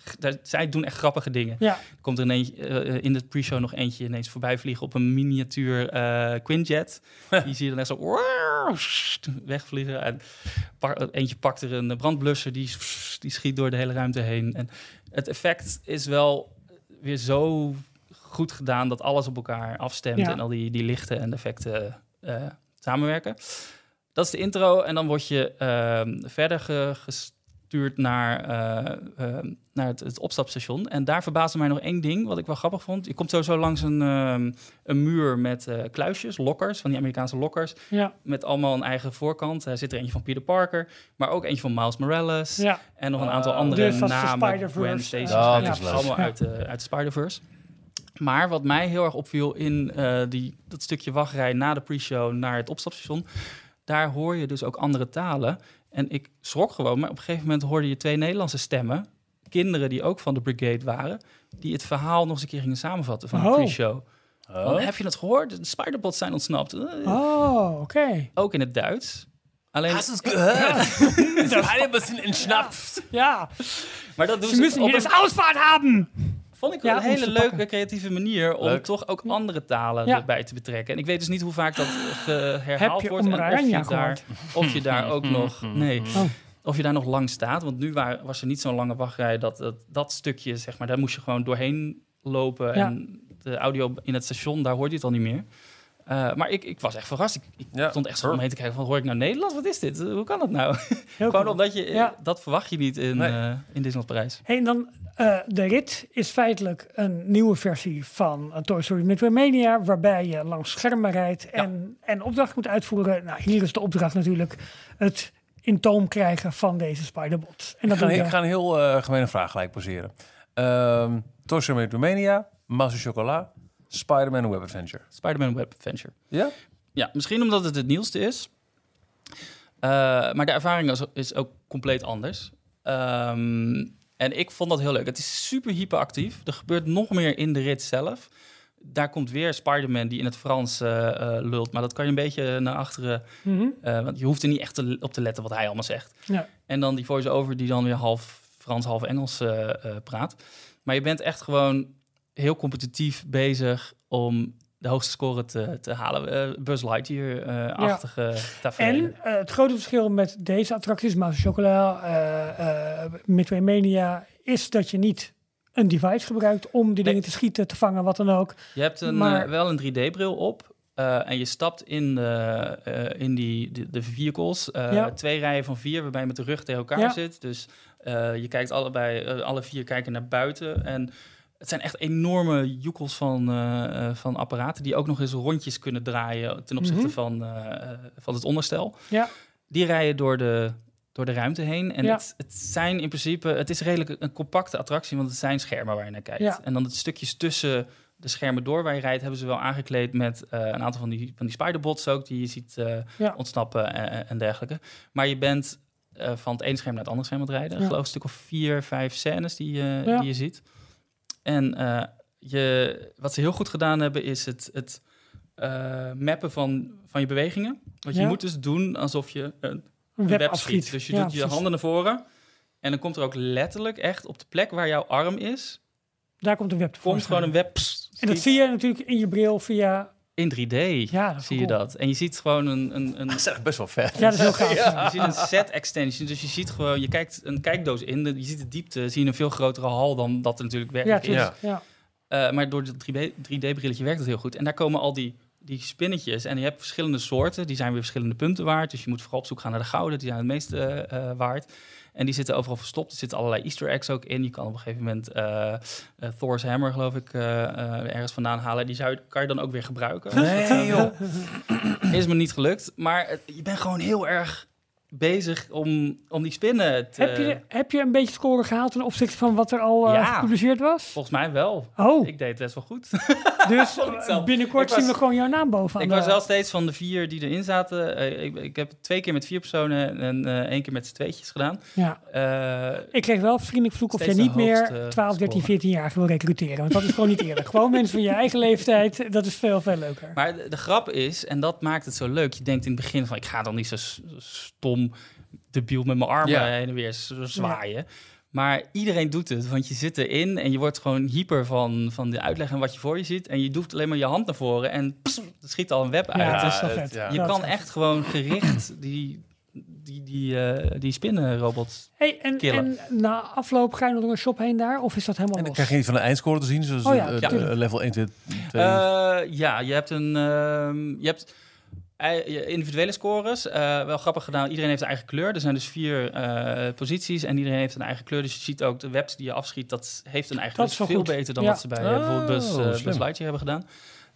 daar, zij doen echt grappige dingen. Ja. Er komt er een eentje, uh, in de pre-show nog eentje ineens voorbij vliegen op een miniatuur uh, Quinjet. Die zie je dan echt zo wegvliegen. En par, eentje pakt er een brandblusser, die, die schiet door de hele ruimte heen. En het effect is wel weer zo goed gedaan dat alles op elkaar afstemt ja. en al die, die lichten en effecten uh, samenwerken. Dat is de intro en dan word je uh, verder ge, gestuurd naar, uh, uh, naar het, het opstapstation. En daar verbaasde mij nog één ding, wat ik wel grappig vond. Je komt sowieso langs een, uh, een muur met uh, kluisjes, lokkers, van die Amerikaanse lokkers. Ja. Met allemaal een eigen voorkant. Daar zit er eentje van Peter Parker, maar ook eentje van Miles Morales. Ja. En nog een aantal uh, andere dus namen. Gwen Stacy, ja, ja, allemaal ja. uit, de, uit de Spider-Verse. Maar wat mij heel erg opviel in uh, die, dat stukje wachtrij na de pre-show naar het opstapstation, daar hoor je dus ook andere talen. En ik schrok gewoon, maar op een gegeven moment hoorde je twee Nederlandse stemmen, kinderen die ook van de Brigade waren, die het verhaal nog eens een keer gingen samenvatten van de oh. pre-show. Oh. Dan heb je het gehoord? De Spider-Bots zijn ontsnapt. Oh, oké. Okay. Ook in het Duits. Alleen, Hast du es gehört? Dat is een beetje entsnappt. Ja. Maar dat doen ze. Ze müssen hier das Ausfahrt haben. Vond ik ja, een hele leuke, pakken. creatieve manier om Leuk. toch ook andere talen ja. erbij te betrekken. En ik weet dus niet hoe vaak dat herhaald wordt. En of je, daar, of je daar ook nog... Nee. Oh. Of je daar nog lang staat. Want nu waar, was er niet zo'n lange wachtrij. Dat, dat, dat stukje, zeg maar, daar moest je gewoon doorheen lopen. Ja. En de audio in het station, daar hoorde je het al niet meer. Uh, maar ik, ik was echt verrast. Ik, ik ja, stond echt zo omheen te kijken van, hoor ik nou Nederlands? Wat is dit? Hoe kan dat nou? Gewoon cool. omdat je... Ja. Dat verwacht je niet in, nee. uh, in Disneyland Parijs. Hey, en dan uh, de rit is feitelijk een nieuwe versie van uh, Toy Story Midway Mania, waarbij je langs schermen rijdt en, ja. en opdracht moet uitvoeren. Nou, hier is de opdracht natuurlijk het in toom krijgen van deze Spider-Bot. En dat ik, ga, ik ga een heel uh, gemene vraag gelijk poseren. Uh, Toy Story Midway Mania, Mars Chocolat, Spider-Man Web Adventure. Spider-Man Web Adventure. Ja? Ja, misschien omdat het het nieuwste is. Uh, maar de ervaring is, is ook compleet anders. Um, en ik vond dat heel leuk. Het is super hyperactief. Er gebeurt nog meer in de rit zelf. Daar komt weer Spider-Man die in het Frans uh, uh, lult. Maar dat kan je een beetje naar achteren. Mm-hmm. Uh, want je hoeft er niet echt te, op te letten wat hij allemaal zegt. Ja. En dan die voice-over die dan weer half Frans, half Engels uh, uh, praat. Maar je bent echt gewoon heel competitief bezig om de hoogste score te, te halen. Uh, Buzz Lightyear-achtige uh, ja. tafereelen. En uh, het grote verschil met deze attracties, Mars Chocolat, uh, uh, Midway Mania, is dat je niet een device gebruikt om die nee. dingen te schieten, te vangen, wat dan ook. Je hebt een, maar... uh, wel een drie D-bril op. Uh, en je stapt in, de, uh, in die, de, de vehicles. Uh, ja. Twee rijen van vier, waarbij je met de rug tegen elkaar ja. zit. Dus uh, je kijkt allebei, uh, alle vier kijken naar buiten. En het zijn echt enorme joekels van, uh, van apparaten die ook nog eens rondjes kunnen draaien ten opzichte mm-hmm. van, uh, van het onderstel. Ja. Die rijden door de, door de ruimte heen. En ja. het, het zijn in principe, het is redelijk een compacte attractie, want het zijn schermen waar je naar kijkt. Ja. En dan de stukjes tussen de schermen door waar je rijdt, hebben ze wel aangekleed met uh, een aantal van die, van die Spider-Bots ook, die je ziet uh, ja. ontsnappen en, en dergelijke. Maar je bent uh, van het ene scherm naar het andere scherm aan het rijden. Ja. Ik geloof een stuk of vier, vijf scènes die, uh, ja. die je ziet. En uh, je, wat ze heel goed gedaan hebben, is het, het uh, mappen van, van je bewegingen. Want ja. je moet dus doen alsof je een, een web, web schiet. Dus je ja, doet precies. je handen naar voren. En dan komt er ook letterlijk echt op de plek waar jouw arm is, daar komt een web te komt gewoon een web. Pss, en dat zie je natuurlijk in je bril via... In drie D ja, zie cool. je dat. En je ziet gewoon een... een, een... Dat is echt best wel vet. Ja, dat is heel gaaf. Ja. Je ziet een set extension. Dus je ziet gewoon... Je kijkt een kijkdoos in. Je ziet de diepte. Zie je een veel grotere hal dan dat er natuurlijk werkelijk ja, is. Ja. Uh, maar door het drie D-brilletje werkt het heel goed. En daar komen al die, die spinnetjes. En je hebt verschillende soorten. Die zijn weer verschillende punten waard. Dus je moet vooral op zoek gaan naar de gouden. Die zijn het meeste uh, waard. En die zitten overal verstopt. Er zitten allerlei Easter eggs ook in. Je kan op een gegeven moment uh, uh, Thor's hammer, geloof ik, uh, uh, ergens vandaan halen. Die zou je, kan je dan ook weer gebruiken. Nee, joh. Is me niet gelukt. Maar uh, je bent gewoon heel erg bezig om, om die spinnen te... Heb je, heb je een beetje score gehaald ten opzichte van wat er al uh, ja, gepubliceerd was? Volgens mij wel. Oh. Ik deed het best wel goed. Dus binnenkort was, zien we gewoon jouw naam bovenaan. Ik was wel steeds van de vier die erin zaten. Uh, ik, ik heb twee keer met vier personen en uh, één keer met z'n tweetjes gedaan. Ja. Uh, ik kreeg wel vriendelijk verzoek of jij niet meer twaalf, dertien, veertien jaar wil recruteren. Want dat is gewoon niet eerlijk. Gewoon mensen van je eigen leeftijd, dat is veel, veel leuker. Maar de, de grap is, en dat maakt het zo leuk. Je denkt in het begin van, ik ga dan niet zo stom debiel met mijn armen ja. heen en weer zwaaien. Ja. Maar iedereen doet het, want je zit erin en je wordt gewoon hyper van, van de uitleg en wat je voor je ziet. En je doet alleen maar je hand naar voren en pss, er schiet al een web uit. Ja, Dus dat is wel vet. ja. je Dat is kan vet. echt gewoon gericht die, die, die, uh, die spinnenrobots... Hey, en, killen. en na afloop ga je nog door een shop heen daar? Of is dat helemaal En dan los? krijg je niet van de eindscore te zien, zoals Oh ja, uh, ja. uh, level één, twee, twee. Uh, ja, je hebt een... Uh, je hebt uh, individuele scores. Uh, wel grappig gedaan. Iedereen heeft een eigen kleur. Er zijn dus vier uh, posities en iedereen heeft een eigen kleur. Dus je ziet ook de webs die je afschiet, dat heeft een eigen Dat kleur. is wel Veel goed. beter dan Ja. wat ze bij uh, bijvoorbeeld Buzz, Oh, uh, slim. Buzz Lightyear hebben gedaan.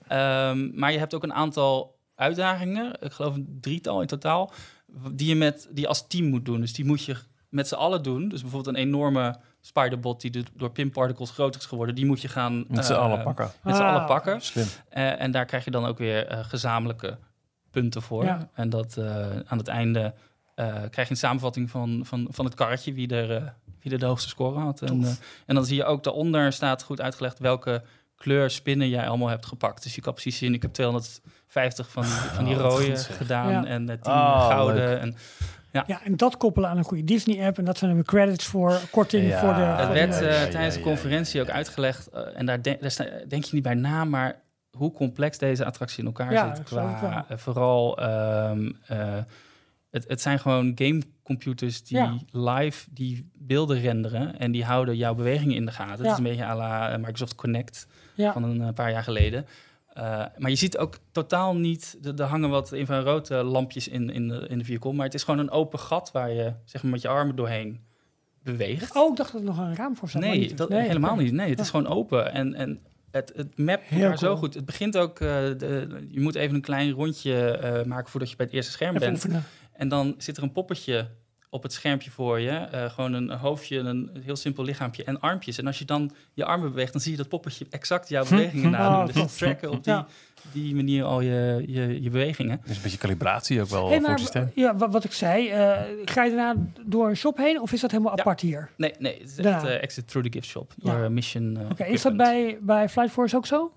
Um, maar je hebt ook een aantal uitdagingen. Ik geloof een drietal in totaal. Die je met, die als team moet doen. Dus die moet je met z'n allen doen. Dus bijvoorbeeld een enorme spiderbot die de, door pinparticles groter is geworden. Die moet je gaan... Met z'n uh, allen pakken. Met z'n Ah, allen pakken. Slim. Uh, en daar krijg je dan ook weer uh, gezamenlijke punten voor. Ja. En dat uh, aan het einde uh, krijg je een samenvatting van, van, van het karretje... wie er, uh, wie er de hoogste score had. En, uh, en dan zie je ook daaronder staat goed uitgelegd... welke kleur spinnen jij allemaal hebt gepakt. Dus je kan precies zien, ik heb tweehonderdvijftig van die, van die Oh, wat rode goed zeg. gedaan... Ja. en uh, tien Oh, gouden. leuk. En, Ja, en dat koppelen aan een goede Disney-app. En dat zijn dan weer credits voor korting Ja, voor de... Het voor werd de- uh, ja, ja, tijdens de ja, conferentie ja, ook ja. uitgelegd... Uh, en daar, de- daar sta- denk je niet bij na, maar... hoe complex deze attractie in elkaar Ja, zit. dat geloof ik Qua, wel. uh, vooral, um, uh, het, het zijn gewoon gamecomputers die Ja. live die beelden renderen... en die houden jouw bewegingen in de gaten. Het Ja. is een beetje à la uh, Microsoft Connect Ja. van een uh, paar jaar geleden. Uh, maar je ziet ook totaal niet... Er er hangen wat infrarood uh, lampjes in, in, de, in de vehicle... maar het is gewoon een open gat waar je zeg maar, met je armen doorheen beweegt. Oh, ik dacht dat er nog een raam voor zat. maar Nee, niet. dat, Nee, helemaal oké. niet. Nee, het is gewoon open. En, en het, het mapt Heel elkaar zo cool. goed. Het begint ook... Uh, de, je moet even een klein rondje uh, maken voordat je bij het eerste scherm Even bent. oefenen. En dan zit er een poppetje op het schermpje voor je. Uh, gewoon een hoofdje, een heel simpel lichaampje en armpjes. En als je dan je armen beweegt, dan zie je dat poppetje exact jouw bewegingen nadoen. Oh, Dus je tof. tracken op die, Ja. die manier al je, je, je bewegingen. Dus een beetje calibratie ook wel Hey, voor maar, het systeem. ja, wat, wat ik zei, uh, ga je daarna door een shop heen of is dat helemaal Ja. apart hier? Nee, nee, het is echt Daarna. uh, exit through the gift shop. Ja. Door uh, Mission. Uh, Oké, is dat Equipment. bij, bij Flight Force ook zo?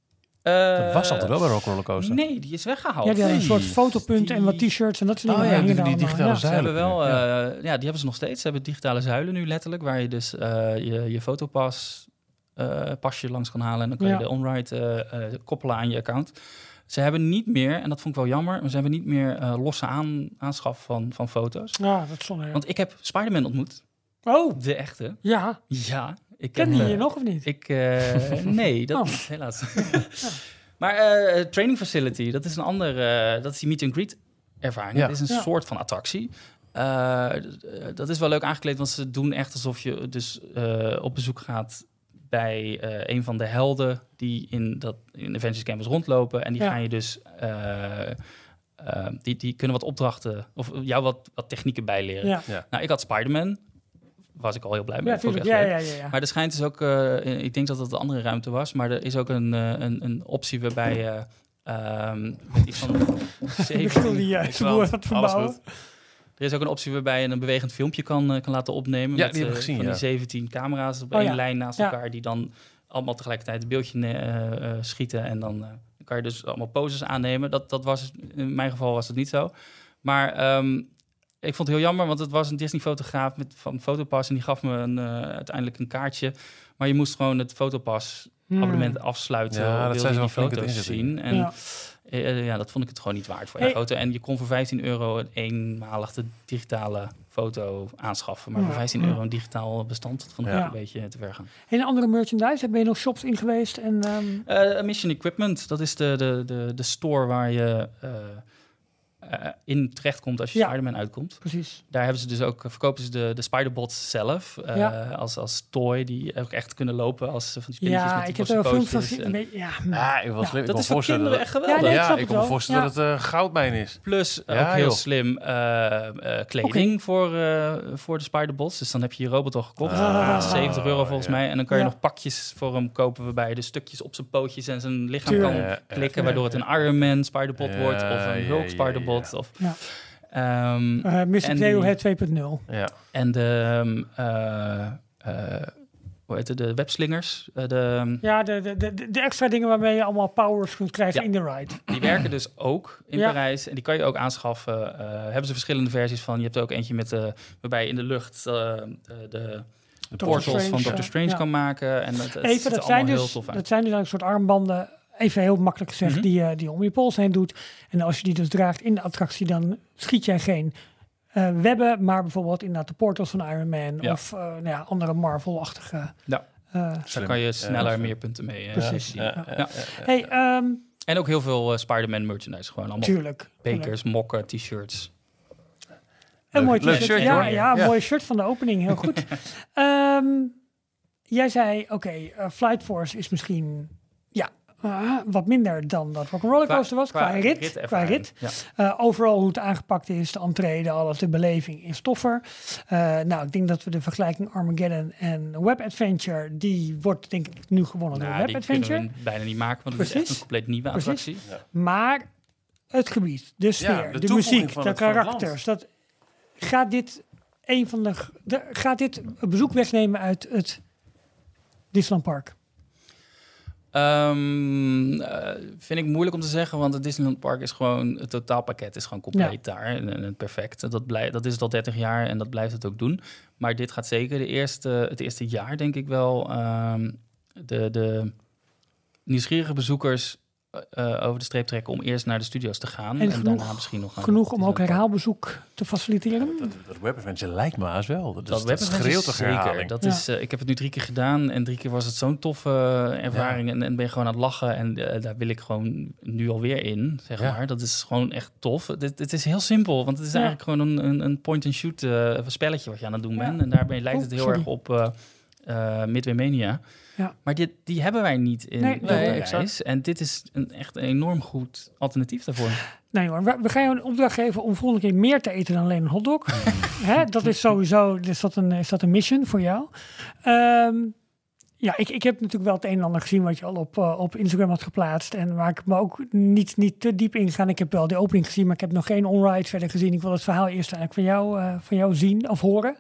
Uh, Dat was altijd wel bij Rock Roller Coaster. Nee, die is weggehaald. Ja, die hadden een nee. soort fotopunt en wat t-shirts en dat soort Oh dingen. ja, hingen die- er die allemaal. digitale Ja. Ze hebben wel, Ja. uh, ja, die hebben ze nog steeds. Ze hebben digitale zuilen nu letterlijk, waar je dus uh, je, je fotopas uh, pasje langs kan halen en dan kan Ja. je de onride uh, uh, koppelen aan je account. Ze hebben niet meer, en dat vond ik wel jammer, maar ze hebben niet meer uh, losse aan, aanschaf van, van foto's. Ja, dat is zonde. Want ik heb Spider-Man ontmoet, Oh, de echte. ja. Ja, ik Ken heb, die uh, je nog of niet? Ik, uh, nee, dat Oh. niet, helaas. Maar uh, training facility, dat is een andere, uh, dat is die meet and greet ervaring. Ja. Dat is een Ja. soort van attractie. Uh, d- uh, dat is wel leuk aangekleed, want ze doen echt alsof je dus uh, op bezoek gaat bij uh, een van de helden die in dat in Avengers Campus rondlopen. En die Ja. gaan je dus, uh, uh, die, die kunnen wat opdrachten of jou wat, wat technieken bijleren. Ja, Ja. Nou, ik had Spider-Man, was ik al heel blij mee. ja vond ik tuurlijk. echt Ja, leuk. ja, ja, ja. Maar er schijnt dus ook, uh, ik denk dat dat de andere ruimte was, maar er is ook een, uh, een, een optie waarbij je um, met iets van Ik bedoel die Ik juiste wel. woord wat Alles verbouwen. goed. Er is ook een optie waarbij je een bewegend filmpje kan, uh, kan laten opnemen. Ja, met, die heb ik uh, gezien, van ja. die zeventien camera's op Oh, één ja. lijn naast Ja. elkaar, die dan allemaal tegelijkertijd het beeldje uh, uh, schieten. En dan uh, kan je dus allemaal poses aannemen. Dat, dat was, in mijn geval was het niet zo. Maar um, ik vond het heel jammer, want het was een Disney-fotograaf met van Fotopas en die gaf me een, uh, uiteindelijk een kaartje. Maar je moest gewoon het Fotopas Hmm. abonnement afsluiten. Ja, dat wilde zijn ze je wel die flink aan het foto's inzetten. zien. En Ja. uh, ja, dat vond ik het gewoon niet waard voor Hey. Ergoten. En je kon voor vijftien euro een eenmalig de digitale foto aanschaffen. Maar Ja. voor vijftien Ja. euro een digitaal bestand, dat vond ik Ja. ook een beetje te ver gaan. En andere merchandise, ben je nog shops in geweest? En, ehm, Uh, Mission Equipment, dat is de, de, de, de store waar je uh, uh, in terechtkomt als je Ja. Spider-Man uitkomt. precies. Daar hebben ze dus ook, verkopen ze de, de Spiderbots zelf uh, Ja. als, als toy, die ook echt kunnen lopen als van die spinnetjes Ja, met die ik heb er wel losse films van pootjes. gezien. En- Een beetje- Ja, Ja, ik, was Ja, slim. ik Dat kon is voor voorstellen kinderen echt dat- geweldig. Ja, nee, ik Ja, snap ik het kan me wel. voorstellen Ja. dat het een goudmijn is. Plus uh, Ja, ook heel joh. slim uh, uh, kleding voor, uh, voor de Spiderbots. Dus dan heb je je robot al gekocht. Ah, zeventig euro volgens ja. mij. En dan kan je Ja. nog pakjes voor hem kopen waarbij je de stukjes op zijn pootjes en zijn lichaam Tuurlijk. kan Ja, ja, klikken. ja, Waardoor het ja. een Iron Man Spiderbot Ja, wordt of een ja, Hulk ja, Spiderbot. ja. Of, Ja. Ehm, Uh, mister En Cleo die- het twee punt nul. Ja. En de, um, uh, uh, hoe heet het, de webslingers. Uh, de, ja, de, de, de, de extra dingen waarmee je allemaal powers kunt krijgen ja. in de ride. Die werken dus ook in Ja. Parijs. En die kan je ook aanschaffen. Uh, hebben ze verschillende versies van. Je hebt er ook eentje met, uh, waarbij je in de lucht uh, de, de Doctor portals Strange, van Doctor ja. Strange Ja. kan maken. En het, het Even, ziet dat er zijn, allemaal dus, heel tof uit. dat zijn dus een soort armbanden, even heel makkelijk gezegd, Mhm. die, uh, die je om je pols heen doet. En als je die dus draagt in de attractie, dan schiet jij geen uh, webben, maar bijvoorbeeld inderdaad de portals van Iron Man Ja. of uh, nou ja, andere Marvel-achtige. Ja. Uh, Dus daar kan je sneller Ja, meer punten mee. Uh, Precies. zien. Ja, ja, Ja. ja, ja. hey, um, En ook heel veel uh, Spider-Man merchandise. Gewoon allemaal tuurlijk. bekers, mokken, t-shirts. Een mooi Leuk t-shirt. shirt, ja, hoor. ja, een Ja. mooi shirt van de opening. Heel goed. um, jij zei, oké, okay, uh, Flight Force is misschien ja, uh, wat minder dan dat Rock'n'Roller Coaster was. Qua, qua rit. Qua rit. Ja. Uh, overal hoe het aangepakt is, de entree, de alles, de beleving is toffer. Uh, nou, ik denk dat we de vergelijking Armageddon en Web Adventure, die wordt denk ik nu gewonnen Nou, door Web die Adventure. kunnen we bijna niet maken, want het is Precies. echt een compleet nieuwe Precies. attractie. Maar het gebied, de sfeer, Ja, de de, toevoeging muziek, van de het- van het karakters. Dat, gaat dit een van de, de gaat dit een bezoek wegnemen uit het Disneyland Park? Um, uh, vind ik moeilijk om te zeggen, want het Disneyland Park is gewoon, het totaalpakket is gewoon compleet daar en, en perfect. Dat, blij, dat is het al dertig jaar en dat blijft het ook doen. Maar dit gaat zeker de eerste, het eerste jaar, denk ik wel, um, de, de nieuwsgierige bezoekers uh, over de streep trekken om eerst naar de studio's te gaan. En En, genoeg- daarna misschien nog aan Genoeg het om ook Disneyland Park. herhaalbezoek te faciliteren? Dat, dat Web Adventure lijkt me haast wel. Dat, is, Dat dat Web Adventure schreeuwt toch zeker. herhaling. Dat Ja. is, uh, ik heb het nu drie keer gedaan en drie keer was het zo'n toffe uh, ervaring. En, en ben je gewoon aan het lachen en uh, daar wil ik gewoon nu alweer in, zeg Ja. maar. Dat is gewoon echt tof. Het, het is heel simpel, want het is Ja. eigenlijk gewoon een, een, een point-and-shoot uh, spelletje wat je aan het doen Ja. bent. En daarbij lijkt Oh, het heel sorry. erg op uh, uh, Midway Mania. Ja. Maar dit, die hebben wij niet in Nee, in nee, Parijs. exact. En dit is een, echt een enorm goed alternatief daarvoor. Nee hoor, we, we gaan jou een opdracht geven om volgende keer meer te eten dan alleen een hotdog. Hè, dat is sowieso, is dat een, is dat een mission voor jou? Um, ja, ik, ik heb natuurlijk wel het een en ander gezien wat je al op, uh, op Instagram had geplaatst. En waar ik me ook niet, niet te diep in ga. Ik heb wel de opening gezien, maar ik heb nog geen on-ride verder gezien. Ik wil het verhaal eerst eigenlijk van jou, uh, van jou zien of horen.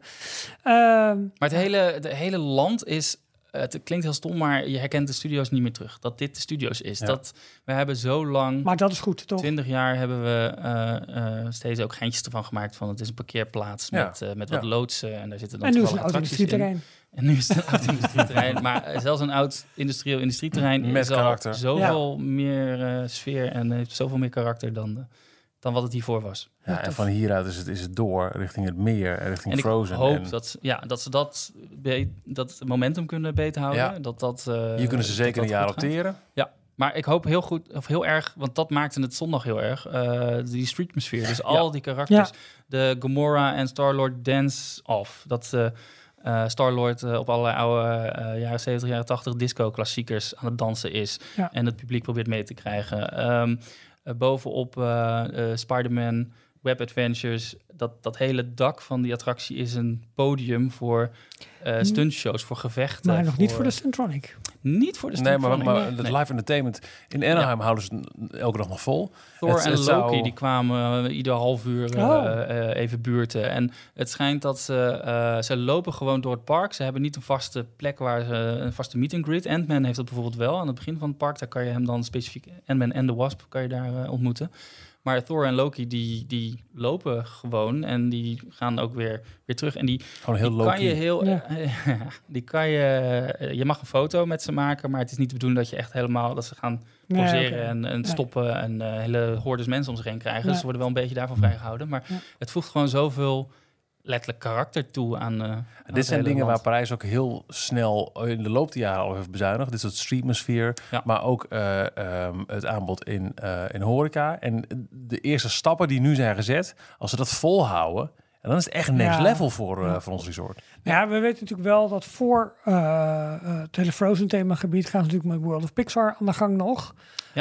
Um, Maar het hele, het hele land is... Het klinkt heel stom, maar je herkent de studio's niet meer terug. Dat dit de studio's is. Ja. Dat, we hebben zo lang... maar dat is goed, toch? twintig jaar hebben we uh, uh, steeds ook geintjes ervan gemaakt van het is een parkeerplaats Ja. met, uh, met wat Ja. loodsen en daar zitten dan En nu is het toevallig een oud attracties in. industrieterrein. En nu is het een oud industrieterrein. Maar uh, zelfs een oud industrieel industrieterrein Met is al karakter. zoveel meer uh, sfeer en heeft zoveel meer karakter dan, uh, dan wat het hiervoor was. Ja, en van hieruit is het, is het door richting het meer, richting En ik Frozen. hoop en dat, ja, dat ze dat, be- dat momentum kunnen beter houden. Ja. Dat, dat, uh, hier kunnen ze dat zeker dat een jaar goed gaat. opteren. Ja, maar ik hoop heel goed, of heel erg, want dat maakte het zondag heel erg, uh, die streetmosfeer. Dus al die karakters, Ja. de Gamora en Star-Lord dance-off. Dat uh, uh, Star-Lord uh, op allerlei oude uh, jaren zeventig, jaren tachtig disco-klassiekers aan het dansen is. Ja. En het publiek probeert mee te krijgen. Um, uh, bovenop uh, uh, Spider-Man, Web Adventures, dat, dat hele dak van die attractie is een podium voor uh, stuntshows, voor gevechten. Maar nog niet voor de Stuntronic. Niet voor de Nee, maar, Stuntronic. maar Nee. het Nee. live entertainment in Anaheim houden ze het elke dag nog vol. Thor Het- en het Loki, zou- die kwamen uh, ieder half uur uh, Oh. uh, even buurten. En het schijnt dat ze, uh, ze lopen gewoon door het park. Ze hebben niet een vaste plek waar ze een vaste meet and greet. Ant-Man heeft dat bijvoorbeeld wel aan het begin van het park. Daar kan je hem dan specifiek, Ant-Man en de Wasp, kan je daar uh, ontmoeten. Maar Thor en Loki, die, die lopen gewoon en die gaan ook weer, weer terug. En die, Gewoon heel die low kan je heel... Ja. die kan je... uh, je mag een foto met ze maken, maar het is niet de bedoeling dat je echt helemaal... dat ze gaan Nee, poseren oké. en, en Nee. stoppen en uh, hele hordes mensen om zich heen krijgen. Ja. Dus ze worden wel een beetje daarvan vrijgehouden. Maar Ja. het voegt gewoon zoveel letterlijk karakter toe aan... Uh, aan Dit het zijn hele dingen waar land. Parijs ook heel snel in de loop der jaren al heeft bezuinigd. Dit soort streetmosfeer, Ja. maar ook uh, um, het aanbod in, uh, in horeca. En de eerste stappen die nu zijn gezet, als ze dat volhouden, en dan is het echt next Ja. level voor, uh, Ja. voor ons resort. Ja, we weten natuurlijk wel dat voor uh, uh, het hele Frozen themagebied gaan ze natuurlijk met World of Pixar aan de gang nog.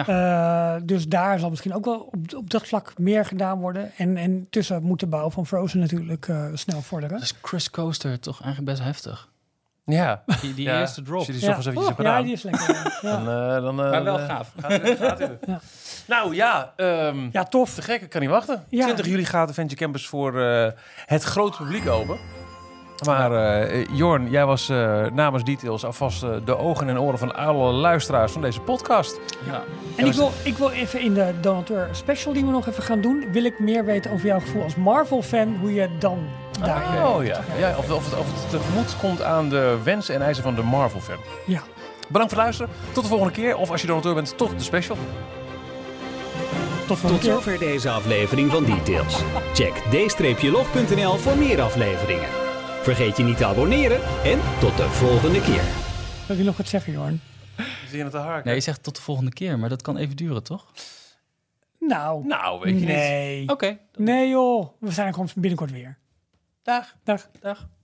Uh, dus daar zal misschien ook wel op, op dat vlak meer gedaan worden. En, en tussen moet de bouw van Frozen natuurlijk uh, snel vorderen. Dat is Chris Coaster toch eigenlijk best heftig. Ja. Die, die Ja. eerste drop. Als je die zo eens eventjes Oh, hebt ja, gedaan, die is lekker. Ja, dan, uh, dan, uh, Maar wel uh, gaaf. Gaat, gaat in. Ja. Nou ja, um, ja tof. te gek, ik kan niet wachten. Ja. twintig juli gaat de Adventure Campus voor uh, het grote publiek open. Maar uh, Jorn, jij was uh, namens Details alvast uh, de ogen en oren van alle luisteraars van deze podcast. Ja. En ik wil, ik wil even in de donateur special die we nog even gaan doen, wil ik meer weten over jouw gevoel als Marvel-fan, hoe je dan daar... Oh ja, ja of, of, het, of het tegemoet komt aan de wensen en eisen van de Marvel-fan. Ja. Bedankt voor het luisteren. Tot de volgende keer. Of als je donateur bent, tot de special. Tot, tot zover deze aflevering van Details. Check d log punt n l voor meer afleveringen. Vergeet je niet te abonneren en tot de volgende keer. Wil je nog wat zeggen, Jorn? Zie je het te harken? Nee, je zegt tot de volgende keer, maar dat kan even duren, toch? Nou, nou weet je nee. niet. Oké. Okay. Nee joh, we zijn er gewoon binnenkort weer. Dag. Dag. Dag.